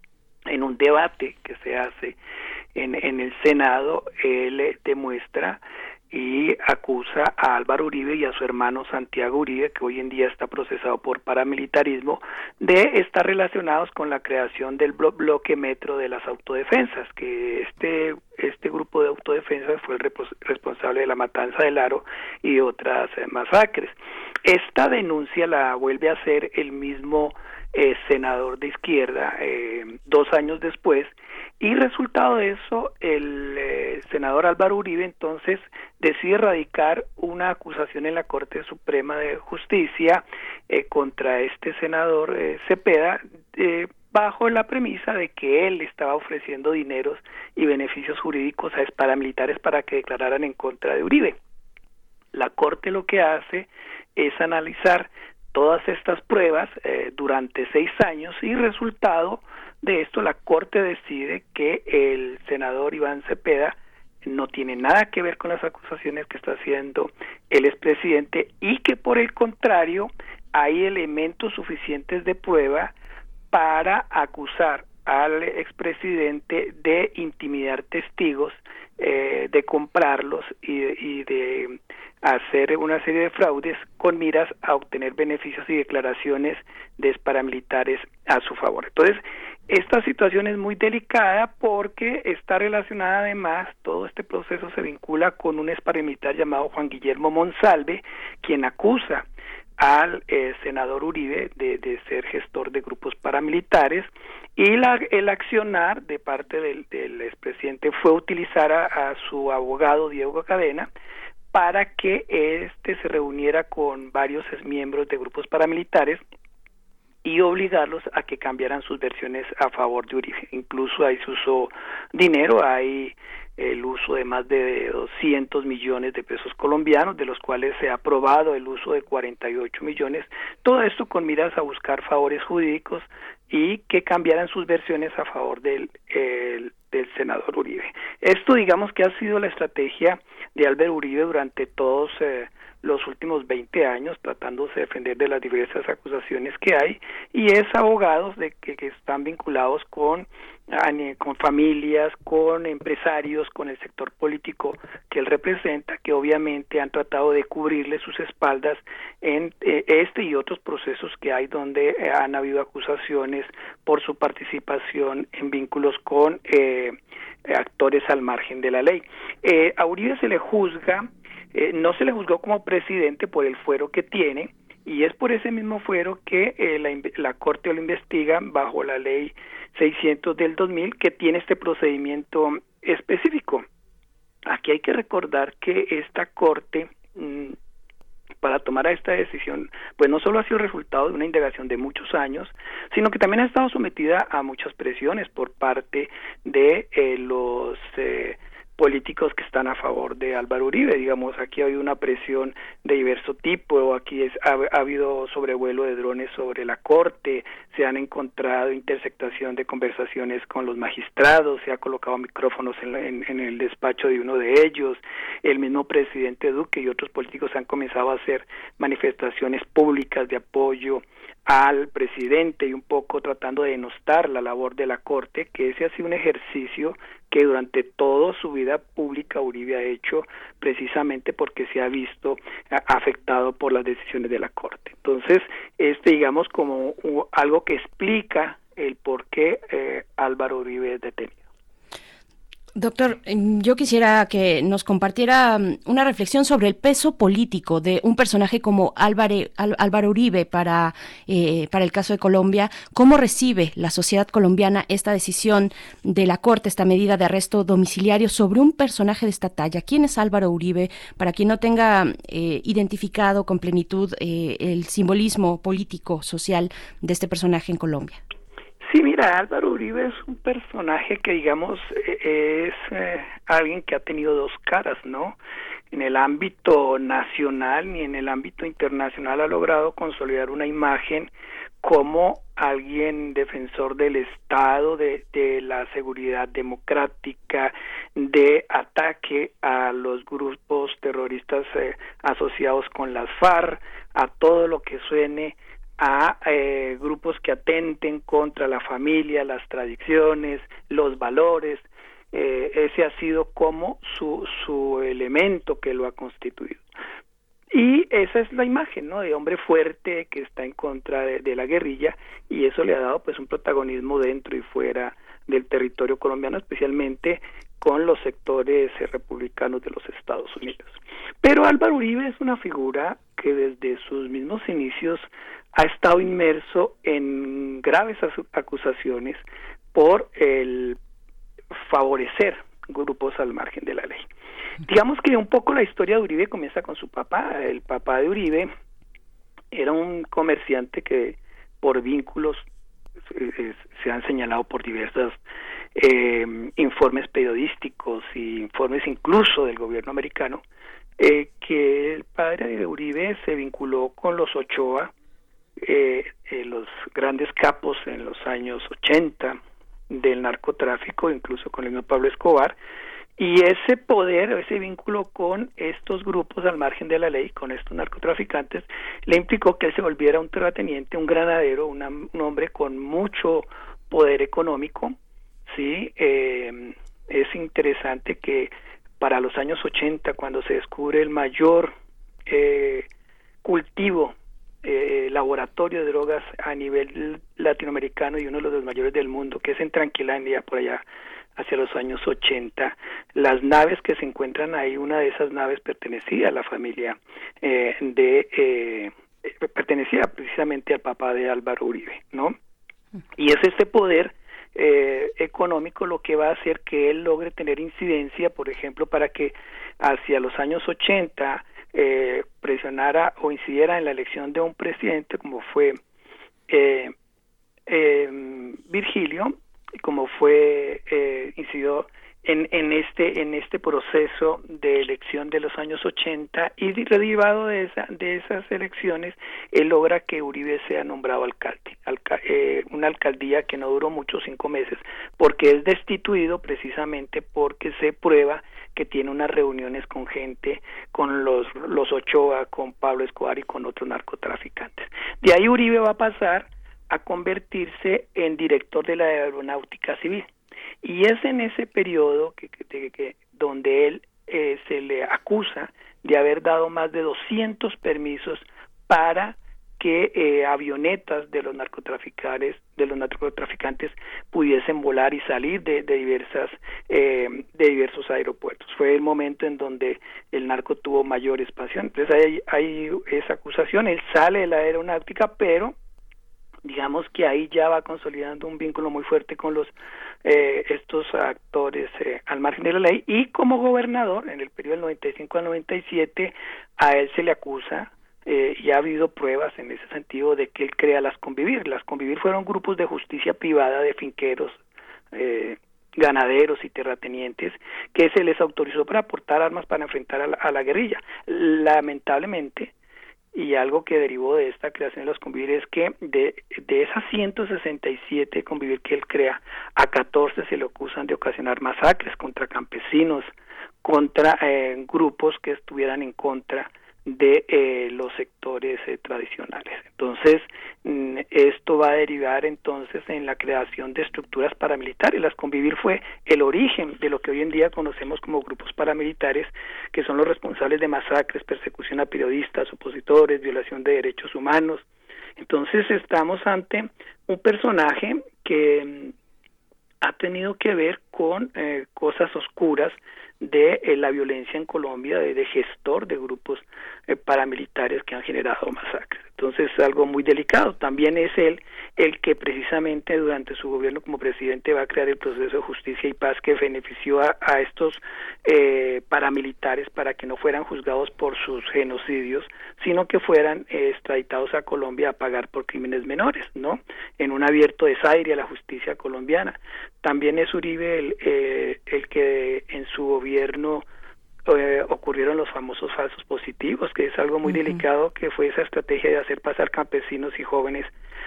en un debate que se hace en, en el Senado, él demuestra y acusa a Álvaro Uribe y a su hermano Santiago Uribe, que hoy en día está procesado por paramilitarismo, de estar relacionados con la creación del blo bloque metro de las autodefensas, que este este grupo de autodefensas fue el responsable de la matanza del Aro y otras eh, masacres. Esta denuncia la vuelve a hacer el mismo eh, senador de izquierda eh, dos años después, y resultado de eso, el eh, senador Álvaro Uribe entonces decide radicar una acusación en la Corte Suprema de Justicia eh, contra este senador eh, Cepeda, eh, bajo la premisa de que él estaba ofreciendo dineros y beneficios jurídicos a paramilitares para que declararan en contra de Uribe. La Corte lo que hace es analizar todas estas pruebas eh, durante seis años y resultado de esto la Corte decide que el senador Iván Cepeda no tiene nada que ver con las acusaciones que está haciendo el expresidente y que por el contrario hay elementos suficientes de prueba para acusar al expresidente de intimidar testigos, eh, de comprarlos y, y de hacer una serie de fraudes con miras a obtener beneficios y declaraciones de paramilitares a su favor. Entonces, esta situación es muy delicada porque está relacionada además, todo este proceso se vincula con un exparamilitar llamado Juan Guillermo Monsalve, quien acusa al eh, senador Uribe de, de ser gestor de grupos paramilitares, y la, el accionar de parte del, del expresidente fue utilizar a, a su abogado Diego Cadena para que éste se reuniera con varios miembros de grupos paramilitares y obligarlos a que cambiaran sus versiones a favor de Uribe. Incluso ahí se usó dinero, hay el uso de más de doscientos millones de pesos colombianos, de los cuales se ha aprobado el uso de cuarenta y ocho millones, todo esto con miras a buscar favores jurídicos y que cambiaran sus versiones a favor del, el, del senador Uribe. Esto digamos que ha sido la estrategia de Álvaro Uribe durante todos eh, los últimos veinte años, tratándose de defender de las diversas acusaciones que hay, y es abogados de que, que están vinculados con con familias, con empresarios, con el sector político que él representa, que obviamente han tratado de cubrirle sus espaldas en eh, este y otros procesos que hay donde eh, han habido acusaciones por su participación en vínculos con eh, actores al margen de la ley. Eh, a Uribe se le juzga, eh, no se le juzgó como presidente por el fuero que tiene, y es por ese mismo fuero que eh, la, la Corte lo investiga bajo la ley seiscientos del dos mil, que tiene este procedimiento específico. Aquí hay que recordar que esta Corte, mmm, para tomar esta decisión, pues no solo ha sido el resultado de una indagación de muchos años, sino que también ha estado sometida a muchas presiones por parte de eh, los eh, políticos que están a favor de Álvaro Uribe. Digamos, aquí ha habido una presión de diverso tipo, aquí es, ha, ha habido sobrevuelo de drones sobre la Corte, se han encontrado interceptación de conversaciones con los magistrados, se ha colocado micrófonos en, la, en, en el despacho de uno de ellos, el mismo presidente Duque y otros políticos han comenzado a hacer manifestaciones públicas de apoyo al presidente y un poco tratando de denostar la labor de la Corte, que ese ha sido un ejercicio que durante toda su vida pública Uribe ha hecho precisamente porque se ha visto afectado por las decisiones de la Corte. Entonces, este digamos como algo que explica el por qué eh, Álvaro Uribe es detenido. Doctor, yo quisiera que nos compartiera una reflexión sobre el peso político de un personaje como Álvaro, Álvaro Uribe para, eh, para el caso de Colombia. ¿Cómo recibe la sociedad colombiana esta decisión de la Corte, esta medida de arresto domiciliario sobre un personaje de esta talla? ¿Quién es Álvaro Uribe? Para quien no tenga eh, identificado con plenitud eh, el simbolismo político, social de este personaje en Colombia. Sí, mira, Álvaro Uribe es un personaje que, digamos, es eh, alguien que ha tenido dos caras, ¿no? En el ámbito nacional ni en el ámbito internacional ha logrado consolidar una imagen como alguien defensor del Estado, de, de la seguridad democrática, de ataque a los grupos terroristas eh, asociados con las FARC, a todo lo que suene a eh, grupos que atenten contra la familia, las tradiciones, los valores. eh, ese ha sido como su, su elemento que lo ha constituido. Y esa es la imagen, ¿no?, de hombre fuerte que está en contra de, de la guerrilla, y eso le ha dado pues un protagonismo dentro y fuera del territorio colombiano, especialmente con los sectores eh, republicanos de los Estados Unidos. Pero Álvaro Uribe es una figura que desde sus mismos inicios ha estado inmerso en graves acusaciones por el favorecer grupos al margen de la ley. Digamos que un poco la historia de Uribe comienza con su papá. El papá de Uribe era un comerciante que por vínculos eh, se han señalado por diversos eh, informes periodísticos y informes incluso del gobierno americano, eh, que el padre de Uribe se vinculó con los Ochoa, eh, eh, los grandes capos en los años ochenta del narcotráfico, incluso con el mismo Pablo Escobar. Y ese poder, ese vínculo con estos grupos al margen de la ley, con estos narcotraficantes, le implicó que él se volviera un terrateniente, un granadero, una, un hombre con mucho poder económico, ¿sí? Eh, es interesante que para los años ochenta, cuando se descubre el mayor eh, cultivo, eh, laboratorio de drogas a nivel latinoamericano y uno de los mayores del mundo, que es en Tranquilandia, por allá, hacia los años ochenta, las naves que se encuentran ahí, una de esas naves pertenecía a la familia eh, de, eh, pertenecía precisamente al papá de Álvaro Uribe, ¿no? Y es este poder eh, económico lo que va a hacer que él logre tener incidencia, por ejemplo, para que hacia los años ochenta eh, presionara o incidiera en la elección de un presidente como fue eh, eh, Virgilio, como fue eh, incidió en, en este en este proceso de elección de los años ochenta, y derivado de esa de esas elecciones él logra que Uribe sea nombrado alcalde, alca, eh, una alcaldía que no duró mucho, cinco meses, porque es destituido precisamente porque se prueba que tiene unas reuniones con gente, con los los Ochoa, con Pablo Escobar y con otros narcotraficantes. De ahí Uribe va a pasar a convertirse en director de la Aeronáutica Civil, y es en ese periodo que, que, que donde él eh, se le acusa de haber dado más de doscientos permisos para que eh, avionetas de los narcotraficantes de los narcotraficantes pudiesen volar y salir de, de diversas eh, de diversos aeropuertos. Fue el momento en donde el narco tuvo mayor expansión. Entonces hay, hay esa acusación, él sale de la aeronáutica, pero digamos que ahí ya va consolidando un vínculo muy fuerte con los eh, estos actores eh, al margen de la ley, y como gobernador en el periodo del noventa y cinco al noventa y siete a él se le acusa eh, y ha habido pruebas en ese sentido de que él crea las Convivir. Las Convivir fueron grupos de justicia privada de finqueros, eh, ganaderos y terratenientes que se les autorizó para aportar armas para enfrentar a la, a la guerrilla. Lamentablemente, y algo que derivó de esta creación de los Convivir es que de, de esas ciento sesenta y siete Convivir que él crea, a catorce se le acusan de ocasionar masacres contra campesinos, contra eh, grupos que estuvieran en contra de eh, los sectores eh, tradicionales. Entonces, mm, esto va a derivar entonces en la creación de estructuras paramilitares. Las Convivir fue el origen de lo que hoy en día conocemos como grupos paramilitares, que son los responsables de masacres, persecución a periodistas, opositores, violación de derechos humanos. Entonces, estamos ante un personaje que mm, ha tenido que ver con eh, cosas oscuras de eh, la violencia en Colombia, de, de gestor de grupos eh, paramilitares que han generado masacres. Entonces es algo muy delicado. También es él el que precisamente durante su gobierno como presidente va a crear el proceso de justicia y paz que benefició a, a estos eh, paramilitares para que no fueran juzgados por sus genocidios, sino que fueran eh, extraditados a Colombia a pagar por crímenes menores, ¿no? En un abierto desaire a la justicia colombiana. También es Uribe el, eh, el que en su gobierno eh, ocurrieron los famosos falsos positivos, que es algo muy uh-huh. delicado, que fue esa estrategia de hacer pasar campesinos y jóvenes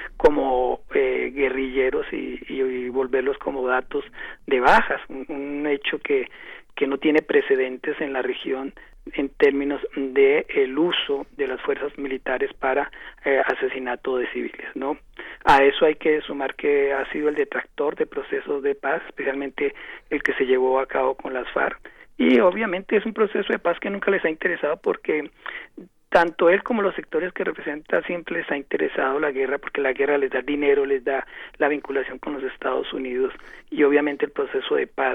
como eh, guerrilleros y, y, y volverlos como datos de bajas, un, un hecho que, que no tiene precedentes en la región en términos de el uso de las fuerzas militares para eh, asesinato de civiles, ¿no? A eso hay que sumar que ha sido el detractor de procesos de paz, especialmente el que se llevó a cabo con las FARC, y obviamente es un proceso de paz que nunca les ha interesado porque tanto él como los sectores que representa siempre les ha interesado la guerra, porque la guerra les da dinero, les da la vinculación con los Estados Unidos, y obviamente el proceso de paz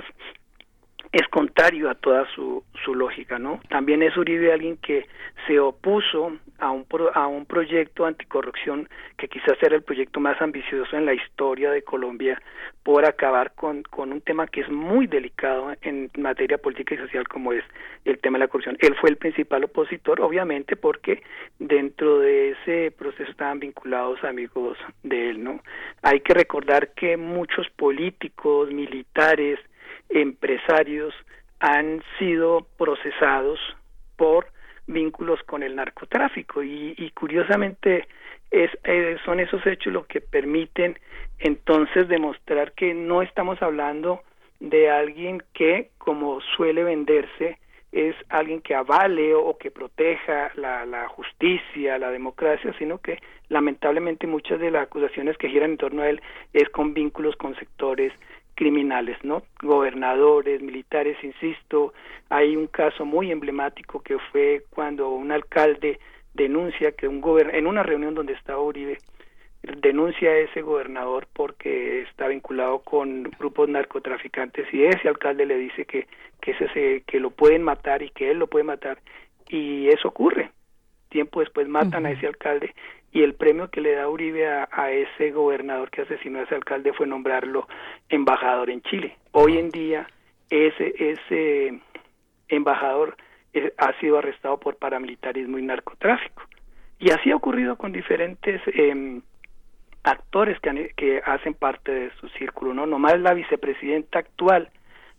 es contrario a toda su, su lógica, ¿no? También es Uribe alguien que se opuso a un pro, a un proyecto anticorrupción que quizás era el proyecto más ambicioso en la historia de Colombia por acabar con, con un tema que es muy delicado en materia política y social como es el tema de la corrupción. Él fue el principal opositor, obviamente, porque dentro de ese proceso estaban vinculados amigos de él, ¿no? Hay que recordar que muchos políticos, militares, empresarios han sido procesados por vínculos con el narcotráfico y, y curiosamente es, eh, son esos hechos los que permiten entonces demostrar que no estamos hablando de alguien que, como suele venderse, es alguien que avale o que proteja la, la justicia, la democracia, sino que lamentablemente muchas de las acusaciones que giran en torno a él es con vínculos con sectores criminales, ¿no? Gobernadores, militares, insisto, hay un caso muy emblemático que fue cuando un alcalde denuncia que un gober- en una reunión donde estaba Uribe, denuncia a ese gobernador porque está vinculado con grupos narcotraficantes y ese alcalde le dice que que ese se, que lo pueden matar y que él lo puede matar, y eso ocurre. Tiempo después matan uh-huh. a ese alcalde, y el premio que le da Uribe a, a ese gobernador que asesinó a ese alcalde fue nombrarlo embajador en Chile. Hoy en día ese ese embajador eh, ha sido arrestado por paramilitarismo y narcotráfico, y así ha ocurrido con diferentes eh, actores que, han, que hacen parte de su círculo, ¿no? Nomás la vicepresidenta actual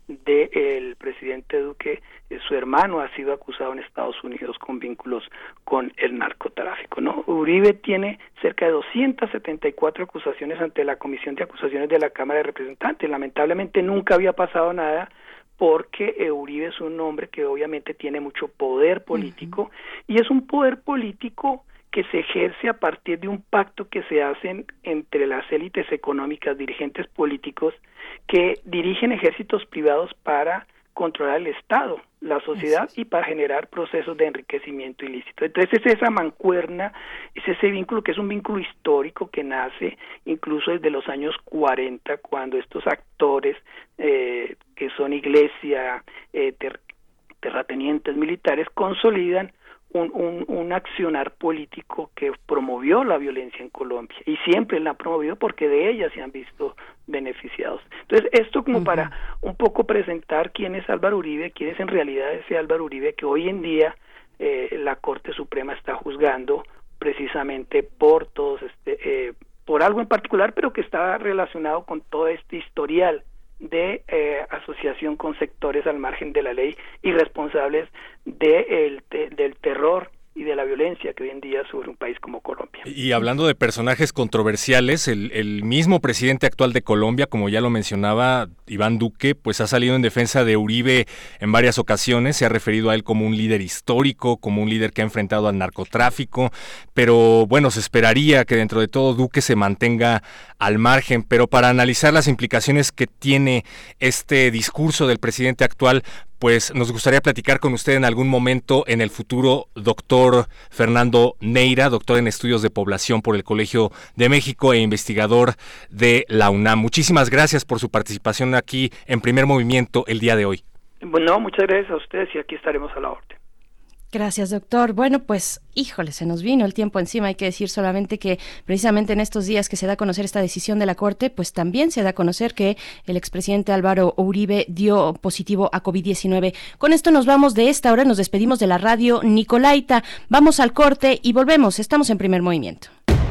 del presidente Duque, eh, su hermano ha sido acusado en Estados Unidos con vínculos con el narcotráfico, ¿no? Uribe tiene cerca de doscientas setenta y cuatro acusaciones ante la Comisión de Acusaciones de la Cámara de Representantes. Lamentablemente nunca había pasado nada porque eh, Uribe es un hombre que obviamente tiene mucho poder político uh-huh. y es un poder político que se ejerce a partir de un pacto que se hacen entre las élites económicas, dirigentes políticos que dirigen ejércitos privados para controlar el Estado, la sociedad y para generar procesos de enriquecimiento ilícito. Entonces es esa mancuerna, es ese vínculo que es un vínculo histórico que nace incluso desde los años cuarenta, cuando estos actores eh, que son iglesia, eh, ter- terratenientes militares consolidan Un, un, un accionar político que promovió la violencia en Colombia y siempre la ha promovido porque de ella se han visto beneficiados. Entonces esto como uh-huh. para un poco presentar quién es Álvaro Uribe, quién es en realidad ese Álvaro Uribe que hoy en día eh, la Corte Suprema está juzgando precisamente por todos este eh, por algo en particular, pero que está relacionado con todo este historial de eh, asociación con sectores al margen de la ley y responsables de el te, del terror y de la violencia que hoy en día sobre un país como Colombia. Y hablando de personajes controversiales, el, el mismo presidente actual de Colombia, como ya lo mencionaba Iván Duque, pues ha salido en defensa de Uribe en varias ocasiones, se ha referido a él como un líder histórico, como un líder que ha enfrentado al narcotráfico, pero bueno, se esperaría que dentro de todo Duque se mantenga al margen, pero para analizar las implicaciones que tiene este discurso del presidente actual, pues nos gustaría platicar con usted en algún momento en el futuro, doctor Fernando Neira, doctor en estudios de población por el Colegio de México e investigador de la UNAM. Muchísimas gracias por su participación aquí en Primer Movimiento el día de hoy. Bueno, muchas gracias a ustedes y aquí estaremos a la orden. Gracias, doctor. Bueno, pues, híjole, se nos vino el tiempo encima. Hay que decir solamente que precisamente en estos días que se da a conocer esta decisión de la Corte, pues también se da a conocer que el expresidente Álvaro Uribe dio positivo a covid diecinueve. Con esto nos vamos de esta hora, nos despedimos de la radio Nicolaita. Vamos al corte y volvemos. Estamos en Primer Movimiento.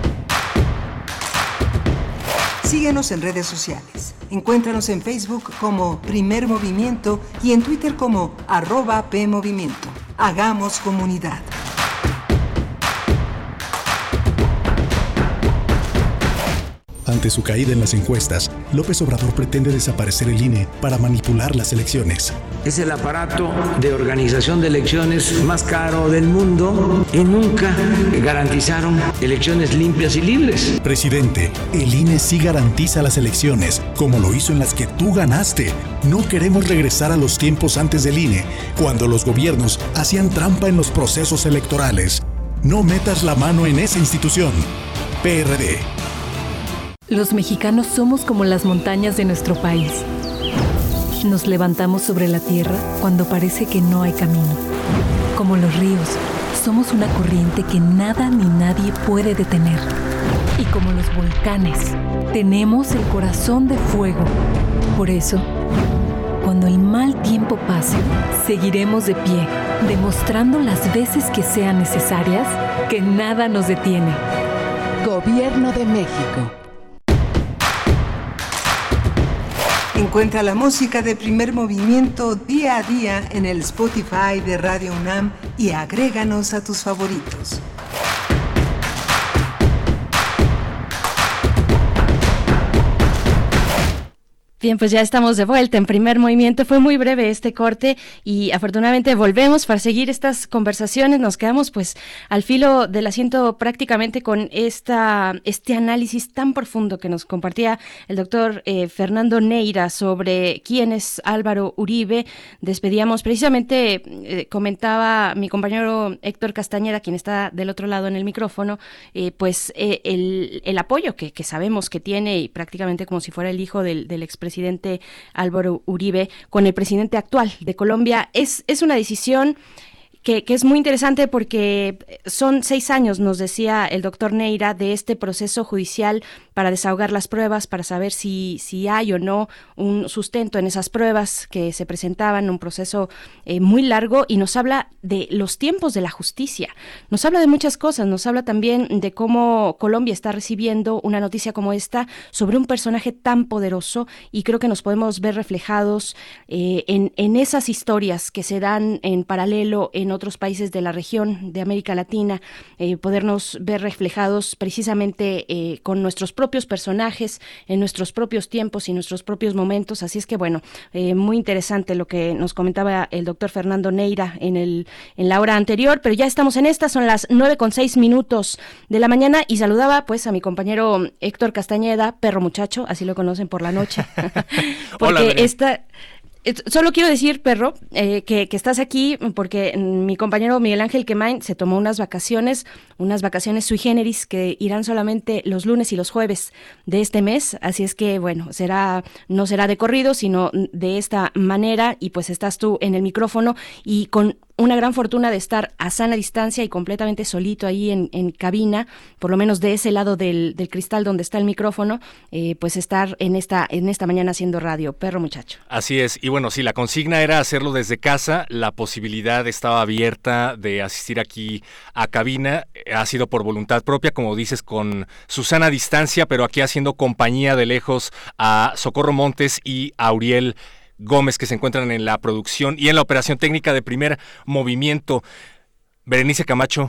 Síguenos en redes sociales. Encuéntranos en Facebook como Primer Movimiento y en Twitter como arroba PMovimiento. Hagamos comunidad. Ante Ante su caída en las encuestas, López Obrador pretende desaparecer el I N E para manipular las elecciones. Es el aparato de organización de elecciones más caro del mundo y nunca garantizaron elecciones limpias y libres. Presidente, el I N E sí garantiza las elecciones, como lo hizo en las que tú ganaste. No queremos regresar a los tiempos antes del I N E, cuando los gobiernos hacían trampa en los procesos electorales. No metas la mano en esa institución. P R D. Los mexicanos somos como las montañas de nuestro país. Nos levantamos sobre la tierra cuando parece que no hay camino. Como los ríos, somos una corriente que nada ni nadie puede detener. Y como los volcanes, tenemos el corazón de fuego. Por eso, cuando el mal tiempo pase, seguiremos de pie, demostrando las veces que sean necesarias que nada nos detiene. Gobierno de México. Encuentra la música de Primer Movimiento día a día en el Spotify de Radio UNAM y agréganos a tus favoritos. Bien, pues ya estamos de vuelta en Primer Movimiento. Fue muy breve este corte y afortunadamente volvemos para seguir estas conversaciones. Nos quedamos pues al filo del asiento prácticamente con esta este análisis tan profundo que nos compartía el doctor eh, Fernando Neira sobre quién es Álvaro Uribe. Despedíamos precisamente, eh, comentaba mi compañero Héctor Castañeda, quien está del otro lado en el micrófono, eh, pues eh, el, el apoyo que, que sabemos que tiene, y prácticamente como si fuera el hijo del, del expresidente presidente Álvaro Uribe con el presidente actual de Colombia. Es, es una decisión que, que es muy interesante porque son seis años, nos decía el doctor Neira, de este proceso judicial para desahogar las pruebas, para saber si, si hay o no un sustento en esas pruebas que se presentaban, un proceso eh, muy largo, y nos habla de los tiempos de la justicia, nos habla de muchas cosas, nos habla también de cómo Colombia está recibiendo una noticia como esta sobre un personaje tan poderoso, y creo que nos podemos ver reflejados eh, en, en esas historias que se dan en paralelo en otros países de la región de América Latina, eh, podernos ver reflejados precisamente eh, con nuestros propios personajes, en nuestros propios tiempos y nuestros propios momentos. Así es que bueno, eh, muy interesante lo que nos comentaba el doctor Fernando Neira en el en la hora anterior, pero ya estamos en esta, son las nueve con seis minutos de la mañana, y saludaba pues a mi compañero Héctor Castañeda, perro muchacho, así lo conocen por la noche, porque Hola, esta... Solo quiero decir, perro, eh, que, que estás aquí porque mi compañero Miguel Ángel Quemain se tomó unas vacaciones, unas vacaciones sui generis que irán solamente los lunes y los jueves de este mes, así es que, bueno, será no será de corrido, sino de esta manera, y pues estás tú en el micrófono y con una gran fortuna de estar a sana distancia y completamente solito ahí en, en cabina, por lo menos de ese lado del, del cristal donde está el micrófono, eh, pues estar en esta en esta mañana haciendo radio, perro muchacho. Así es, y bueno, sí, la consigna era hacerlo desde casa, la posibilidad estaba abierta de asistir aquí a cabina, ha sido por voluntad propia, como dices, con su sana distancia, pero aquí haciendo compañía de lejos a Socorro Montes y a Uriel Gómez, que se encuentran en la producción y en la operación técnica de Primer Movimiento. Berenice Camacho,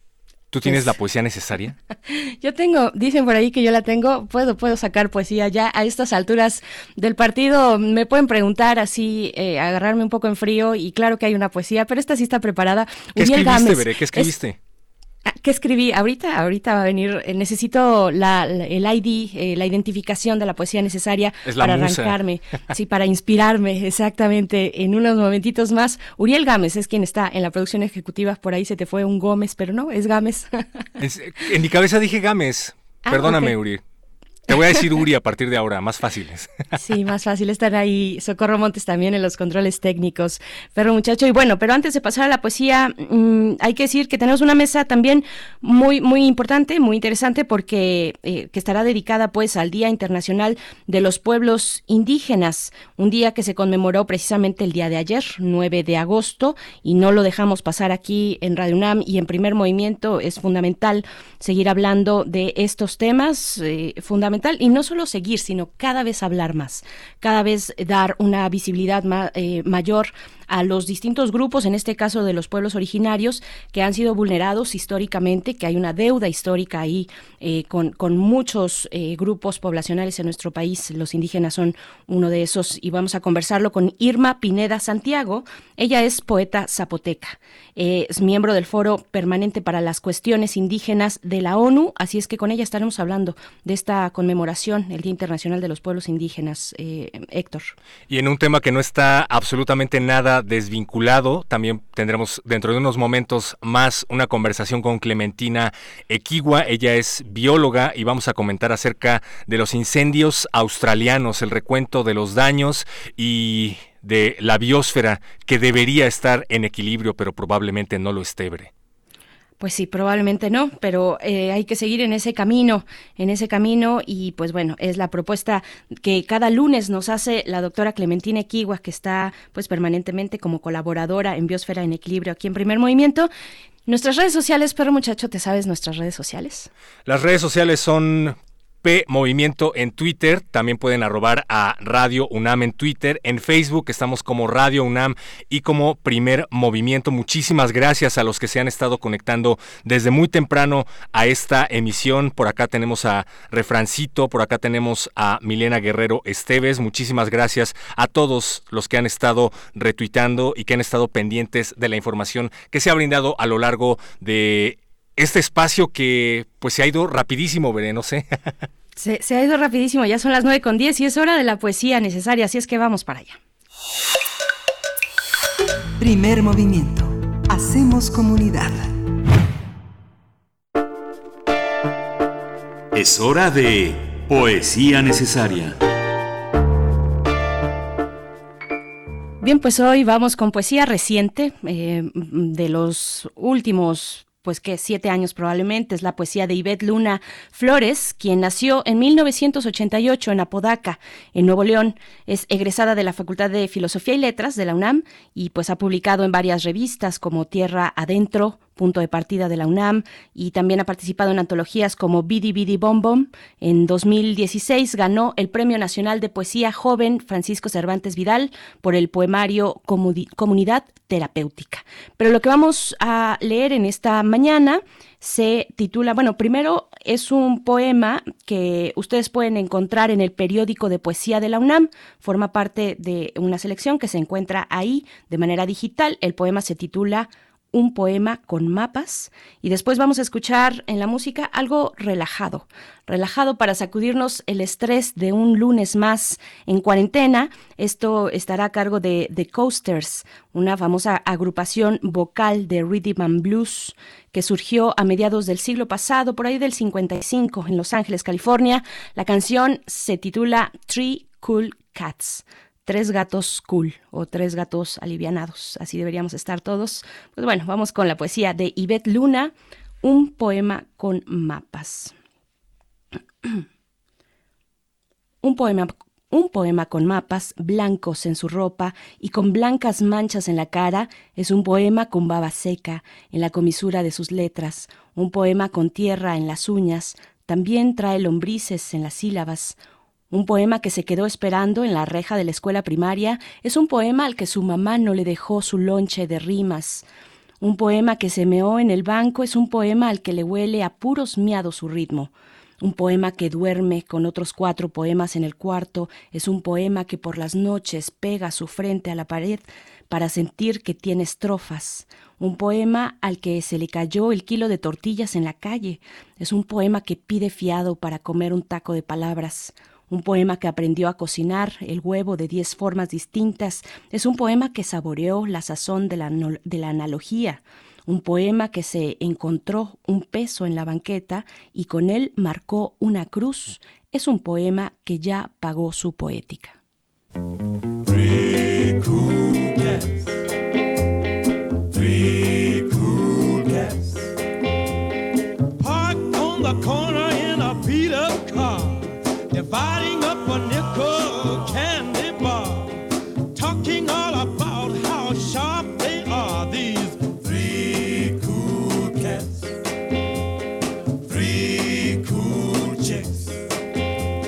¿tú tienes pues, la poesía necesaria? Yo tengo, dicen por ahí que yo la tengo, puedo puedo sacar poesía ya a estas alturas del partido. Me pueden preguntar así, eh, agarrarme un poco en frío, y claro que hay una poesía, pero esta sí está preparada. ¿Qué Uriel escribiste, Gámez, Bere? ¿Qué escribiste? Es, ¿Qué escribí? Ahorita, ahorita va a venir, eh, necesito la, la, el I D, eh, la identificación de la poesía necesaria para musa. arrancarme, sí, para inspirarme, exactamente, en unos momentitos más. Uriel Gámez es quien está en la producción ejecutiva, por ahí se te fue un Gómez, pero no, es Gámez. Es, en mi cabeza dije Gámez, ah, perdóname, okay. Uriel. Te voy a decir Uri a partir de ahora, más fáciles. Sí, más fácil estar ahí. Socorro Montes también en los controles técnicos. Perro muchacho. Y bueno, pero antes de pasar a la poesía, mmm, hay que decir que tenemos una mesa también muy muy importante, muy interesante, porque eh, que estará dedicada pues al Día Internacional de los Pueblos Indígenas, un día que se conmemoró precisamente el día de ayer, nueve de agosto, y no lo dejamos pasar aquí en Radio UNAM y en Primer Movimiento. Es fundamental seguir hablando de estos temas, eh, fundamental fundamental, y no solo seguir, sino cada vez hablar más, cada vez dar una visibilidad ma, eh, mayor a los distintos grupos, en este caso de los pueblos originarios, que han sido vulnerados históricamente, que hay una deuda histórica ahí eh, con, con muchos eh, grupos poblacionales en nuestro país. Los indígenas son uno de esos, y vamos a conversarlo con Irma Pineda Santiago. Ella es poeta zapoteca, eh, es miembro del Foro Permanente para las Cuestiones Indígenas de la ONU, así es que con ella estaremos hablando de esta conmemoración, el Día Internacional de los Pueblos Indígenas. eh, Héctor. Y en un tema que no está absolutamente nada desvinculado, también tendremos dentro de unos momentos más una conversación con Clementina Equigua. Ella es bióloga y vamos a comentar acerca de los incendios australianos, el recuento de los daños y de la biosfera que debería estar en equilibrio, pero probablemente no lo esté. Bre. Pues sí, probablemente no, pero eh, hay que seguir en ese camino, en ese camino y pues bueno, es la propuesta que cada lunes nos hace la doctora Clementina Equigua, que está pues permanentemente como colaboradora en Biosfera en Equilibrio aquí en Primer Movimiento. Nuestras redes sociales, perro muchacho, ¿te sabes nuestras redes sociales? Las redes sociales son P Movimiento en Twitter, también pueden arrobar a Radio UNAM en Twitter, en Facebook estamos como Radio UNAM y como Primer Movimiento. Muchísimas gracias a los que se han estado conectando desde muy temprano a esta emisión. Por acá tenemos a Refrancito, por acá tenemos a Milena Guerrero Esteves. Muchísimas gracias a todos los que han estado retuitando y que han estado pendientes de la información que se ha brindado a lo largo de este espacio que pues se ha ido rapidísimo, veré, no sé. Se, se ha ido rapidísimo, ya son las nueve con diez y es hora de la poesía necesaria, así es que vamos para allá. Primer movimiento. Hacemos comunidad. Es hora de poesía necesaria. Bien, pues hoy vamos con poesía reciente, eh, de los últimos pues que siete años probablemente. Es la poesía de Ivette Luna Flores, quien nació en mil novecientos ochenta y ocho en Apodaca, en Nuevo León. Es egresada de la Facultad de Filosofía y Letras de la UNAM y pues ha publicado en varias revistas como Tierra Adentro, Punto de Partida de la UNAM, y también ha participado en antologías como Bidi Bidi Bom Bom. En dos mil dieciséis ganó el Premio Nacional de Poesía Joven Francisco Cervantes Vidal por el poemario Comuni- Comunidad Terapéutica. Pero lo que vamos a leer en esta mañana se titula, bueno, primero es un poema que ustedes pueden encontrar en el periódico de poesía de la UNAM, forma parte de una selección que se encuentra ahí de manera digital. El poema se titula Un poema con mapas, y después vamos a escuchar en la música algo relajado, relajado para sacudirnos el estrés de un lunes más en cuarentena. Esto estará a cargo de The Coasters, una famosa agrupación vocal de rhythm and blues que surgió a mediados del siglo pasado, por ahí del cincuenta y cinco, en Los Ángeles, California. La canción se titula Three Cool Cats. Tres gatos cool o tres gatos alivianados, así deberíamos estar todos. Pues bueno, vamos con la poesía de Ivette Luna, Un poema con mapas. Un poema, un poema con mapas blancos en su ropa y con blancas manchas en la cara, es un poema con baba seca en la comisura de sus letras, un poema con tierra en las uñas, también trae lombrices en las sílabas. Un poema que se quedó esperando en la reja de la escuela primaria es un poema al que su mamá no le dejó su lonche de rimas. Un poema que se meó en el banco es un poema al que le huele a puros miados su ritmo. Un poema que duerme con otros cuatro poemas en el cuarto es un poema que por las noches pega su frente a la pared para sentir que tiene estrofas. Un poema al que se le cayó el kilo de tortillas en la calle es un poema que pide fiado para comer un taco de palabras. Un poema que aprendió a cocinar el huevo de diez formas distintas es un poema que saboreó la sazón de la, no, de la analogía. Un poema que se encontró un peso en la banqueta y con él marcó una cruz es un poema que ya pagó su poética. Three cool cats. Three cool cats. Parked on the corner in a beat-up car. Dividing up a nickel candy bar, talking all about how sharp they are, these three cool cats, three cool chicks.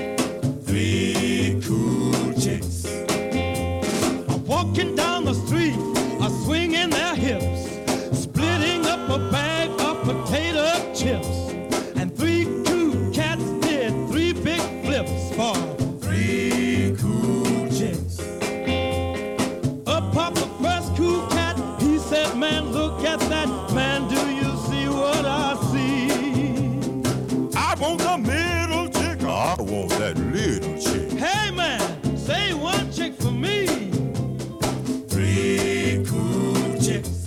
chips. And three cool cats did three big flips for three cool chicks. Up popped the first cool cat. He said, man, look at that. Man, do you see what I see? I want the middle chick. I want that little chick. Hey, man, say one chick for me. Three cool chicks.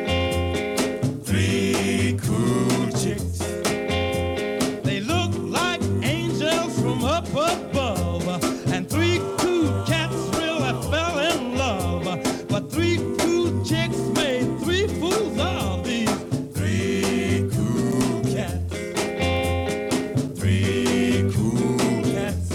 Three cool chicks. They look like angels from up above. And three cool cats really fell in love. But three cool chicks made three fools of these three cool cats. Three cool cats.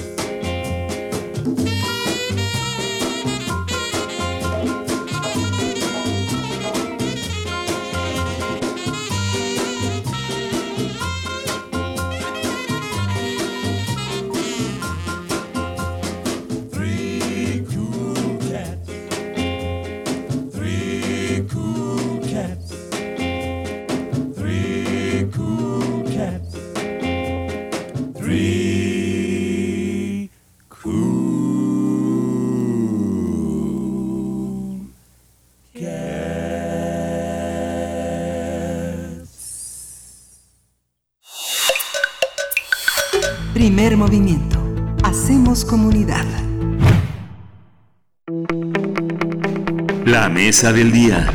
Three cool cats. Three cool cats. Three cool cats. Three cool cats. Primer movimiento. Hacemos comunidad. La mesa del día.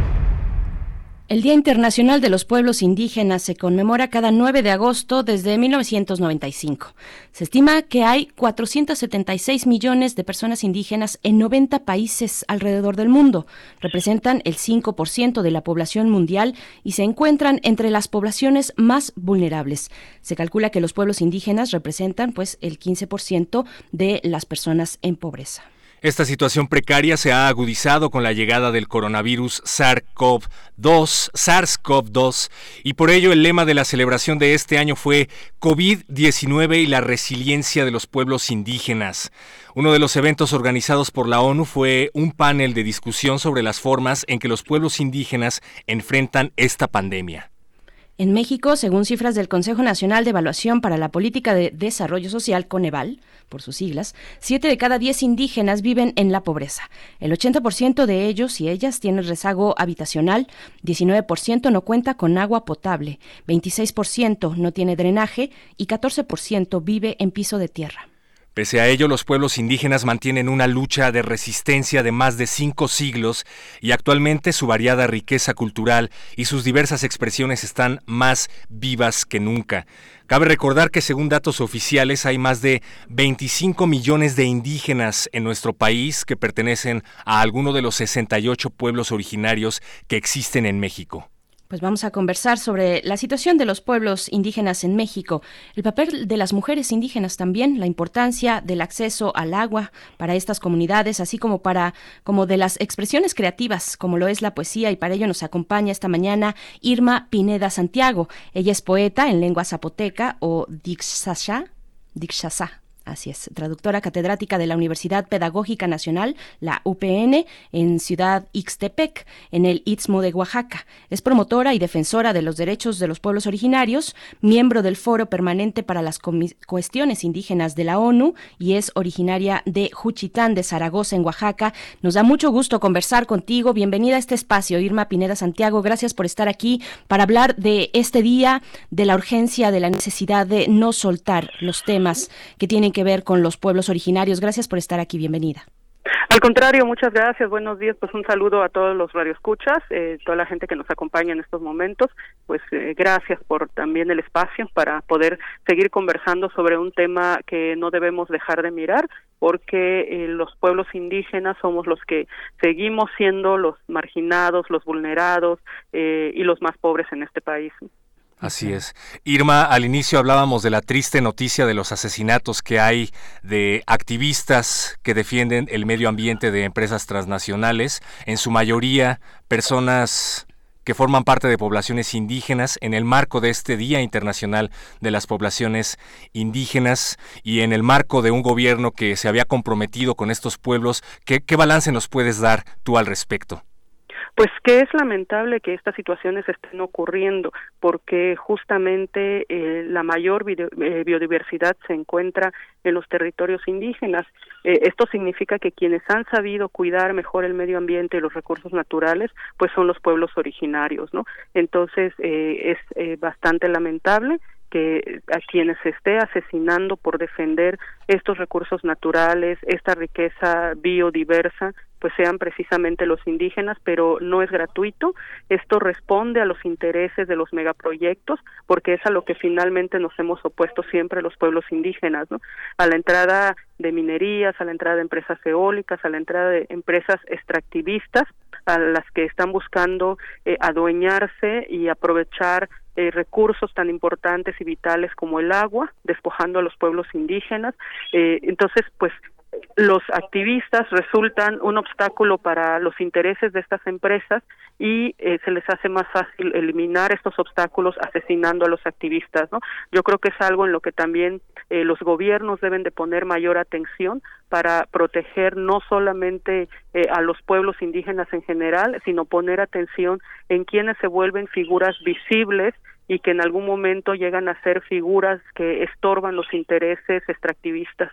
El Día Internacional de los Pueblos Indígenas se conmemora cada nueve de agosto desde mil novecientos noventa y cinco. Se estima que hay cuatrocientos setenta y seis millones de personas indígenas en noventa países alrededor del mundo. Representan el cinco por ciento de la población mundial y se encuentran entre las poblaciones más vulnerables. Se calcula que los pueblos indígenas representan pues el quince por ciento de las personas en pobreza. Esta situación precaria se ha agudizado con la llegada del coronavirus SARS-CoV dos, SARS-CoV dos, y por ello el lema de la celebración de este año fue COVID diecinueve y la resiliencia de los pueblos indígenas. Uno de los eventos organizados por la ONU fue un panel de discusión sobre las formas en que los pueblos indígenas enfrentan esta pandemia. En México, según cifras del Consejo Nacional de Evaluación para la Política de Desarrollo Social, Coneval, por sus siglas, siete de cada diez indígenas viven en la pobreza. El ochenta por ciento de ellos y ellas tienen rezago habitacional, diecinueve por ciento no cuenta con agua potable, veintiséis por ciento no tiene drenaje y catorce por ciento vive en piso de tierra. Pese a ello, los pueblos indígenas mantienen una lucha de resistencia de más de cinco siglos y actualmente su variada riqueza cultural y sus diversas expresiones están más vivas que nunca. Cabe recordar que según datos oficiales hay más de veinticinco millones de indígenas en nuestro país que pertenecen a alguno de los sesenta y ocho pueblos originarios que existen en México. Pues vamos a conversar sobre la situación de los pueblos indígenas en México, el papel de las mujeres indígenas también, la importancia del acceso al agua para estas comunidades, así como para como de las expresiones creativas, como lo es la poesía, y para ello nos acompaña esta mañana Irma Pineda Santiago. Ella es poeta en lengua zapoteca o Dixasha, Dixasá. Así es, traductora catedrática de la Universidad Pedagógica Nacional, la U P N, en Ciudad Ixtepec, en el Istmo de Oaxaca. Es promotora y defensora de los derechos de los pueblos originarios, miembro del Foro Permanente para las Cuestiones Indígenas de la ONU y es originaria de Juchitán de Zaragoza, en Oaxaca. Nos da mucho gusto conversar contigo. Bienvenida a este espacio, Irma Pineda Santiago. Gracias por estar aquí para hablar de este día, de la urgencia, de la necesidad de no soltar los temas que tienen que ver con los pueblos originarios. Gracias por estar aquí, bienvenida. Al contrario, muchas gracias, buenos días, pues un saludo a todos los radioescuchas, eh, toda la gente que nos acompaña en estos momentos, pues eh, gracias por también el espacio para poder seguir conversando sobre un tema que no debemos dejar de mirar, porque eh, los pueblos indígenas somos los que seguimos siendo los marginados, los vulnerados eh, y los más pobres en este país. Así es. Irma, al inicio hablábamos de la triste noticia de los asesinatos que hay de activistas que defienden el medio ambiente de empresas transnacionales, en su mayoría personas que forman parte de poblaciones indígenas en el marco de este Día Internacional de las Poblaciones Indígenas y en el marco de un gobierno que se había comprometido con estos pueblos. ¿Qué, qué balance nos puedes dar tú al respecto? Pues que es lamentable que estas situaciones estén ocurriendo, porque justamente eh, la mayor video, eh, biodiversidad se encuentra en los territorios indígenas. Eh, esto significa que quienes han sabido cuidar mejor el medio ambiente y los recursos naturales, pues son los pueblos originarios, ¿no? Entonces eh, es eh, bastante lamentable que a quienes se esté asesinando por defender estos recursos naturales, esta riqueza biodiversa, pues sean precisamente los indígenas, pero no es gratuito. Esto responde a los intereses de los megaproyectos, porque es a lo que finalmente nos hemos opuesto siempre los pueblos indígenas, ¿no? A la entrada de minerías, a la entrada de empresas eólicas, a la entrada de empresas extractivistas, a las que están buscando eh, adueñarse y aprovechar eh, recursos tan importantes y vitales como el agua, despojando a los pueblos indígenas. Eh, entonces, pues, los activistas resultan un obstáculo para los intereses de estas empresas y eh, se les hace más fácil eliminar estos obstáculos asesinando a los activistas, ¿no? Yo creo que es algo en lo que también eh, los gobiernos deben de poner mayor atención para proteger no solamente eh, a los pueblos indígenas en general, sino poner atención en quienes se vuelven figuras visibles y que en algún momento llegan a ser figuras que estorban los intereses extractivistas.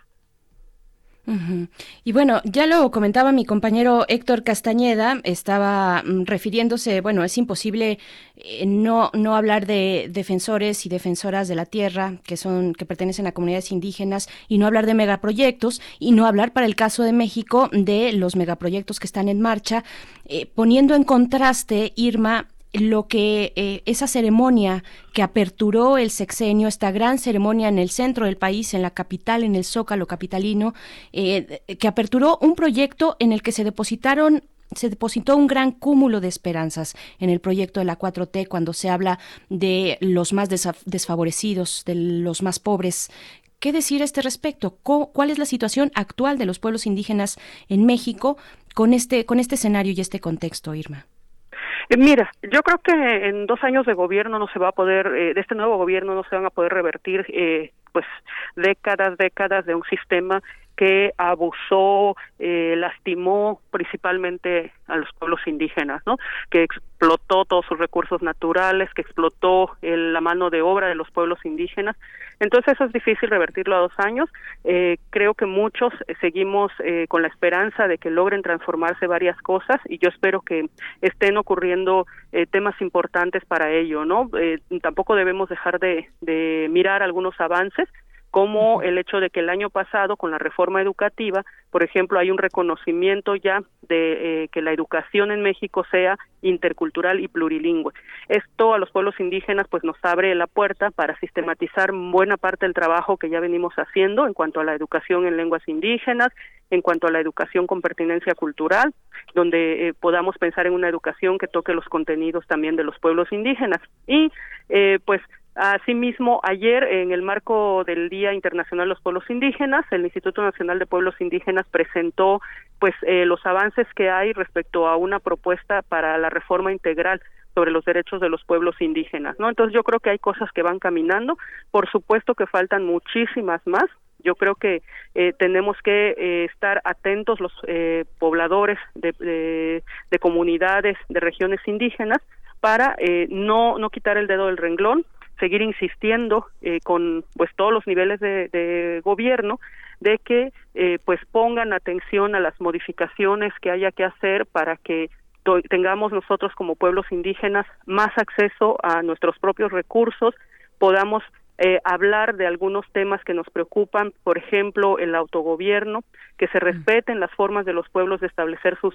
Uh-huh. Y bueno, ya lo comentaba mi compañero Héctor Castañeda, estaba mm, refiriéndose, bueno, es imposible eh, no no hablar de defensores y defensoras de la tierra que son que pertenecen a comunidades indígenas y no hablar de megaproyectos y no hablar para el caso de México de los megaproyectos que están en marcha, eh, poniendo en contraste, Irma, lo que eh, esa ceremonia que aperturó el sexenio, esta gran ceremonia en el centro del país, en la capital, en el Zócalo capitalino, eh, que aperturó un proyecto en el que se depositaron se depositó un gran cúmulo de esperanzas en el proyecto de la cuatro T cuando se habla de los más desfavorecidos, de los más pobres. ¿Qué decir a este respecto? ¿Cuál es la situación actual de los pueblos indígenas en México con este con este escenario y este contexto, Irma? Mira, yo creo que en dos años de gobierno no se va a poder, eh, de este nuevo gobierno no se van a poder revertir, eh, pues, décadas, décadas de un sistema que abusó, eh, lastimó principalmente a los pueblos indígenas, ¿no? Que explotó todos sus recursos naturales, que explotó el, la mano de obra de los pueblos indígenas. Entonces eso es difícil revertirlo a dos años. Eh, creo que muchos eh, seguimos eh, con la esperanza de que logren transformarse varias cosas y yo espero que estén ocurriendo eh, temas importantes para ello, ¿no? Eh, tampoco debemos dejar de, de mirar algunos avances, como el hecho de que el año pasado con la reforma educativa, por ejemplo, hay un reconocimiento ya de eh, que la educación en México sea intercultural y plurilingüe. Esto a los pueblos indígenas pues nos abre la puerta para sistematizar buena parte del trabajo que ya venimos haciendo en cuanto a la educación en lenguas indígenas, en cuanto a la educación con pertinencia cultural, donde eh, podamos pensar en una educación que toque los contenidos también de los pueblos indígenas. Y eh, pues asimismo, ayer, en el marco del Día Internacional de los Pueblos Indígenas, el Instituto Nacional de Pueblos Indígenas presentó pues eh, los avances que hay respecto a una propuesta para la reforma integral sobre los derechos de los pueblos indígenas, ¿no? Entonces yo creo que hay cosas que van caminando, por supuesto que faltan muchísimas más. Yo creo que eh, tenemos que eh, estar atentos los eh, pobladores de, de, de comunidades, de regiones indígenas, para eh, no, no quitar el dedo del renglón, seguir insistiendo eh, con pues todos los niveles de, de gobierno de que eh, pues pongan atención a las modificaciones que haya que hacer para que to- tengamos nosotros como pueblos indígenas más acceso a nuestros propios recursos, podamos eh, hablar de algunos temas que nos preocupan, por ejemplo, el autogobierno, que se respeten las formas de los pueblos de establecer sus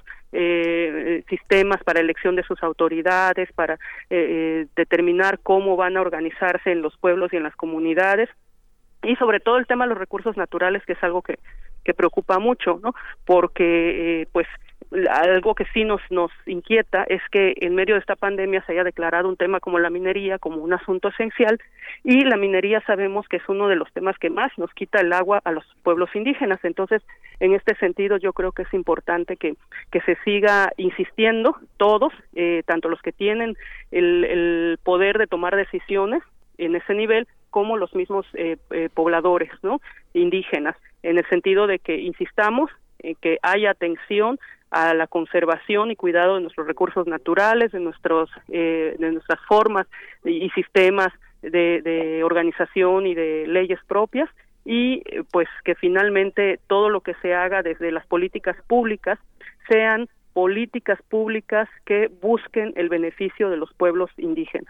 eh, sistemas para elección de sus autoridades, para eh, eh, determinar cómo van a organizarse en los pueblos y en las comunidades, y sobre todo el tema de los recursos naturales, que es algo que, que preocupa mucho, ¿no? Porque eh, pues algo que sí nos nos inquieta es que en medio de esta pandemia se haya declarado un tema como la minería como un asunto esencial, y la minería sabemos que es uno de los temas que más nos quita el agua a los pueblos indígenas. Entonces, en este sentido, yo creo que es importante que que se siga insistiendo todos, eh, tanto los que tienen el, el poder de tomar decisiones en ese nivel, como los mismos eh, eh, pobladores, ¿no?, indígenas, en el sentido de que insistamos en que haya atención a la conservación y cuidado de nuestros recursos naturales, de nuestros eh, de nuestras formas y sistemas de, de organización y de leyes propias, y pues que finalmente todo lo que se haga desde las políticas públicas sean políticas públicas que busquen el beneficio de los pueblos indígenas.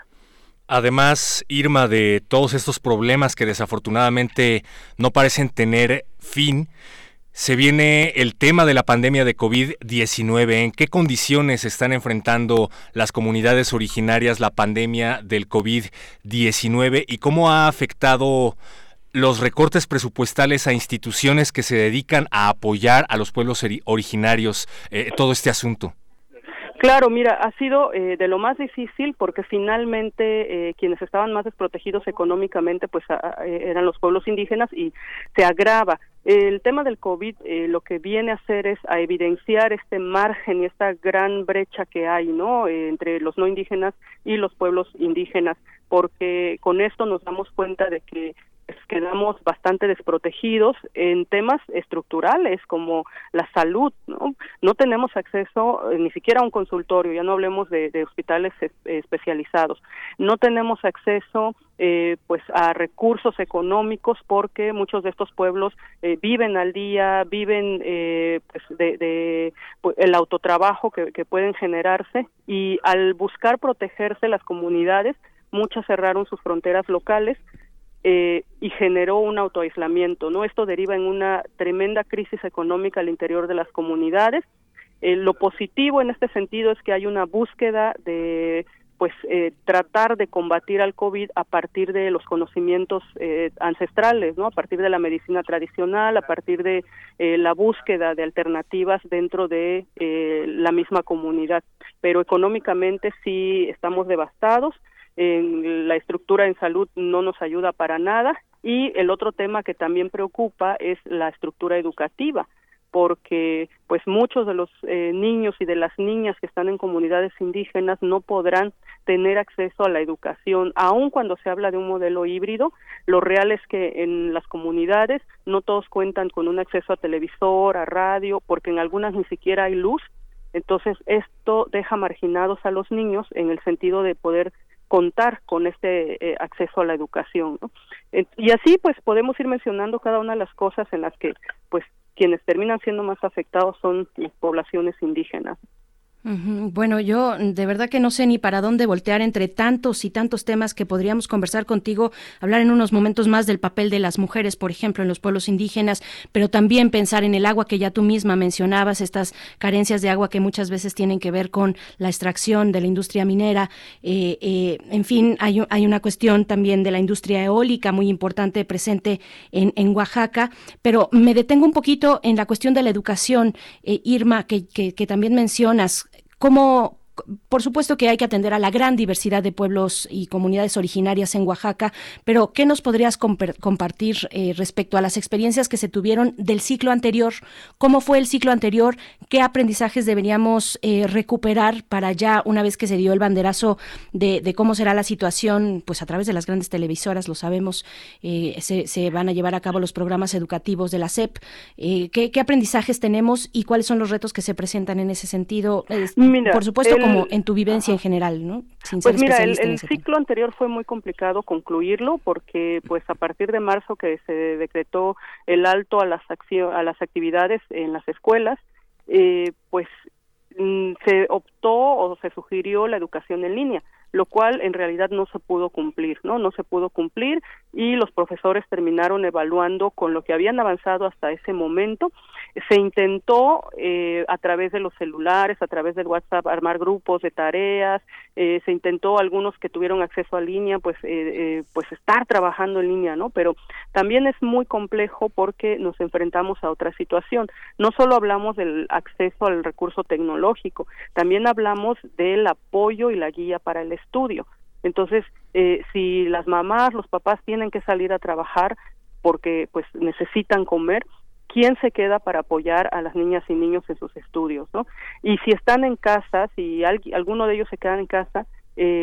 Además, Irma, de todos estos problemas que desafortunadamente no parecen tener fin, se viene el tema de la pandemia de COVID diecinueve. ¿En qué condiciones están enfrentando las comunidades originarias la pandemia del COVID diecinueve y cómo ha afectado los recortes presupuestales a instituciones que se dedican a apoyar a los pueblos originarios, eh, todo este asunto? Claro, mira, ha sido eh, de lo más difícil porque finalmente eh, quienes estaban más desprotegidos económicamente pues a, a, eran los pueblos indígenas y se agrava. El tema del COVID eh, lo que viene a hacer es a evidenciar este margen y esta gran brecha que hay, ¿no?, eh, entre los no indígenas y los pueblos indígenas, porque con esto nos damos cuenta de que quedamos bastante desprotegidos en temas estructurales como la salud, ¿no? No tenemos acceso eh, ni siquiera a un consultorio, ya no hablemos de, de hospitales es, especializados. No tenemos acceso eh, pues a recursos económicos porque muchos de estos pueblos eh, viven al día, viven eh, pues de, de pues, el autotrabajo que, que pueden generarse, y al buscar protegerse las comunidades, muchas cerraron sus fronteras locales. Eh, y generó un autoaislamiento, ¿no? Esto deriva en una tremenda crisis económica al interior de las comunidades. Eh, lo positivo en este sentido es que hay una búsqueda de, pues, eh, tratar de combatir al COVID a partir de los conocimientos eh, ancestrales, ¿no? A partir de la medicina tradicional, a partir de eh, la búsqueda de alternativas dentro de eh, la misma comunidad. Pero económicamente sí estamos devastados. En la estructura en salud no nos ayuda para nada, y el otro tema que también preocupa es la estructura educativa, porque pues muchos de los eh, niños y de las niñas que están en comunidades indígenas no podrán tener acceso a la educación, aun cuando se habla de un modelo híbrido. Lo real es que en las comunidades no todos cuentan con un acceso a televisor, a radio, porque en algunas ni siquiera hay luz. Entonces esto deja marginados a los niños en el sentido de poder contar con este eh, acceso a la educación, ¿no? Eh, y así pues podemos ir mencionando cada una de las cosas en las que pues quienes terminan siendo más afectados son las poblaciones indígenas. Uh-huh. Bueno, yo de verdad que no sé ni para dónde voltear entre tantos y tantos temas que podríamos conversar contigo, hablar en unos momentos más del papel de las mujeres, por ejemplo, en los pueblos indígenas, pero también pensar en el agua que ya tú misma mencionabas, estas carencias de agua que muchas veces tienen que ver con la extracción de la industria minera. Eh, eh, en fin, hay, hay una cuestión también de la industria eólica muy importante presente en, en Oaxaca, pero me detengo un poquito en la cuestión de la educación, eh, Irma, que, que, que también mencionas. ¿Cómo, Por supuesto que hay que atender a la gran diversidad de pueblos y comunidades originarias en Oaxaca, pero ¿qué nos podrías comp- compartir eh, respecto a las experiencias que se tuvieron del ciclo anterior? ¿Cómo fue el ciclo anterior? ¿Qué aprendizajes deberíamos eh, recuperar para ya, una vez que se dio el banderazo de, de cómo será la situación, pues a través de las grandes televisoras, lo sabemos, eh, se, se van a llevar a cabo los programas educativos de la S E P? Eh, ¿qué, ¿Qué aprendizajes tenemos y cuáles son los retos que se presentan en ese sentido? Eh, Mira, por supuesto, el, como en tu vivencia en general, ¿no? Sin pues ser mira, el, especialista en el ese ciclo anterior fue muy complicado concluirlo porque, pues, a partir de marzo que se decretó el alto a las accio- a las actividades en las escuelas, eh, pues mm, se optó o se sugirió la educación en línea, lo cual en realidad no se pudo cumplir, ¿no? No se pudo cumplir y los profesores terminaron evaluando con lo que habían avanzado hasta ese momento. Se intentó eh, a través de los celulares, a través del WhatsApp, armar grupos de tareas, eh, se intentó algunos que tuvieron acceso a línea, pues eh, eh, pues estar trabajando en línea, ¿no? Pero también es muy complejo porque nos enfrentamos a otra situación. No solo hablamos del acceso al recurso tecnológico, también hablamos del apoyo y la guía para el estudio. Entonces, eh, si las mamás, los papás tienen que salir a trabajar porque pues necesitan comer, ¿quién se queda para apoyar a las niñas y niños en sus estudios, ¿no? Y si están en casa, si alguien, alguno de ellos se queda en casa, eh,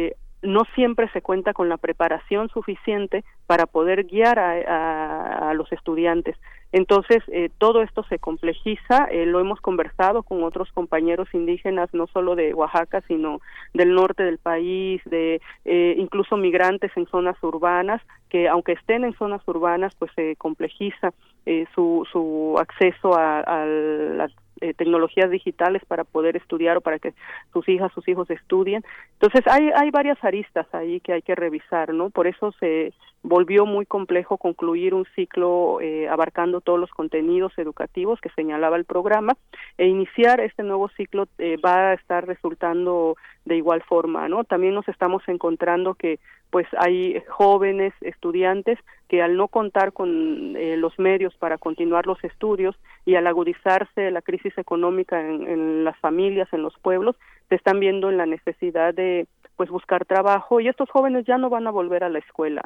no siempre se cuenta con la preparación suficiente para poder guiar a, a, a los estudiantes. Entonces, eh, todo esto se complejiza, eh, lo hemos conversado con otros compañeros indígenas, no solo de Oaxaca, sino del norte del país, de eh, incluso migrantes en zonas urbanas, que aunque estén en zonas urbanas, pues se complejiza eh, su, su acceso a, a las Eh, tecnologías digitales para poder estudiar o para que sus hijas, sus hijos estudien. Entonces hay hay varias aristas ahí que hay que revisar, ¿no? Por eso se volvió muy complejo concluir un ciclo eh, abarcando todos los contenidos educativos que señalaba el programa, e iniciar este nuevo ciclo eh, va a estar resultando de igual forma, ¿no? También nos estamos encontrando que pues hay jóvenes estudiantes que al no contar con eh, los medios para continuar los estudios y al agudizarse la crisis económica en, en las familias, en los pueblos, se están viendo en la necesidad de pues buscar trabajo, y estos jóvenes ya no van a volver a la escuela.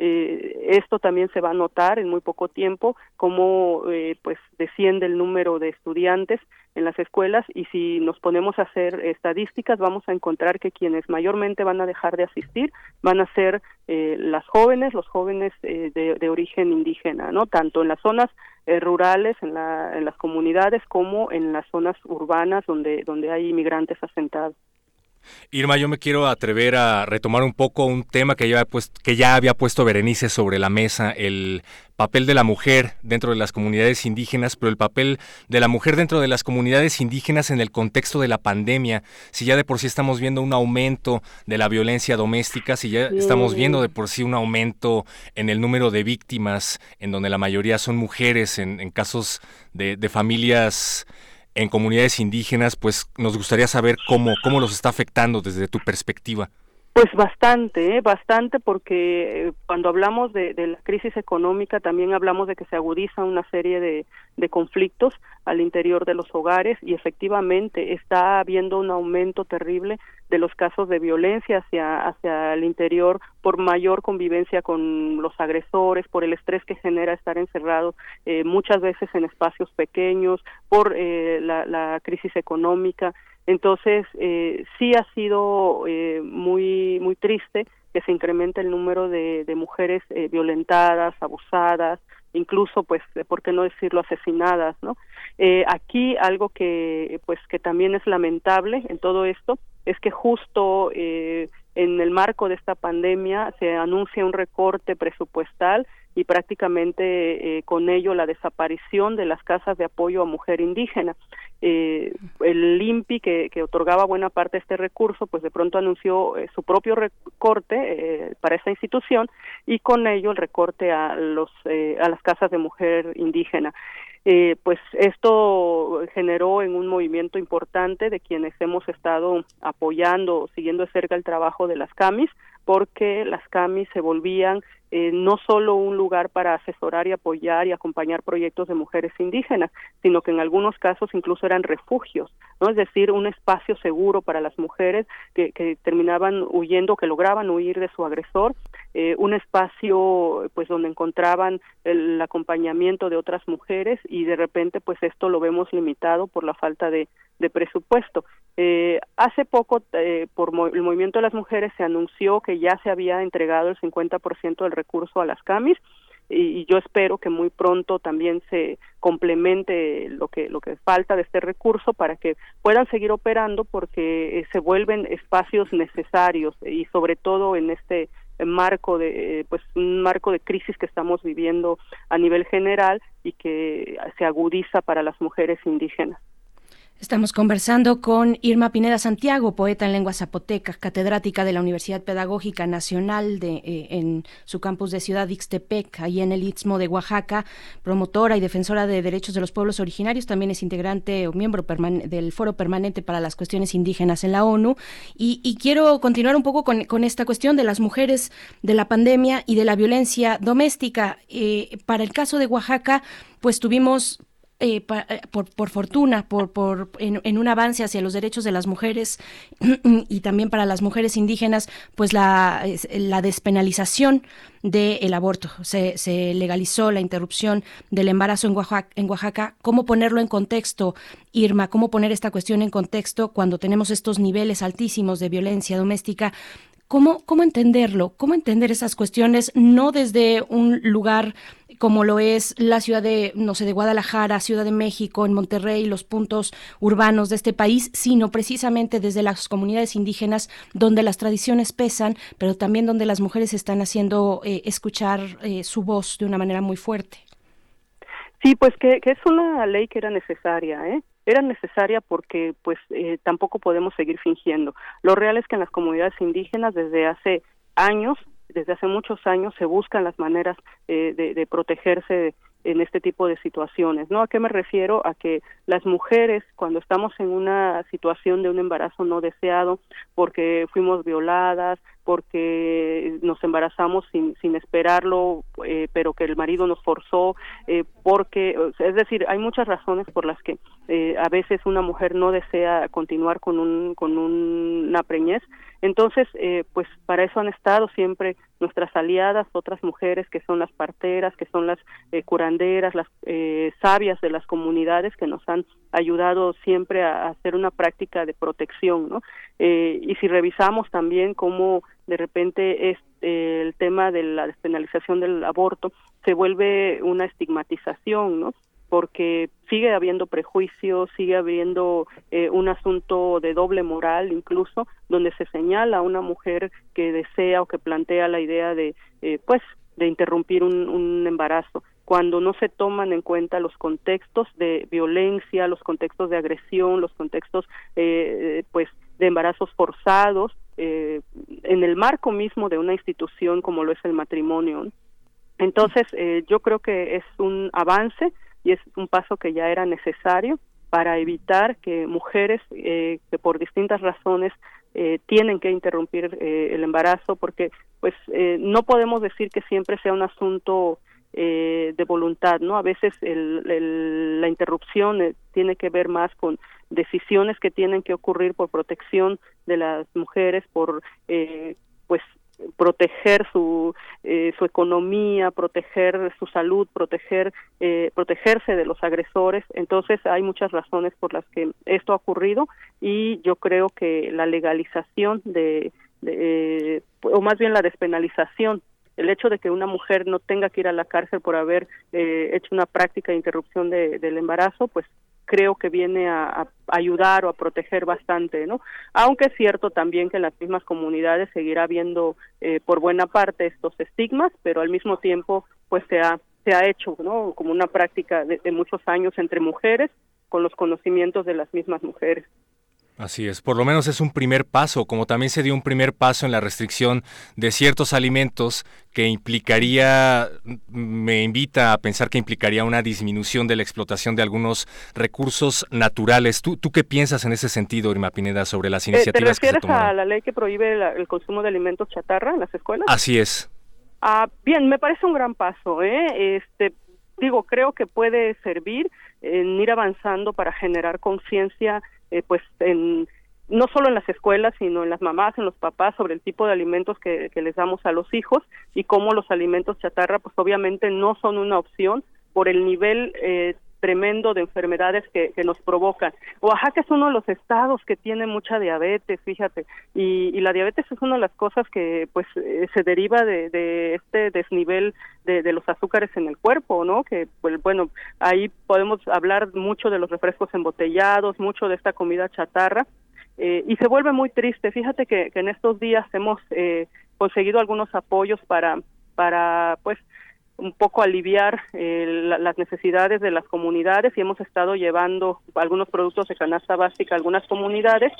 Eh, esto también se va a notar en muy poco tiempo, cómo eh, pues desciende el número de estudiantes en las escuelas, y si nos ponemos a hacer estadísticas vamos a encontrar que quienes mayormente van a dejar de asistir van a ser eh, las jóvenes, los jóvenes eh, de, de origen indígena, ¿no? Tanto en las zonas eh, rurales, en, la, en las comunidades, como en las zonas urbanas donde, donde hay inmigrantes asentados. Irma, yo me quiero atrever a retomar un poco un tema que ya, pues, que ya había puesto Berenice sobre la mesa, el papel de la mujer dentro de las comunidades indígenas, pero el papel de la mujer dentro de las comunidades indígenas en el contexto de la pandemia. Si ya de por sí estamos viendo un aumento de la violencia doméstica, si ya estamos viendo de por sí un aumento en el número de víctimas, en donde la mayoría son mujeres, en, en casos de, de familias en comunidades indígenas, pues nos gustaría saber cómo, cómo los está afectando desde tu perspectiva. Pues bastante, ¿eh? bastante, porque eh, cuando hablamos de, de la crisis económica también hablamos de que se agudiza una serie de, de conflictos al interior de los hogares, y efectivamente está habiendo un aumento terrible de los casos de violencia hacia hacia el interior por mayor convivencia con los agresores, por el estrés que genera estar encerrados eh, muchas veces en espacios pequeños, por eh, la, la crisis económica. Entonces, eh, sí ha sido eh, muy muy triste que se incremente el número de, de mujeres eh, violentadas, abusadas, incluso, pues, por qué no decirlo, asesinadas, ¿no? Eh, aquí algo que, pues, que también es lamentable en todo esto es que justo eh, en el marco de esta pandemia se anuncia un recorte presupuestal y prácticamente eh, con ello la desaparición de las casas de apoyo a mujer indígena. Eh, el I N P I, que, que otorgaba buena parte de este recurso, pues de pronto anunció eh, su propio recorte eh, para esta institución, y con ello el recorte a los eh, a las casas de mujer indígena. Eh, pues esto generó en un movimiento importante de quienes hemos estado apoyando, siguiendo de cerca el trabajo de las CAMIS, porque las CAMIS se volvían eh, no solo un lugar para asesorar y apoyar y acompañar proyectos de mujeres indígenas, sino que en algunos casos incluso eran refugios, ¿no? Es decir, un espacio seguro para las mujeres que, que terminaban huyendo, que lograban huir de su agresor, eh, un espacio pues donde encontraban el acompañamiento de otras mujeres, y de repente pues esto lo vemos limitado por la falta de, de presupuesto. Eh, hace poco, eh, por mo- el movimiento de las mujeres, se anunció que ya se había entregado el cincuenta por ciento del recurso a las CAMIS, y, y yo espero que muy pronto también se complemente lo que lo que falta de este recurso para que puedan seguir operando, porque eh, se vuelven espacios necesarios, y sobre todo en este marco de eh, pues un marco de crisis que estamos viviendo a nivel general y que se agudiza para las mujeres indígenas. Estamos conversando con Irma Pineda Santiago, poeta en lengua zapoteca, catedrática de la Universidad Pedagógica Nacional de, eh, en su campus de Ciudad Ixtepec, ahí en el Istmo de Oaxaca, promotora y defensora de derechos de los pueblos originarios, también es integrante o miembro perman- del Foro Permanente para las Cuestiones Indígenas en la ONU, y, y quiero continuar un poco con, con esta cuestión de las mujeres, de la pandemia y de la violencia doméstica. Eh, para el caso de Oaxaca, pues tuvimos... Eh, pa, por, por fortuna, por, por en, en un avance hacia los derechos de las mujeres y también para las mujeres indígenas, pues la, la despenalización del aborto. Se, se legalizó la interrupción del embarazo en Oaxaca, en Oaxaca. ¿Cómo ponerlo en contexto, Irma? ¿Cómo poner esta cuestión en contexto cuando tenemos estos niveles altísimos de violencia doméstica? ¿cómo, cómo entenderlo? ¿Cómo entender esas cuestiones no desde un lugar como lo es la ciudad de, no sé, de Guadalajara, Ciudad de México, en Monterrey, los puntos urbanos de este país, sino precisamente desde las comunidades indígenas donde las tradiciones pesan, pero también donde las mujeres están haciendo eh, escuchar eh, su voz de una manera muy fuerte? Sí, pues que, que es una ley que era necesaria, ¿eh? Era necesaria porque pues eh, tampoco podemos seguir fingiendo. Lo real es que en las comunidades indígenas desde hace años, desde hace muchos años se buscan las maneras eh, de, de protegerse en este tipo de situaciones, ¿no? ¿A qué me refiero? A que las mujeres, cuando estamos en una situación de un embarazo no deseado, porque fuimos violadas, porque nos embarazamos sin, sin esperarlo, eh, pero que el marido nos forzó, eh, porque, es decir, hay muchas razones por las que eh, a veces una mujer no desea continuar con un con un, una preñez. Entonces, eh, pues para eso han estado siempre nuestras aliadas, otras mujeres que son las parteras, que son las eh, curanderas, las eh, sabias de las comunidades que nos han ayudado siempre a, a hacer una práctica de protección, ¿no? Eh, y si revisamos también cómo de repente es eh, el tema de la despenalización del aborto se vuelve una estigmatización, ¿no? Porque sigue habiendo prejuicios, sigue habiendo eh, un asunto de doble moral incluso, donde se señala a una mujer que desea o que plantea la idea de, eh, pues, de interrumpir un, un embarazo, cuando no se toman en cuenta los contextos de violencia, los contextos de agresión, los contextos, eh, pues, de embarazos forzados, eh, en el marco mismo de una institución como lo es el matrimonio, ¿no? Entonces, eh, yo creo que es un avance y es un paso que ya era necesario para evitar que mujeres eh, que por distintas razones eh, tienen que interrumpir eh, el embarazo, porque pues eh, no podemos decir que siempre sea un asunto eh, de voluntad, ¿no? A veces el, el, la interrupción eh, tiene que ver más con decisiones que tienen que ocurrir por protección de las mujeres, por eh, pues proteger su eh, su economía, proteger su salud, proteger eh, protegerse de los agresores. Entonces hay muchas razones por las que esto ha ocurrido y yo creo que la legalización de, de eh, o más bien la despenalización, el hecho de que una mujer no tenga que ir a la cárcel por haber eh, hecho una práctica de interrupción de, del embarazo, pues creo que viene a, a ayudar o a proteger bastante, ¿no? Aunque es cierto también que en las mismas comunidades seguirá habiendo eh, por buena parte estos estigmas, pero al mismo tiempo pues se ha se ha hecho, ¿no? Como una práctica de, de muchos años entre mujeres con los conocimientos de las mismas mujeres. Así es, por lo menos es un primer paso, como también se dio un primer paso en la restricción de ciertos alimentos que implicaría, me invita a pensar que implicaría una disminución de la explotación de algunos recursos naturales. ¿Tú, tú qué piensas en ese sentido, Irma Pineda, sobre las iniciativas que se tomaron? ¿Te refieres a la ley que prohíbe la, el consumo de alimentos chatarra en las escuelas? Así es. Ah, bien, me parece un gran paso, ¿eh? Este, digo, creo que puede servir en ir avanzando para generar conciencia Eh, pues en no solo en las escuelas, sino en las mamás, en los papás, sobre el tipo de alimentos que, que les damos a los hijos y cómo los alimentos chatarra, pues obviamente no son una opción por el nivel eh, tremendo de enfermedades que, que nos provocan. Oaxaca es uno de los estados que tiene mucha diabetes, fíjate, y, y la diabetes es una de las cosas que pues eh, se deriva de, de este desnivel de, de los azúcares en el cuerpo, ¿no? Que pues bueno, ahí podemos hablar mucho de los refrescos embotellados, mucho de esta comida chatarra, eh, y se vuelve muy triste. Fíjate que, que en estos días hemos eh, conseguido algunos apoyos para, para pues un poco aliviar eh, la, las necesidades de las comunidades y hemos estado llevando algunos productos de canasta básica a algunas comunidades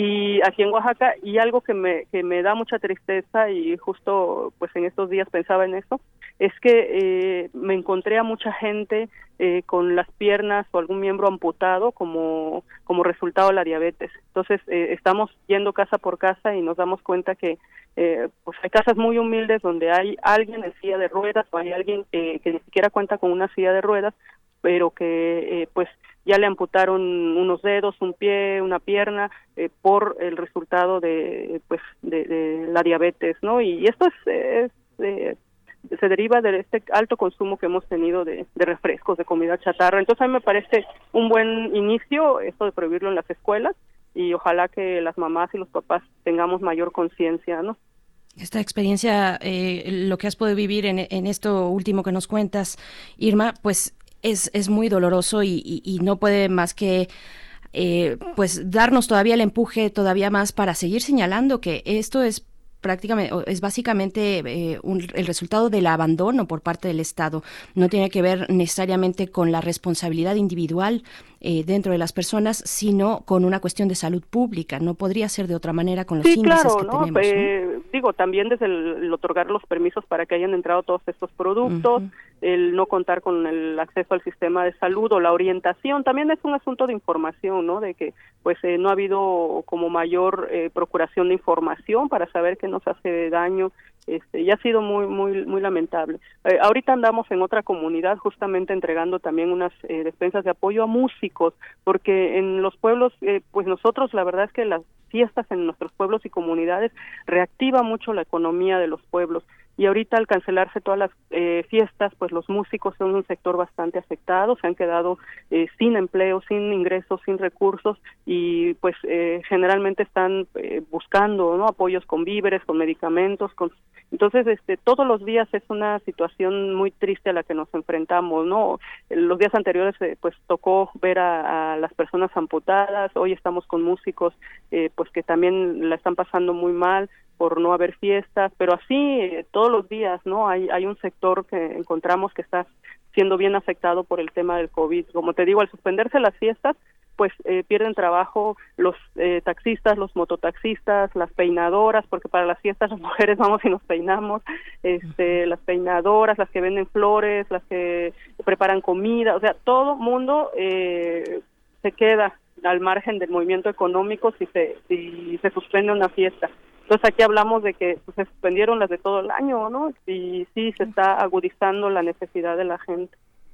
y aquí en Oaxaca, y algo que me que me da mucha tristeza y justo pues en estos días pensaba en eso, es que eh, me encontré a mucha gente eh, con las piernas o algún miembro amputado como como resultado de la diabetes. Entonces eh, estamos yendo casa por casa y nos damos cuenta que eh, pues hay casas muy humildes donde hay alguien en silla de ruedas o hay alguien eh, que ni siquiera cuenta con una silla de ruedas, pero que eh, pues ya le amputaron unos dedos, un pie, una pierna eh, por el resultado de pues de, de la diabetes, ¿no? Y esto es, es eh, se deriva de este alto consumo que hemos tenido de, de refrescos, de comida chatarra. Entonces a mí me parece un buen inicio esto de prohibirlo en las escuelas y ojalá que las mamás y los papás tengamos mayor conciencia, ¿no? Esta experiencia, eh, lo que has podido vivir en, en esto último que nos cuentas, Irma, pues es, es muy doloroso y, y, y no puede más que eh, pues darnos todavía el empuje todavía más para seguir señalando que esto es prácticamente, es básicamente eh, un, el resultado del abandono por parte del Estado. No tiene que ver necesariamente con la responsabilidad individual eh, dentro de las personas, sino con una cuestión de salud pública. No podría ser de otra manera con los sí, índices claro, que ¿no? tenemos. Eh, ¿no? Digo, también desde el, el otorgar los permisos para que hayan entrado todos estos productos, uh-huh. el no contar con el acceso al sistema de salud o la orientación, también es un asunto de información, ¿no? De que pues eh, no ha habido como mayor eh, procuración de información para saber qué nos hace daño, este, y ha sido muy muy muy lamentable. Eh, ahorita andamos en otra comunidad justamente entregando también unas eh, despensas de apoyo a músicos, porque en los pueblos, eh, pues nosotros la verdad es que las fiestas en nuestros pueblos y comunidades reactiva mucho la economía de los pueblos. Y ahorita al cancelarse todas las eh, fiestas, pues los músicos son un sector bastante afectado, se han quedado eh, sin empleo, sin ingresos, sin recursos y pues eh, generalmente están eh, buscando, ¿no? apoyos con víveres, con medicamentos, con entonces este todos los días es una situación muy triste a la que nos enfrentamos, ¿no? Los días anteriores eh, pues tocó ver a, a las personas amputadas, hoy estamos con músicos eh, pues que también la están pasando muy mal por no haber fiestas, pero así eh, todos los días, ¿no? Hay hay un sector que encontramos que está siendo bien afectado por el tema del COVID. Como te digo, al suspenderse las fiestas, pues eh, pierden trabajo los eh, taxistas, los mototaxistas, las peinadoras, porque para las fiestas las mujeres vamos y nos peinamos, este, las peinadoras, las que venden flores, las que preparan comida, o sea, todo mundo eh, se queda al margen del movimiento económico si se si se suspende una fiesta. Entonces aquí hablamos de que pues, se suspendieron las de todo el año, ¿no? Y sí se está agudizando la necesidad de la gente.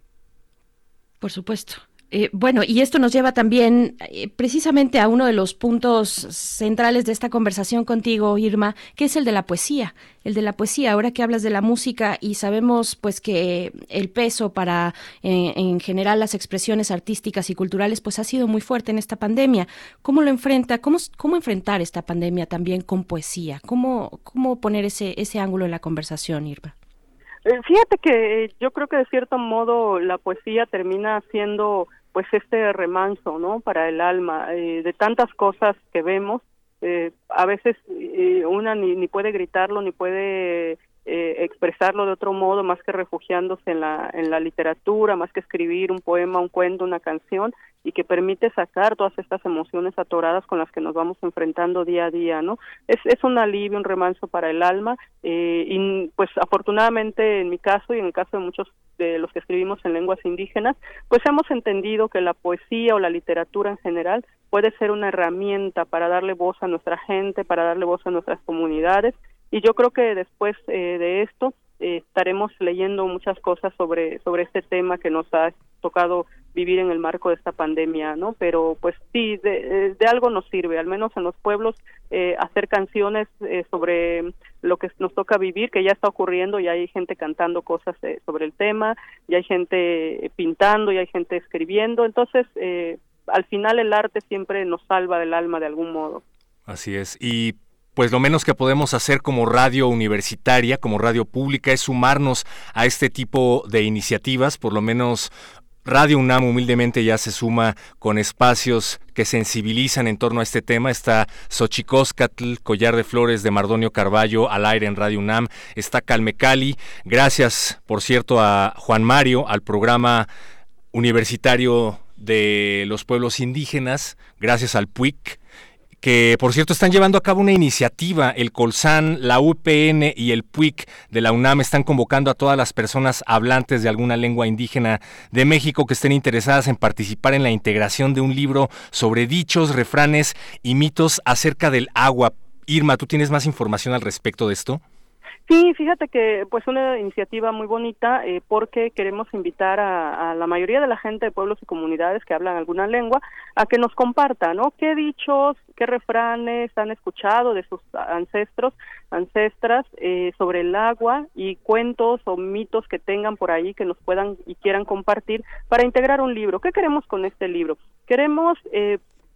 Por supuesto. Eh, bueno, y esto nos lleva también eh, precisamente a uno de los puntos centrales de esta conversación contigo, Irma, que es el de la poesía, el de la poesía. Ahora que hablas de la música y sabemos pues que el peso para eh, en general las expresiones artísticas y culturales pues ha sido muy fuerte en esta pandemia. ¿Cómo lo enfrenta? ¿Cómo, cómo enfrentar esta pandemia también con poesía? ¿Cómo, cómo poner ese, ese ángulo en la conversación, Irma? Fíjate que yo creo que de cierto modo la poesía termina siendo pues este remanso, ¿no? Para el alma, eh, de tantas cosas que vemos, eh, a veces eh, una ni, ni puede gritarlo, ni puede eh, expresarlo de otro modo más que refugiándose en la en la literatura, más que escribir un poema, un cuento, una canción, y que permite sacar todas estas emociones atoradas con las que nos vamos enfrentando día a día, ¿no? Es es un alivio, un remanso para el alma, eh, y pues afortunadamente en mi caso y en el caso de muchos de los que escribimos en lenguas indígenas, pues hemos entendido que la poesía o la literatura en general puede ser una herramienta para darle voz a nuestra gente, para darle voz a nuestras comunidades, y yo creo que después eh, de esto eh, estaremos leyendo muchas cosas sobre sobre este tema que nos ha tocado vivir en el marco de esta pandemia, ¿no? Pero pues sí, de, de algo nos sirve, al menos en los pueblos, eh, hacer canciones eh, sobre lo que nos toca vivir, que ya está ocurriendo, y hay gente cantando cosas eh, sobre el tema, y hay gente pintando, y hay gente escribiendo, entonces eh, al final el arte siempre nos salva del alma de algún modo. Así es, y pues lo menos que podemos hacer como radio universitaria, como radio pública, es sumarnos a este tipo de iniciativas. Por lo menos Radio UNAM humildemente ya se suma con espacios que sensibilizan en torno a este tema. Está Xochicóscatl, Collar de Flores de Mardonio Carballo al aire en Radio UNAM. Está Calmecali. Gracias, por cierto, a Juan Mario, al programa universitario de los pueblos indígenas. Gracias al P U I C, que por cierto están llevando a cabo una iniciativa. El Colsan, la U P N y el P U I C de la UNAM están convocando a todas las personas hablantes de alguna lengua indígena de México que estén interesadas en participar en la integración de un libro sobre dichos, refranes y mitos acerca del agua. Irma, ¿tú tienes más información al respecto de esto? Sí, fíjate que pues una iniciativa muy bonita eh, porque queremos invitar a, a la mayoría de la gente de pueblos y comunidades que hablan alguna lengua a que nos comparta, ¿no? ¿Qué dichos, qué refranes han escuchado de sus ancestros, ancestras eh, sobre el agua, y cuentos o mitos que tengan por ahí que nos puedan y quieran compartir para integrar un libro? ¿Qué queremos con este libro? Queremos eh, pues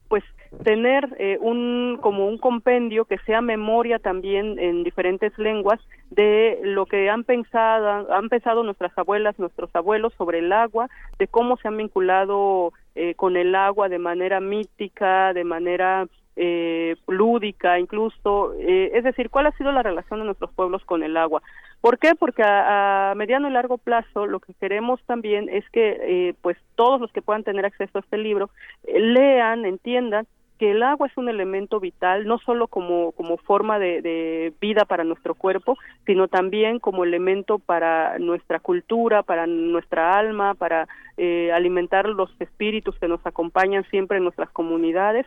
tener eh, un como un compendio que sea memoria también en diferentes lenguas de lo que han pensado han pensado nuestras abuelas, nuestros abuelos sobre el agua, de cómo se han vinculado eh, con el agua de manera mítica, de manera eh, lúdica incluso, eh, es decir, cuál ha sido la relación de nuestros pueblos con el agua. ¿Por qué? Porque a, a mediano y largo plazo lo que queremos también es que eh, pues todos los que puedan tener acceso a este libro eh, lean, entiendan que el agua es un elemento vital, no solo como, como forma de, de vida para nuestro cuerpo, sino también como elemento para nuestra cultura, para nuestra alma, para eh, alimentar los espíritus que nos acompañan siempre en nuestras comunidades,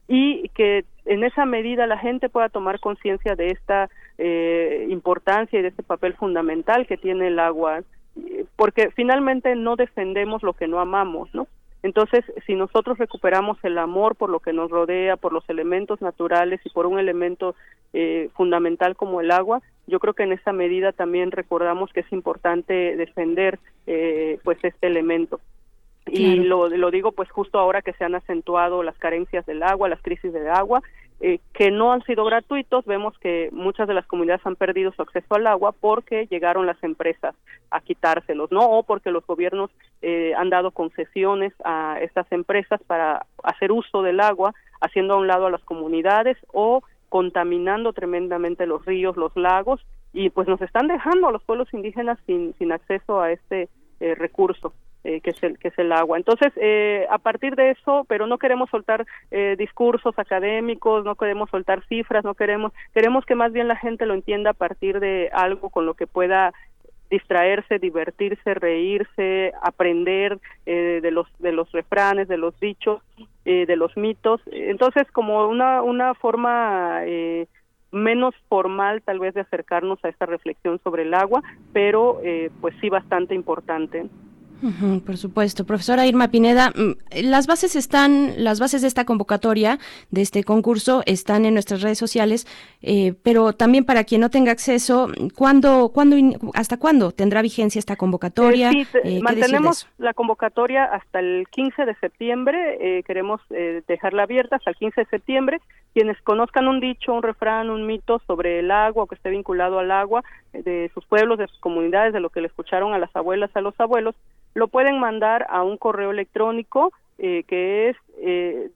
y que en esa medida la gente pueda tomar conciencia de esta eh, importancia y de este papel fundamental que tiene el agua, porque finalmente no defendemos lo que no amamos, ¿no? Entonces, si nosotros recuperamos el amor por lo que nos rodea, por los elementos naturales y por un elemento eh, fundamental como el agua, yo creo que en esa medida también recordamos que es importante defender eh, pues este elemento. Y lo, lo digo pues justo ahora que se han acentuado las carencias del agua, las crisis del agua, eh, que no han sido gratuitos. Vemos que muchas de las comunidades han perdido su acceso al agua porque llegaron las empresas a quitárselos, ¿no? O porque los gobiernos eh, han dado concesiones a estas empresas para hacer uso del agua, haciendo a un lado a las comunidades o contaminando tremendamente los ríos, los lagos, y pues nos están dejando a los pueblos indígenas sin, sin acceso a este eh, recurso. Eh, que es el que es el agua. Entonces, eh, a partir de eso, pero no queremos soltar eh, discursos académicos, no queremos soltar cifras, no queremos, queremos que más bien la gente lo entienda a partir de algo con lo que pueda distraerse, divertirse, reírse, aprender eh, de los de los refranes, de los dichos, eh, de los mitos. Entonces, como una una forma eh, menos formal tal vez de acercarnos a esta reflexión sobre el agua, pero eh, pues sí bastante importante. Uh-huh, por supuesto. Profesora Irma Pineda, las bases están, las bases de esta convocatoria, de este concurso, están en nuestras redes sociales, eh, pero también para quien no tenga acceso, ¿cuándo, cuándo, hasta cuándo tendrá vigencia esta convocatoria? Eh, sí, eh, mantenemos la convocatoria hasta el quince de septiembre, eh, queremos eh, dejarla abierta hasta el quince de septiembre. Quienes conozcan un dicho, un refrán, un mito sobre el agua o que esté vinculado al agua, eh, de sus pueblos, de sus comunidades, de lo que le escucharon a las abuelas, a los abuelos, lo pueden mandar a un correo electrónico eh, que es eh,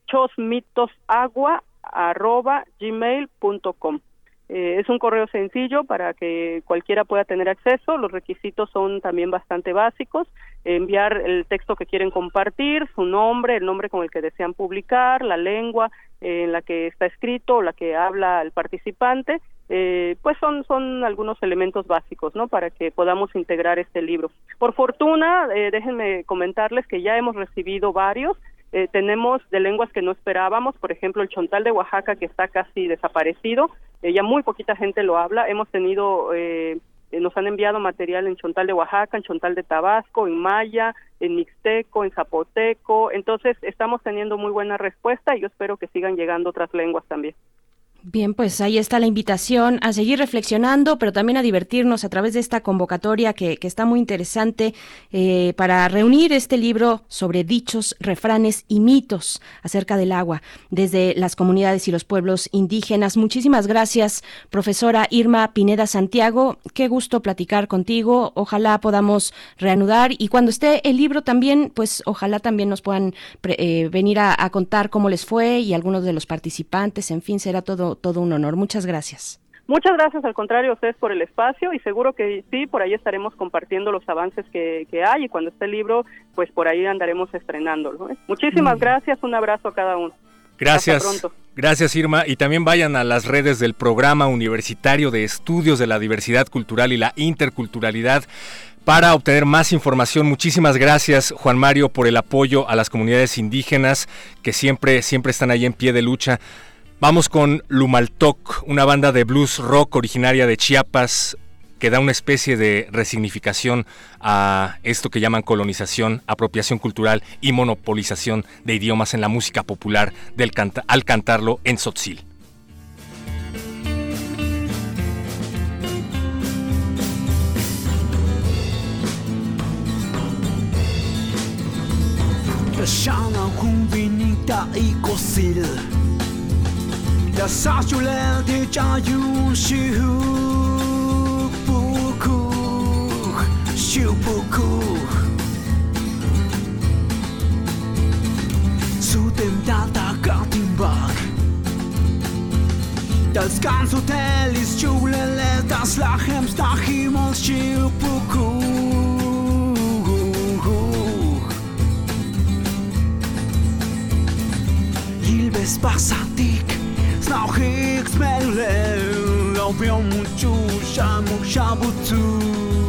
dichosmitosagua arroba gmail punto com. Eh, es un correo sencillo para que cualquiera pueda tener acceso. Los requisitos son también bastante básicos: enviar el texto que quieren compartir, su nombre, el nombre con el que desean publicar, la lengua eh, en la que está escrito o la que habla el participante. Eh, pues son son algunos elementos básicos, ¿no?, para que podamos integrar este libro. Por fortuna, eh, déjenme comentarles que ya hemos recibido varios. Eh, tenemos de lenguas que no esperábamos, por ejemplo, el chontal de Oaxaca, que está casi desaparecido, eh, ya muy poquita gente lo habla. Hemos tenido, eh, eh, nos han enviado material en chontal de Oaxaca, en chontal de Tabasco, en maya, en mixteco, en zapoteco. Entonces, estamos teniendo muy buena respuesta y yo espero que sigan llegando otras lenguas también. Bien, pues ahí está la invitación a seguir reflexionando, pero también a divertirnos a través de esta convocatoria que, que está muy interesante eh, para reunir este libro sobre dichos, refranes y mitos acerca del agua desde las comunidades y los pueblos indígenas. Muchísimas gracias, profesora Irma Pineda Santiago. Qué gusto platicar contigo. Ojalá podamos reanudar y cuando esté el libro también, pues ojalá también nos puedan pre, eh, venir a, a contar cómo les fue y algunos de los participantes. En fin, será todo todo un honor. Muchas gracias. Muchas gracias, al contrario, a ustedes por el espacio y seguro que sí, por ahí estaremos compartiendo los avances que, que hay y cuando esté el libro, pues por ahí andaremos estrenándolo, ¿eh? Muchísimas mm. gracias, un abrazo a cada uno. Gracias. Hasta pronto. Gracias, Irma. Y también vayan a las redes del Programa Universitario de Estudios de la Diversidad Cultural y la Interculturalidad para obtener más información. Muchísimas gracias, Juan Mario, por el apoyo a las comunidades indígenas que siempre, siempre están ahí en pie de lucha. Vamos con Lumaltoc, una banda de blues rock originaria de Chiapas que da una especie de resignificación a esto que llaman colonización, apropiación cultural y monopolización de idiomas en la música popular del canta- al cantarlo en tzotzil. 像那空为你打一个死了，要杀出来的家用修不哭，修不哭。Zudem da da Gartenbach. Das ganze Hotel ist Julele, das Lachen stach Himmel Schilpuku. Ilbes Basatik, Snauch X Melle, Laubion Muchu, Shamu Shabutu.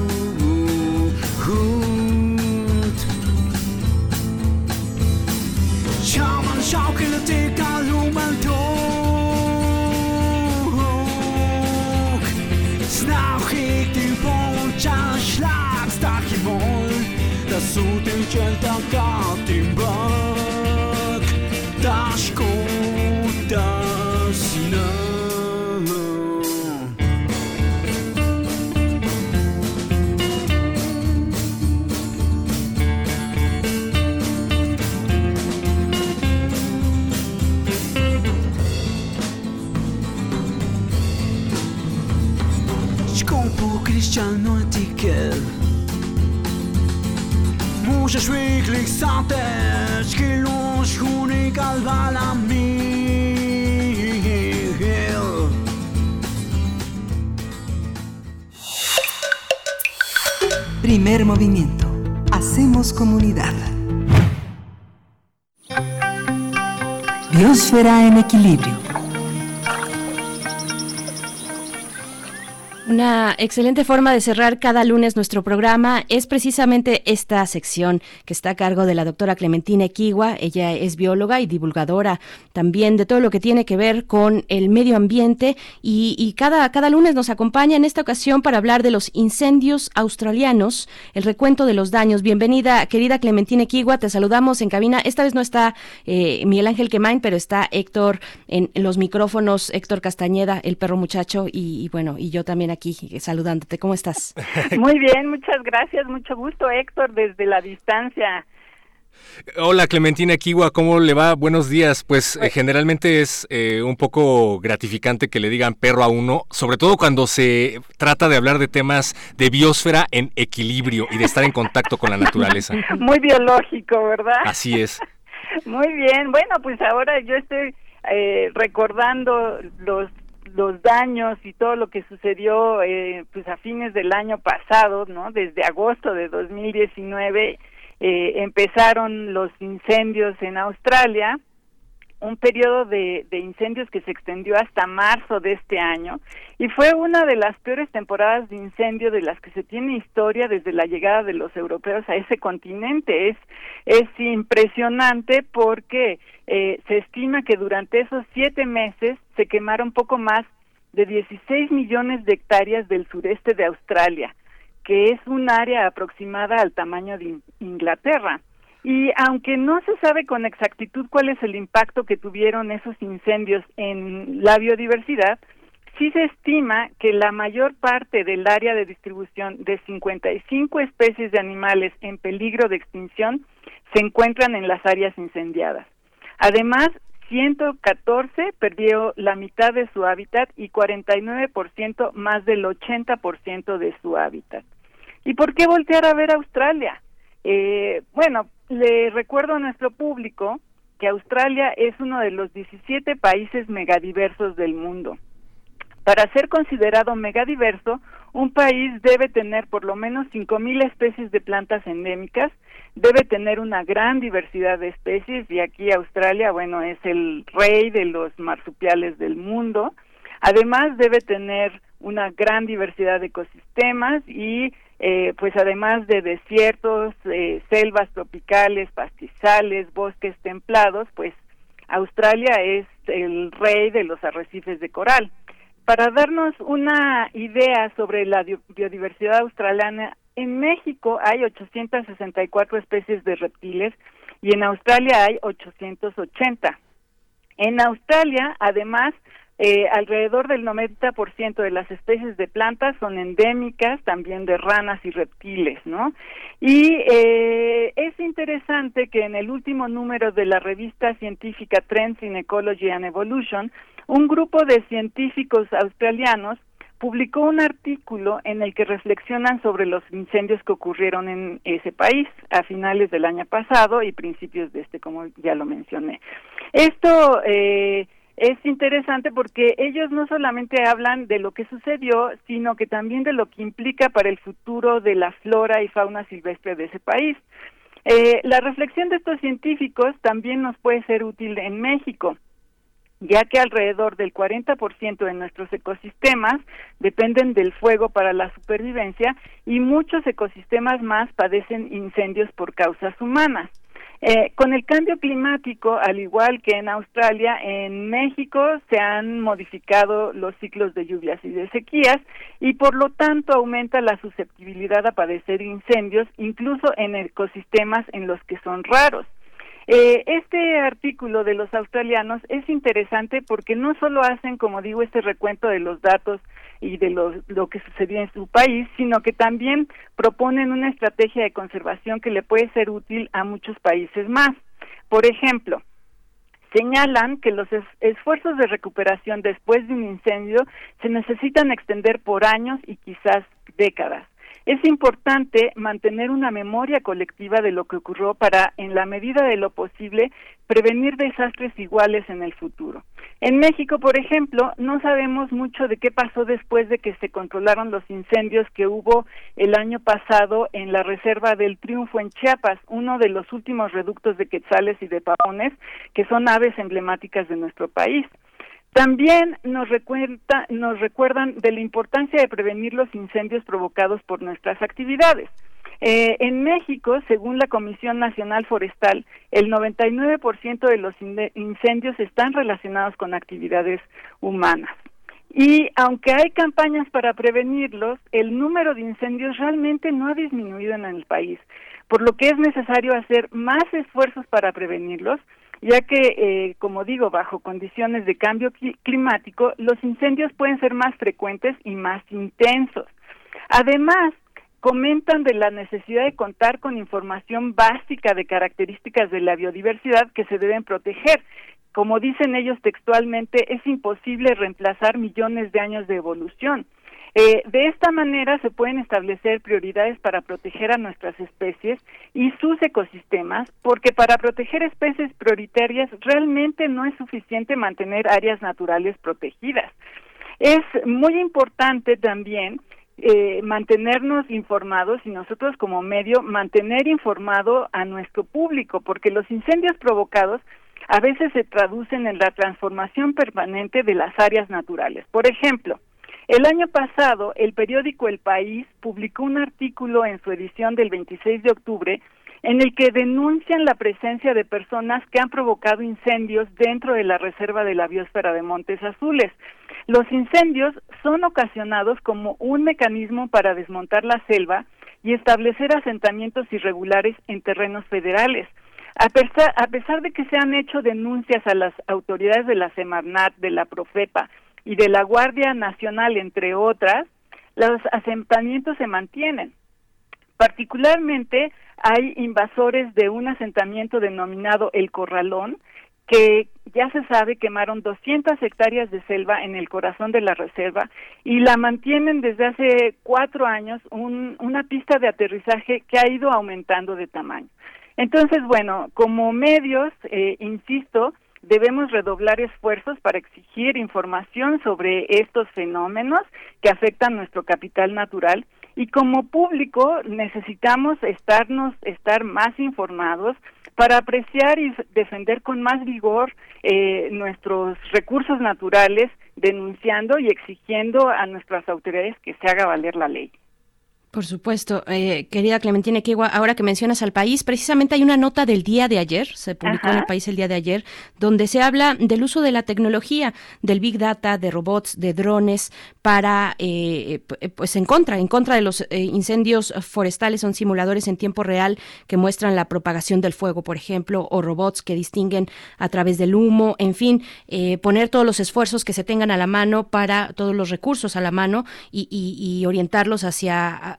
Schaman schaukele Tika Lumentok. Snauch ik die Bolcha Schlags Dach im Mond. Das so den Schelter Gart im Back. Das gut, das Sinne. Cristiano Antiquel. Możesz wirklich sagen, Skilons Honig Alvala Miguel. Primer movimiento. Hacemos comunidad. Biosfera en equilibrio. Una excelente forma de cerrar cada lunes nuestro programa es precisamente esta sección que está a cargo de la doctora Clementina Equigua. Ella es bióloga y divulgadora también de todo lo que tiene que ver con el medio ambiente y, y cada, cada lunes nos acompaña en esta ocasión para hablar de los incendios australianos, el recuento de los daños. Bienvenida, querida Clementina Equigua, te saludamos en cabina. Esta vez no está eh, Miguel Ángel Quemain, pero está Héctor en, en los micrófonos, Héctor Castañeda, el perro muchacho, y, y bueno, y yo también aquí saludándote. ¿Cómo estás? Muy bien, muchas gracias, mucho gusto, Héctor, desde la distancia. Hola, Clementina Equigua, ¿cómo le va? Buenos días. Pues eh, generalmente es eh, un poco gratificante que le digan perro a uno, sobre todo cuando se trata de hablar de temas de biosfera en equilibrio y de estar en contacto con la naturaleza. Muy biológico, ¿verdad? Así es. Muy bien, bueno, pues ahora yo estoy eh, recordando los los daños y todo lo que sucedió eh, pues a fines del año pasado, ¿no? Desde agosto de dos mil diecinueve eh, empezaron los incendios en Australia, un periodo de, de incendios que se extendió hasta marzo de este año y fue una de las peores temporadas de incendio de las que se tiene historia desde la llegada de los europeos a ese continente. Es, es impresionante porque eh, se estima que durante esos siete meses se quemaron poco más de dieciséis millones de hectáreas del sureste de Australia, que es un área aproximada al tamaño de Inglaterra. Y aunque no se sabe con exactitud cuál es el impacto que tuvieron esos incendios en la biodiversidad, sí se estima que la mayor parte del área de distribución de cincuenta y cinco especies de animales en peligro de extinción se encuentran en las áreas incendiadas. Además, ciento catorce perdió la mitad de su hábitat y cuarenta y nueve por ciento más del ochenta por ciento de su hábitat. ¿Y por qué voltear a ver a Australia? Eh, bueno, le recuerdo a nuestro público que Australia es uno de los diecisiete países megadiversos del mundo. Para ser considerado megadiverso, un país debe tener por lo menos cinco mil especies de plantas endémicas, debe tener una gran diversidad de especies, y aquí Australia, bueno, es el rey de los marsupiales del mundo. Además, debe tener una gran diversidad de ecosistemas y eh, pues además de desiertos, eh, selvas tropicales, pastizales, bosques templados, pues Australia es el rey de los arrecifes de coral. Para darnos una idea sobre la biodiversidad australiana, en México hay ochocientas sesenta y cuatro especies de reptiles y en Australia hay ochocientos ochenta. En Australia, además, Eh, alrededor del noventa por ciento de las especies de plantas son endémicas, también de ranas y reptiles, ¿no? Y eh, es interesante que en el último número de la revista científica Trends in Ecology and Evolution, un grupo de científicos australianos publicó un artículo en el que reflexionan sobre los incendios que ocurrieron en ese país a finales del año pasado y principios de este, como ya lo mencioné. Esto eh, es interesante porque ellos no solamente hablan de lo que sucedió, sino que también de lo que implica para el futuro de la flora y fauna silvestre de ese país. Eh, la reflexión de estos científicos también nos puede ser útil en México, ya que alrededor del cuarenta por ciento de nuestros ecosistemas dependen del fuego para la supervivencia y muchos ecosistemas más padecen incendios por causas humanas. Eh, con el cambio climático, al igual que en Australia, en México se han modificado los ciclos de lluvias y de sequías y por lo tanto aumenta la susceptibilidad a padecer incendios, incluso en ecosistemas en los que son raros. Eh, este artículo de los australianos es interesante porque no solo hacen, como digo, este recuento de los datos y de lo, lo que sucedió en su país, sino que también proponen una estrategia de conservación que le puede ser útil a muchos países más. Por ejemplo, señalan que los es, esfuerzos de recuperación después de un incendio se necesitan extender por años y quizás décadas. Es importante mantener una memoria colectiva de lo que ocurrió para, en la medida de lo posible, prevenir desastres iguales en el futuro. En México, por ejemplo, no sabemos mucho de qué pasó después de que se controlaron los incendios que hubo el año pasado en la Reserva del Triunfo en Chiapas, uno de los últimos reductos de quetzales y de pavones, que son aves emblemáticas de nuestro país. También nos, recuerda, nos recuerdan de la importancia de prevenir los incendios provocados por nuestras actividades. Eh, en México, según la Comisión Nacional Forestal, el noventa y nueve por ciento de los incendios están relacionados con actividades humanas. Y aunque hay campañas para prevenirlos, el número de incendios realmente no ha disminuido en el país, por lo que es necesario hacer más esfuerzos para prevenirlos, ya que, eh, como digo, bajo condiciones de cambio climático, los incendios pueden ser más frecuentes y más intensos. Además, comentan de la necesidad de contar con información básica de características de la biodiversidad que se deben proteger. Como dicen ellos textualmente, es imposible reemplazar millones de años de evolución. Eh, de esta manera se pueden establecer prioridades para proteger a nuestras especies y sus ecosistemas, porque para proteger especies prioritarias realmente no es suficiente mantener áreas naturales protegidas. Es muy importante también eh, mantenernos informados y nosotros como medio mantener informado a nuestro público, porque los incendios provocados a veces se traducen en la transformación permanente de las áreas naturales. Por ejemplo, el año pasado, el periódico El País publicó un artículo en su edición del veintiséis de octubre en el que denuncian la presencia de personas que han provocado incendios dentro de la Reserva de la Biosfera de Montes Azules. Los incendios son ocasionados como un mecanismo para desmontar la selva y establecer asentamientos irregulares en terrenos federales. A pesar, a pesar de que se han hecho denuncias a las autoridades de la Semarnat, de la Profepa y de la Guardia Nacional, entre otras, los asentamientos se mantienen. Particularmente hay invasores de un asentamiento denominado El Corralón, que ya se sabe quemaron doscientas hectáreas de selva en el corazón de la reserva y la mantienen desde hace cuatro años un, una pista de aterrizaje que ha ido aumentando de tamaño. Entonces, bueno, como medios, eh, insisto, debemos redoblar esfuerzos para exigir información sobre estos fenómenos que afectan nuestro capital natural y como público necesitamos estarnos estar más informados para apreciar y defender con más vigor eh, nuestros recursos naturales, denunciando y exigiendo a nuestras autoridades que se haga valer la ley. Por supuesto, eh, querida Clementina Equihua, ahora que mencionas al País, precisamente hay una nota del día de ayer, se publicó Ajá. en el País el día de ayer, donde se habla del uso de la tecnología, del Big Data, de robots, de drones, para, eh, pues en contra, en contra de los eh, incendios forestales. Son simuladores en tiempo real que muestran la propagación del fuego, por ejemplo, o robots que distinguen a través del humo, en fin, eh, poner todos los esfuerzos que se tengan a la mano para, todos los recursos a la mano y, y, y orientarlos hacia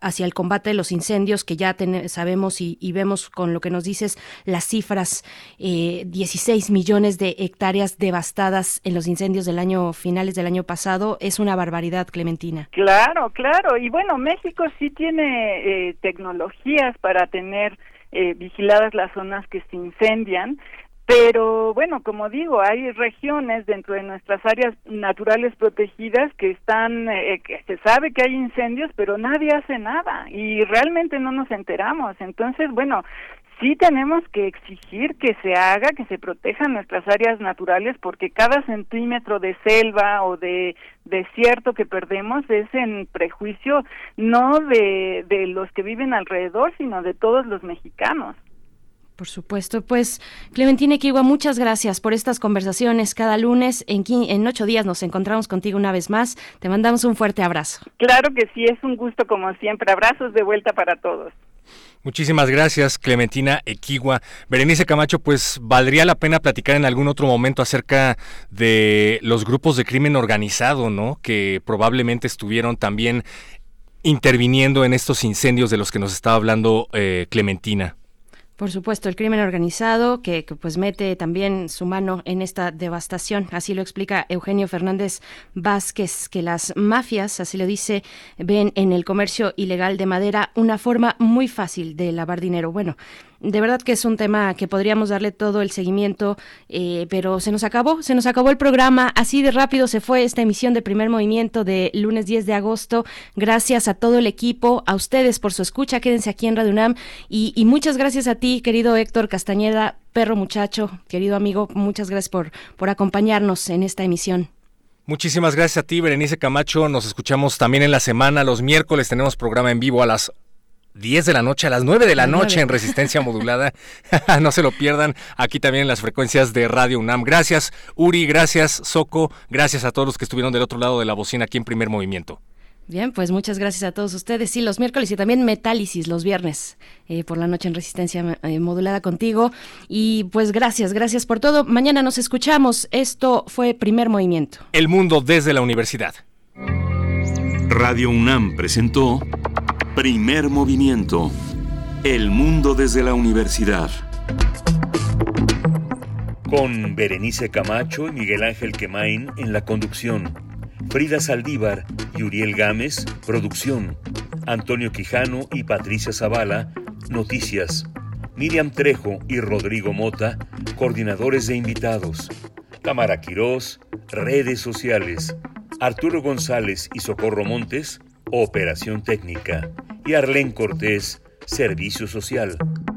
hacia el combate de los incendios, que ya ten, sabemos y, y vemos con lo que nos dices las cifras, eh, dieciséis millones de hectáreas devastadas en los incendios del año, finales del año pasado, es una barbaridad, Clementina. Claro, claro, y bueno, México sí tiene eh, tecnologías para tener eh, vigiladas las zonas que se incendian, pero bueno, como digo, hay regiones dentro de nuestras áreas naturales protegidas que están, eh, que se sabe que hay incendios, pero nadie hace nada y realmente no nos enteramos. Entonces, bueno, sí tenemos que exigir que se haga, que se protejan nuestras áreas naturales, porque cada centímetro de selva o de desierto que perdemos es en prejuicio no de, de los que viven alrededor, sino de todos los mexicanos. Por supuesto, pues Clementina Equigua, muchas gracias por estas conversaciones cada lunes. En, en ocho días nos encontramos contigo una vez más. Te mandamos un fuerte abrazo. Claro que sí, es un gusto como siempre. Abrazos de vuelta para todos. Muchísimas gracias, Clementina Equigua. Berenice Camacho, pues valdría la pena platicar en algún otro momento acerca de los grupos de crimen organizado, ¿no? Que probablemente estuvieron también interviniendo en estos incendios de los que nos estaba hablando eh, Clementina. Por supuesto, el crimen organizado que, que pues mete también su mano en esta devastación. Así lo explica Eugenio Fernández Vázquez, que las mafias, así lo dice, ven en el comercio ilegal de madera una forma muy fácil de lavar dinero. Bueno, de verdad que es un tema que podríamos darle todo el seguimiento, eh, pero se nos acabó, se nos acabó el programa. Así de rápido se fue esta emisión de Primer Movimiento de lunes diez de agosto. Gracias a todo el equipo, a ustedes por su escucha. Quédense aquí en Radio UNAM y, y muchas gracias a ti, querido Héctor Castañeda, perro muchacho, querido amigo. Muchas gracias por, por acompañarnos en esta emisión. Muchísimas gracias a ti, Berenice Camacho. Nos escuchamos también en la semana. Los miércoles tenemos programa en vivo a las diez de la noche, a las nueve de la noche en Resistencia Modulada. No se lo pierdan, aquí también en las frecuencias de Radio UNAM. Gracias, Uri, gracias, Soco, gracias a todos los que estuvieron del otro lado de la bocina aquí en Primer Movimiento. Bien, pues muchas gracias a todos ustedes. Sí, los miércoles y también Metálisis los viernes eh, por la noche en Resistencia eh, Modulada contigo. Y pues gracias, gracias por todo. Mañana nos escuchamos. Esto fue Primer Movimiento. El mundo desde la universidad. Radio UNAM presentó Primer Movimiento. El mundo desde la universidad. Con Berenice Camacho y Miguel Ángel Quemain en la conducción. Frida Saldívar y Uriel Gámez, producción. Antonio Quijano y Patricia Zavala, noticias. Miriam Trejo y Rodrigo Mota, coordinadores de invitados. Tamara Quirós, redes sociales. Arturo González y Socorro Montes, operación técnica. Y Arlén Cortés, servicio social.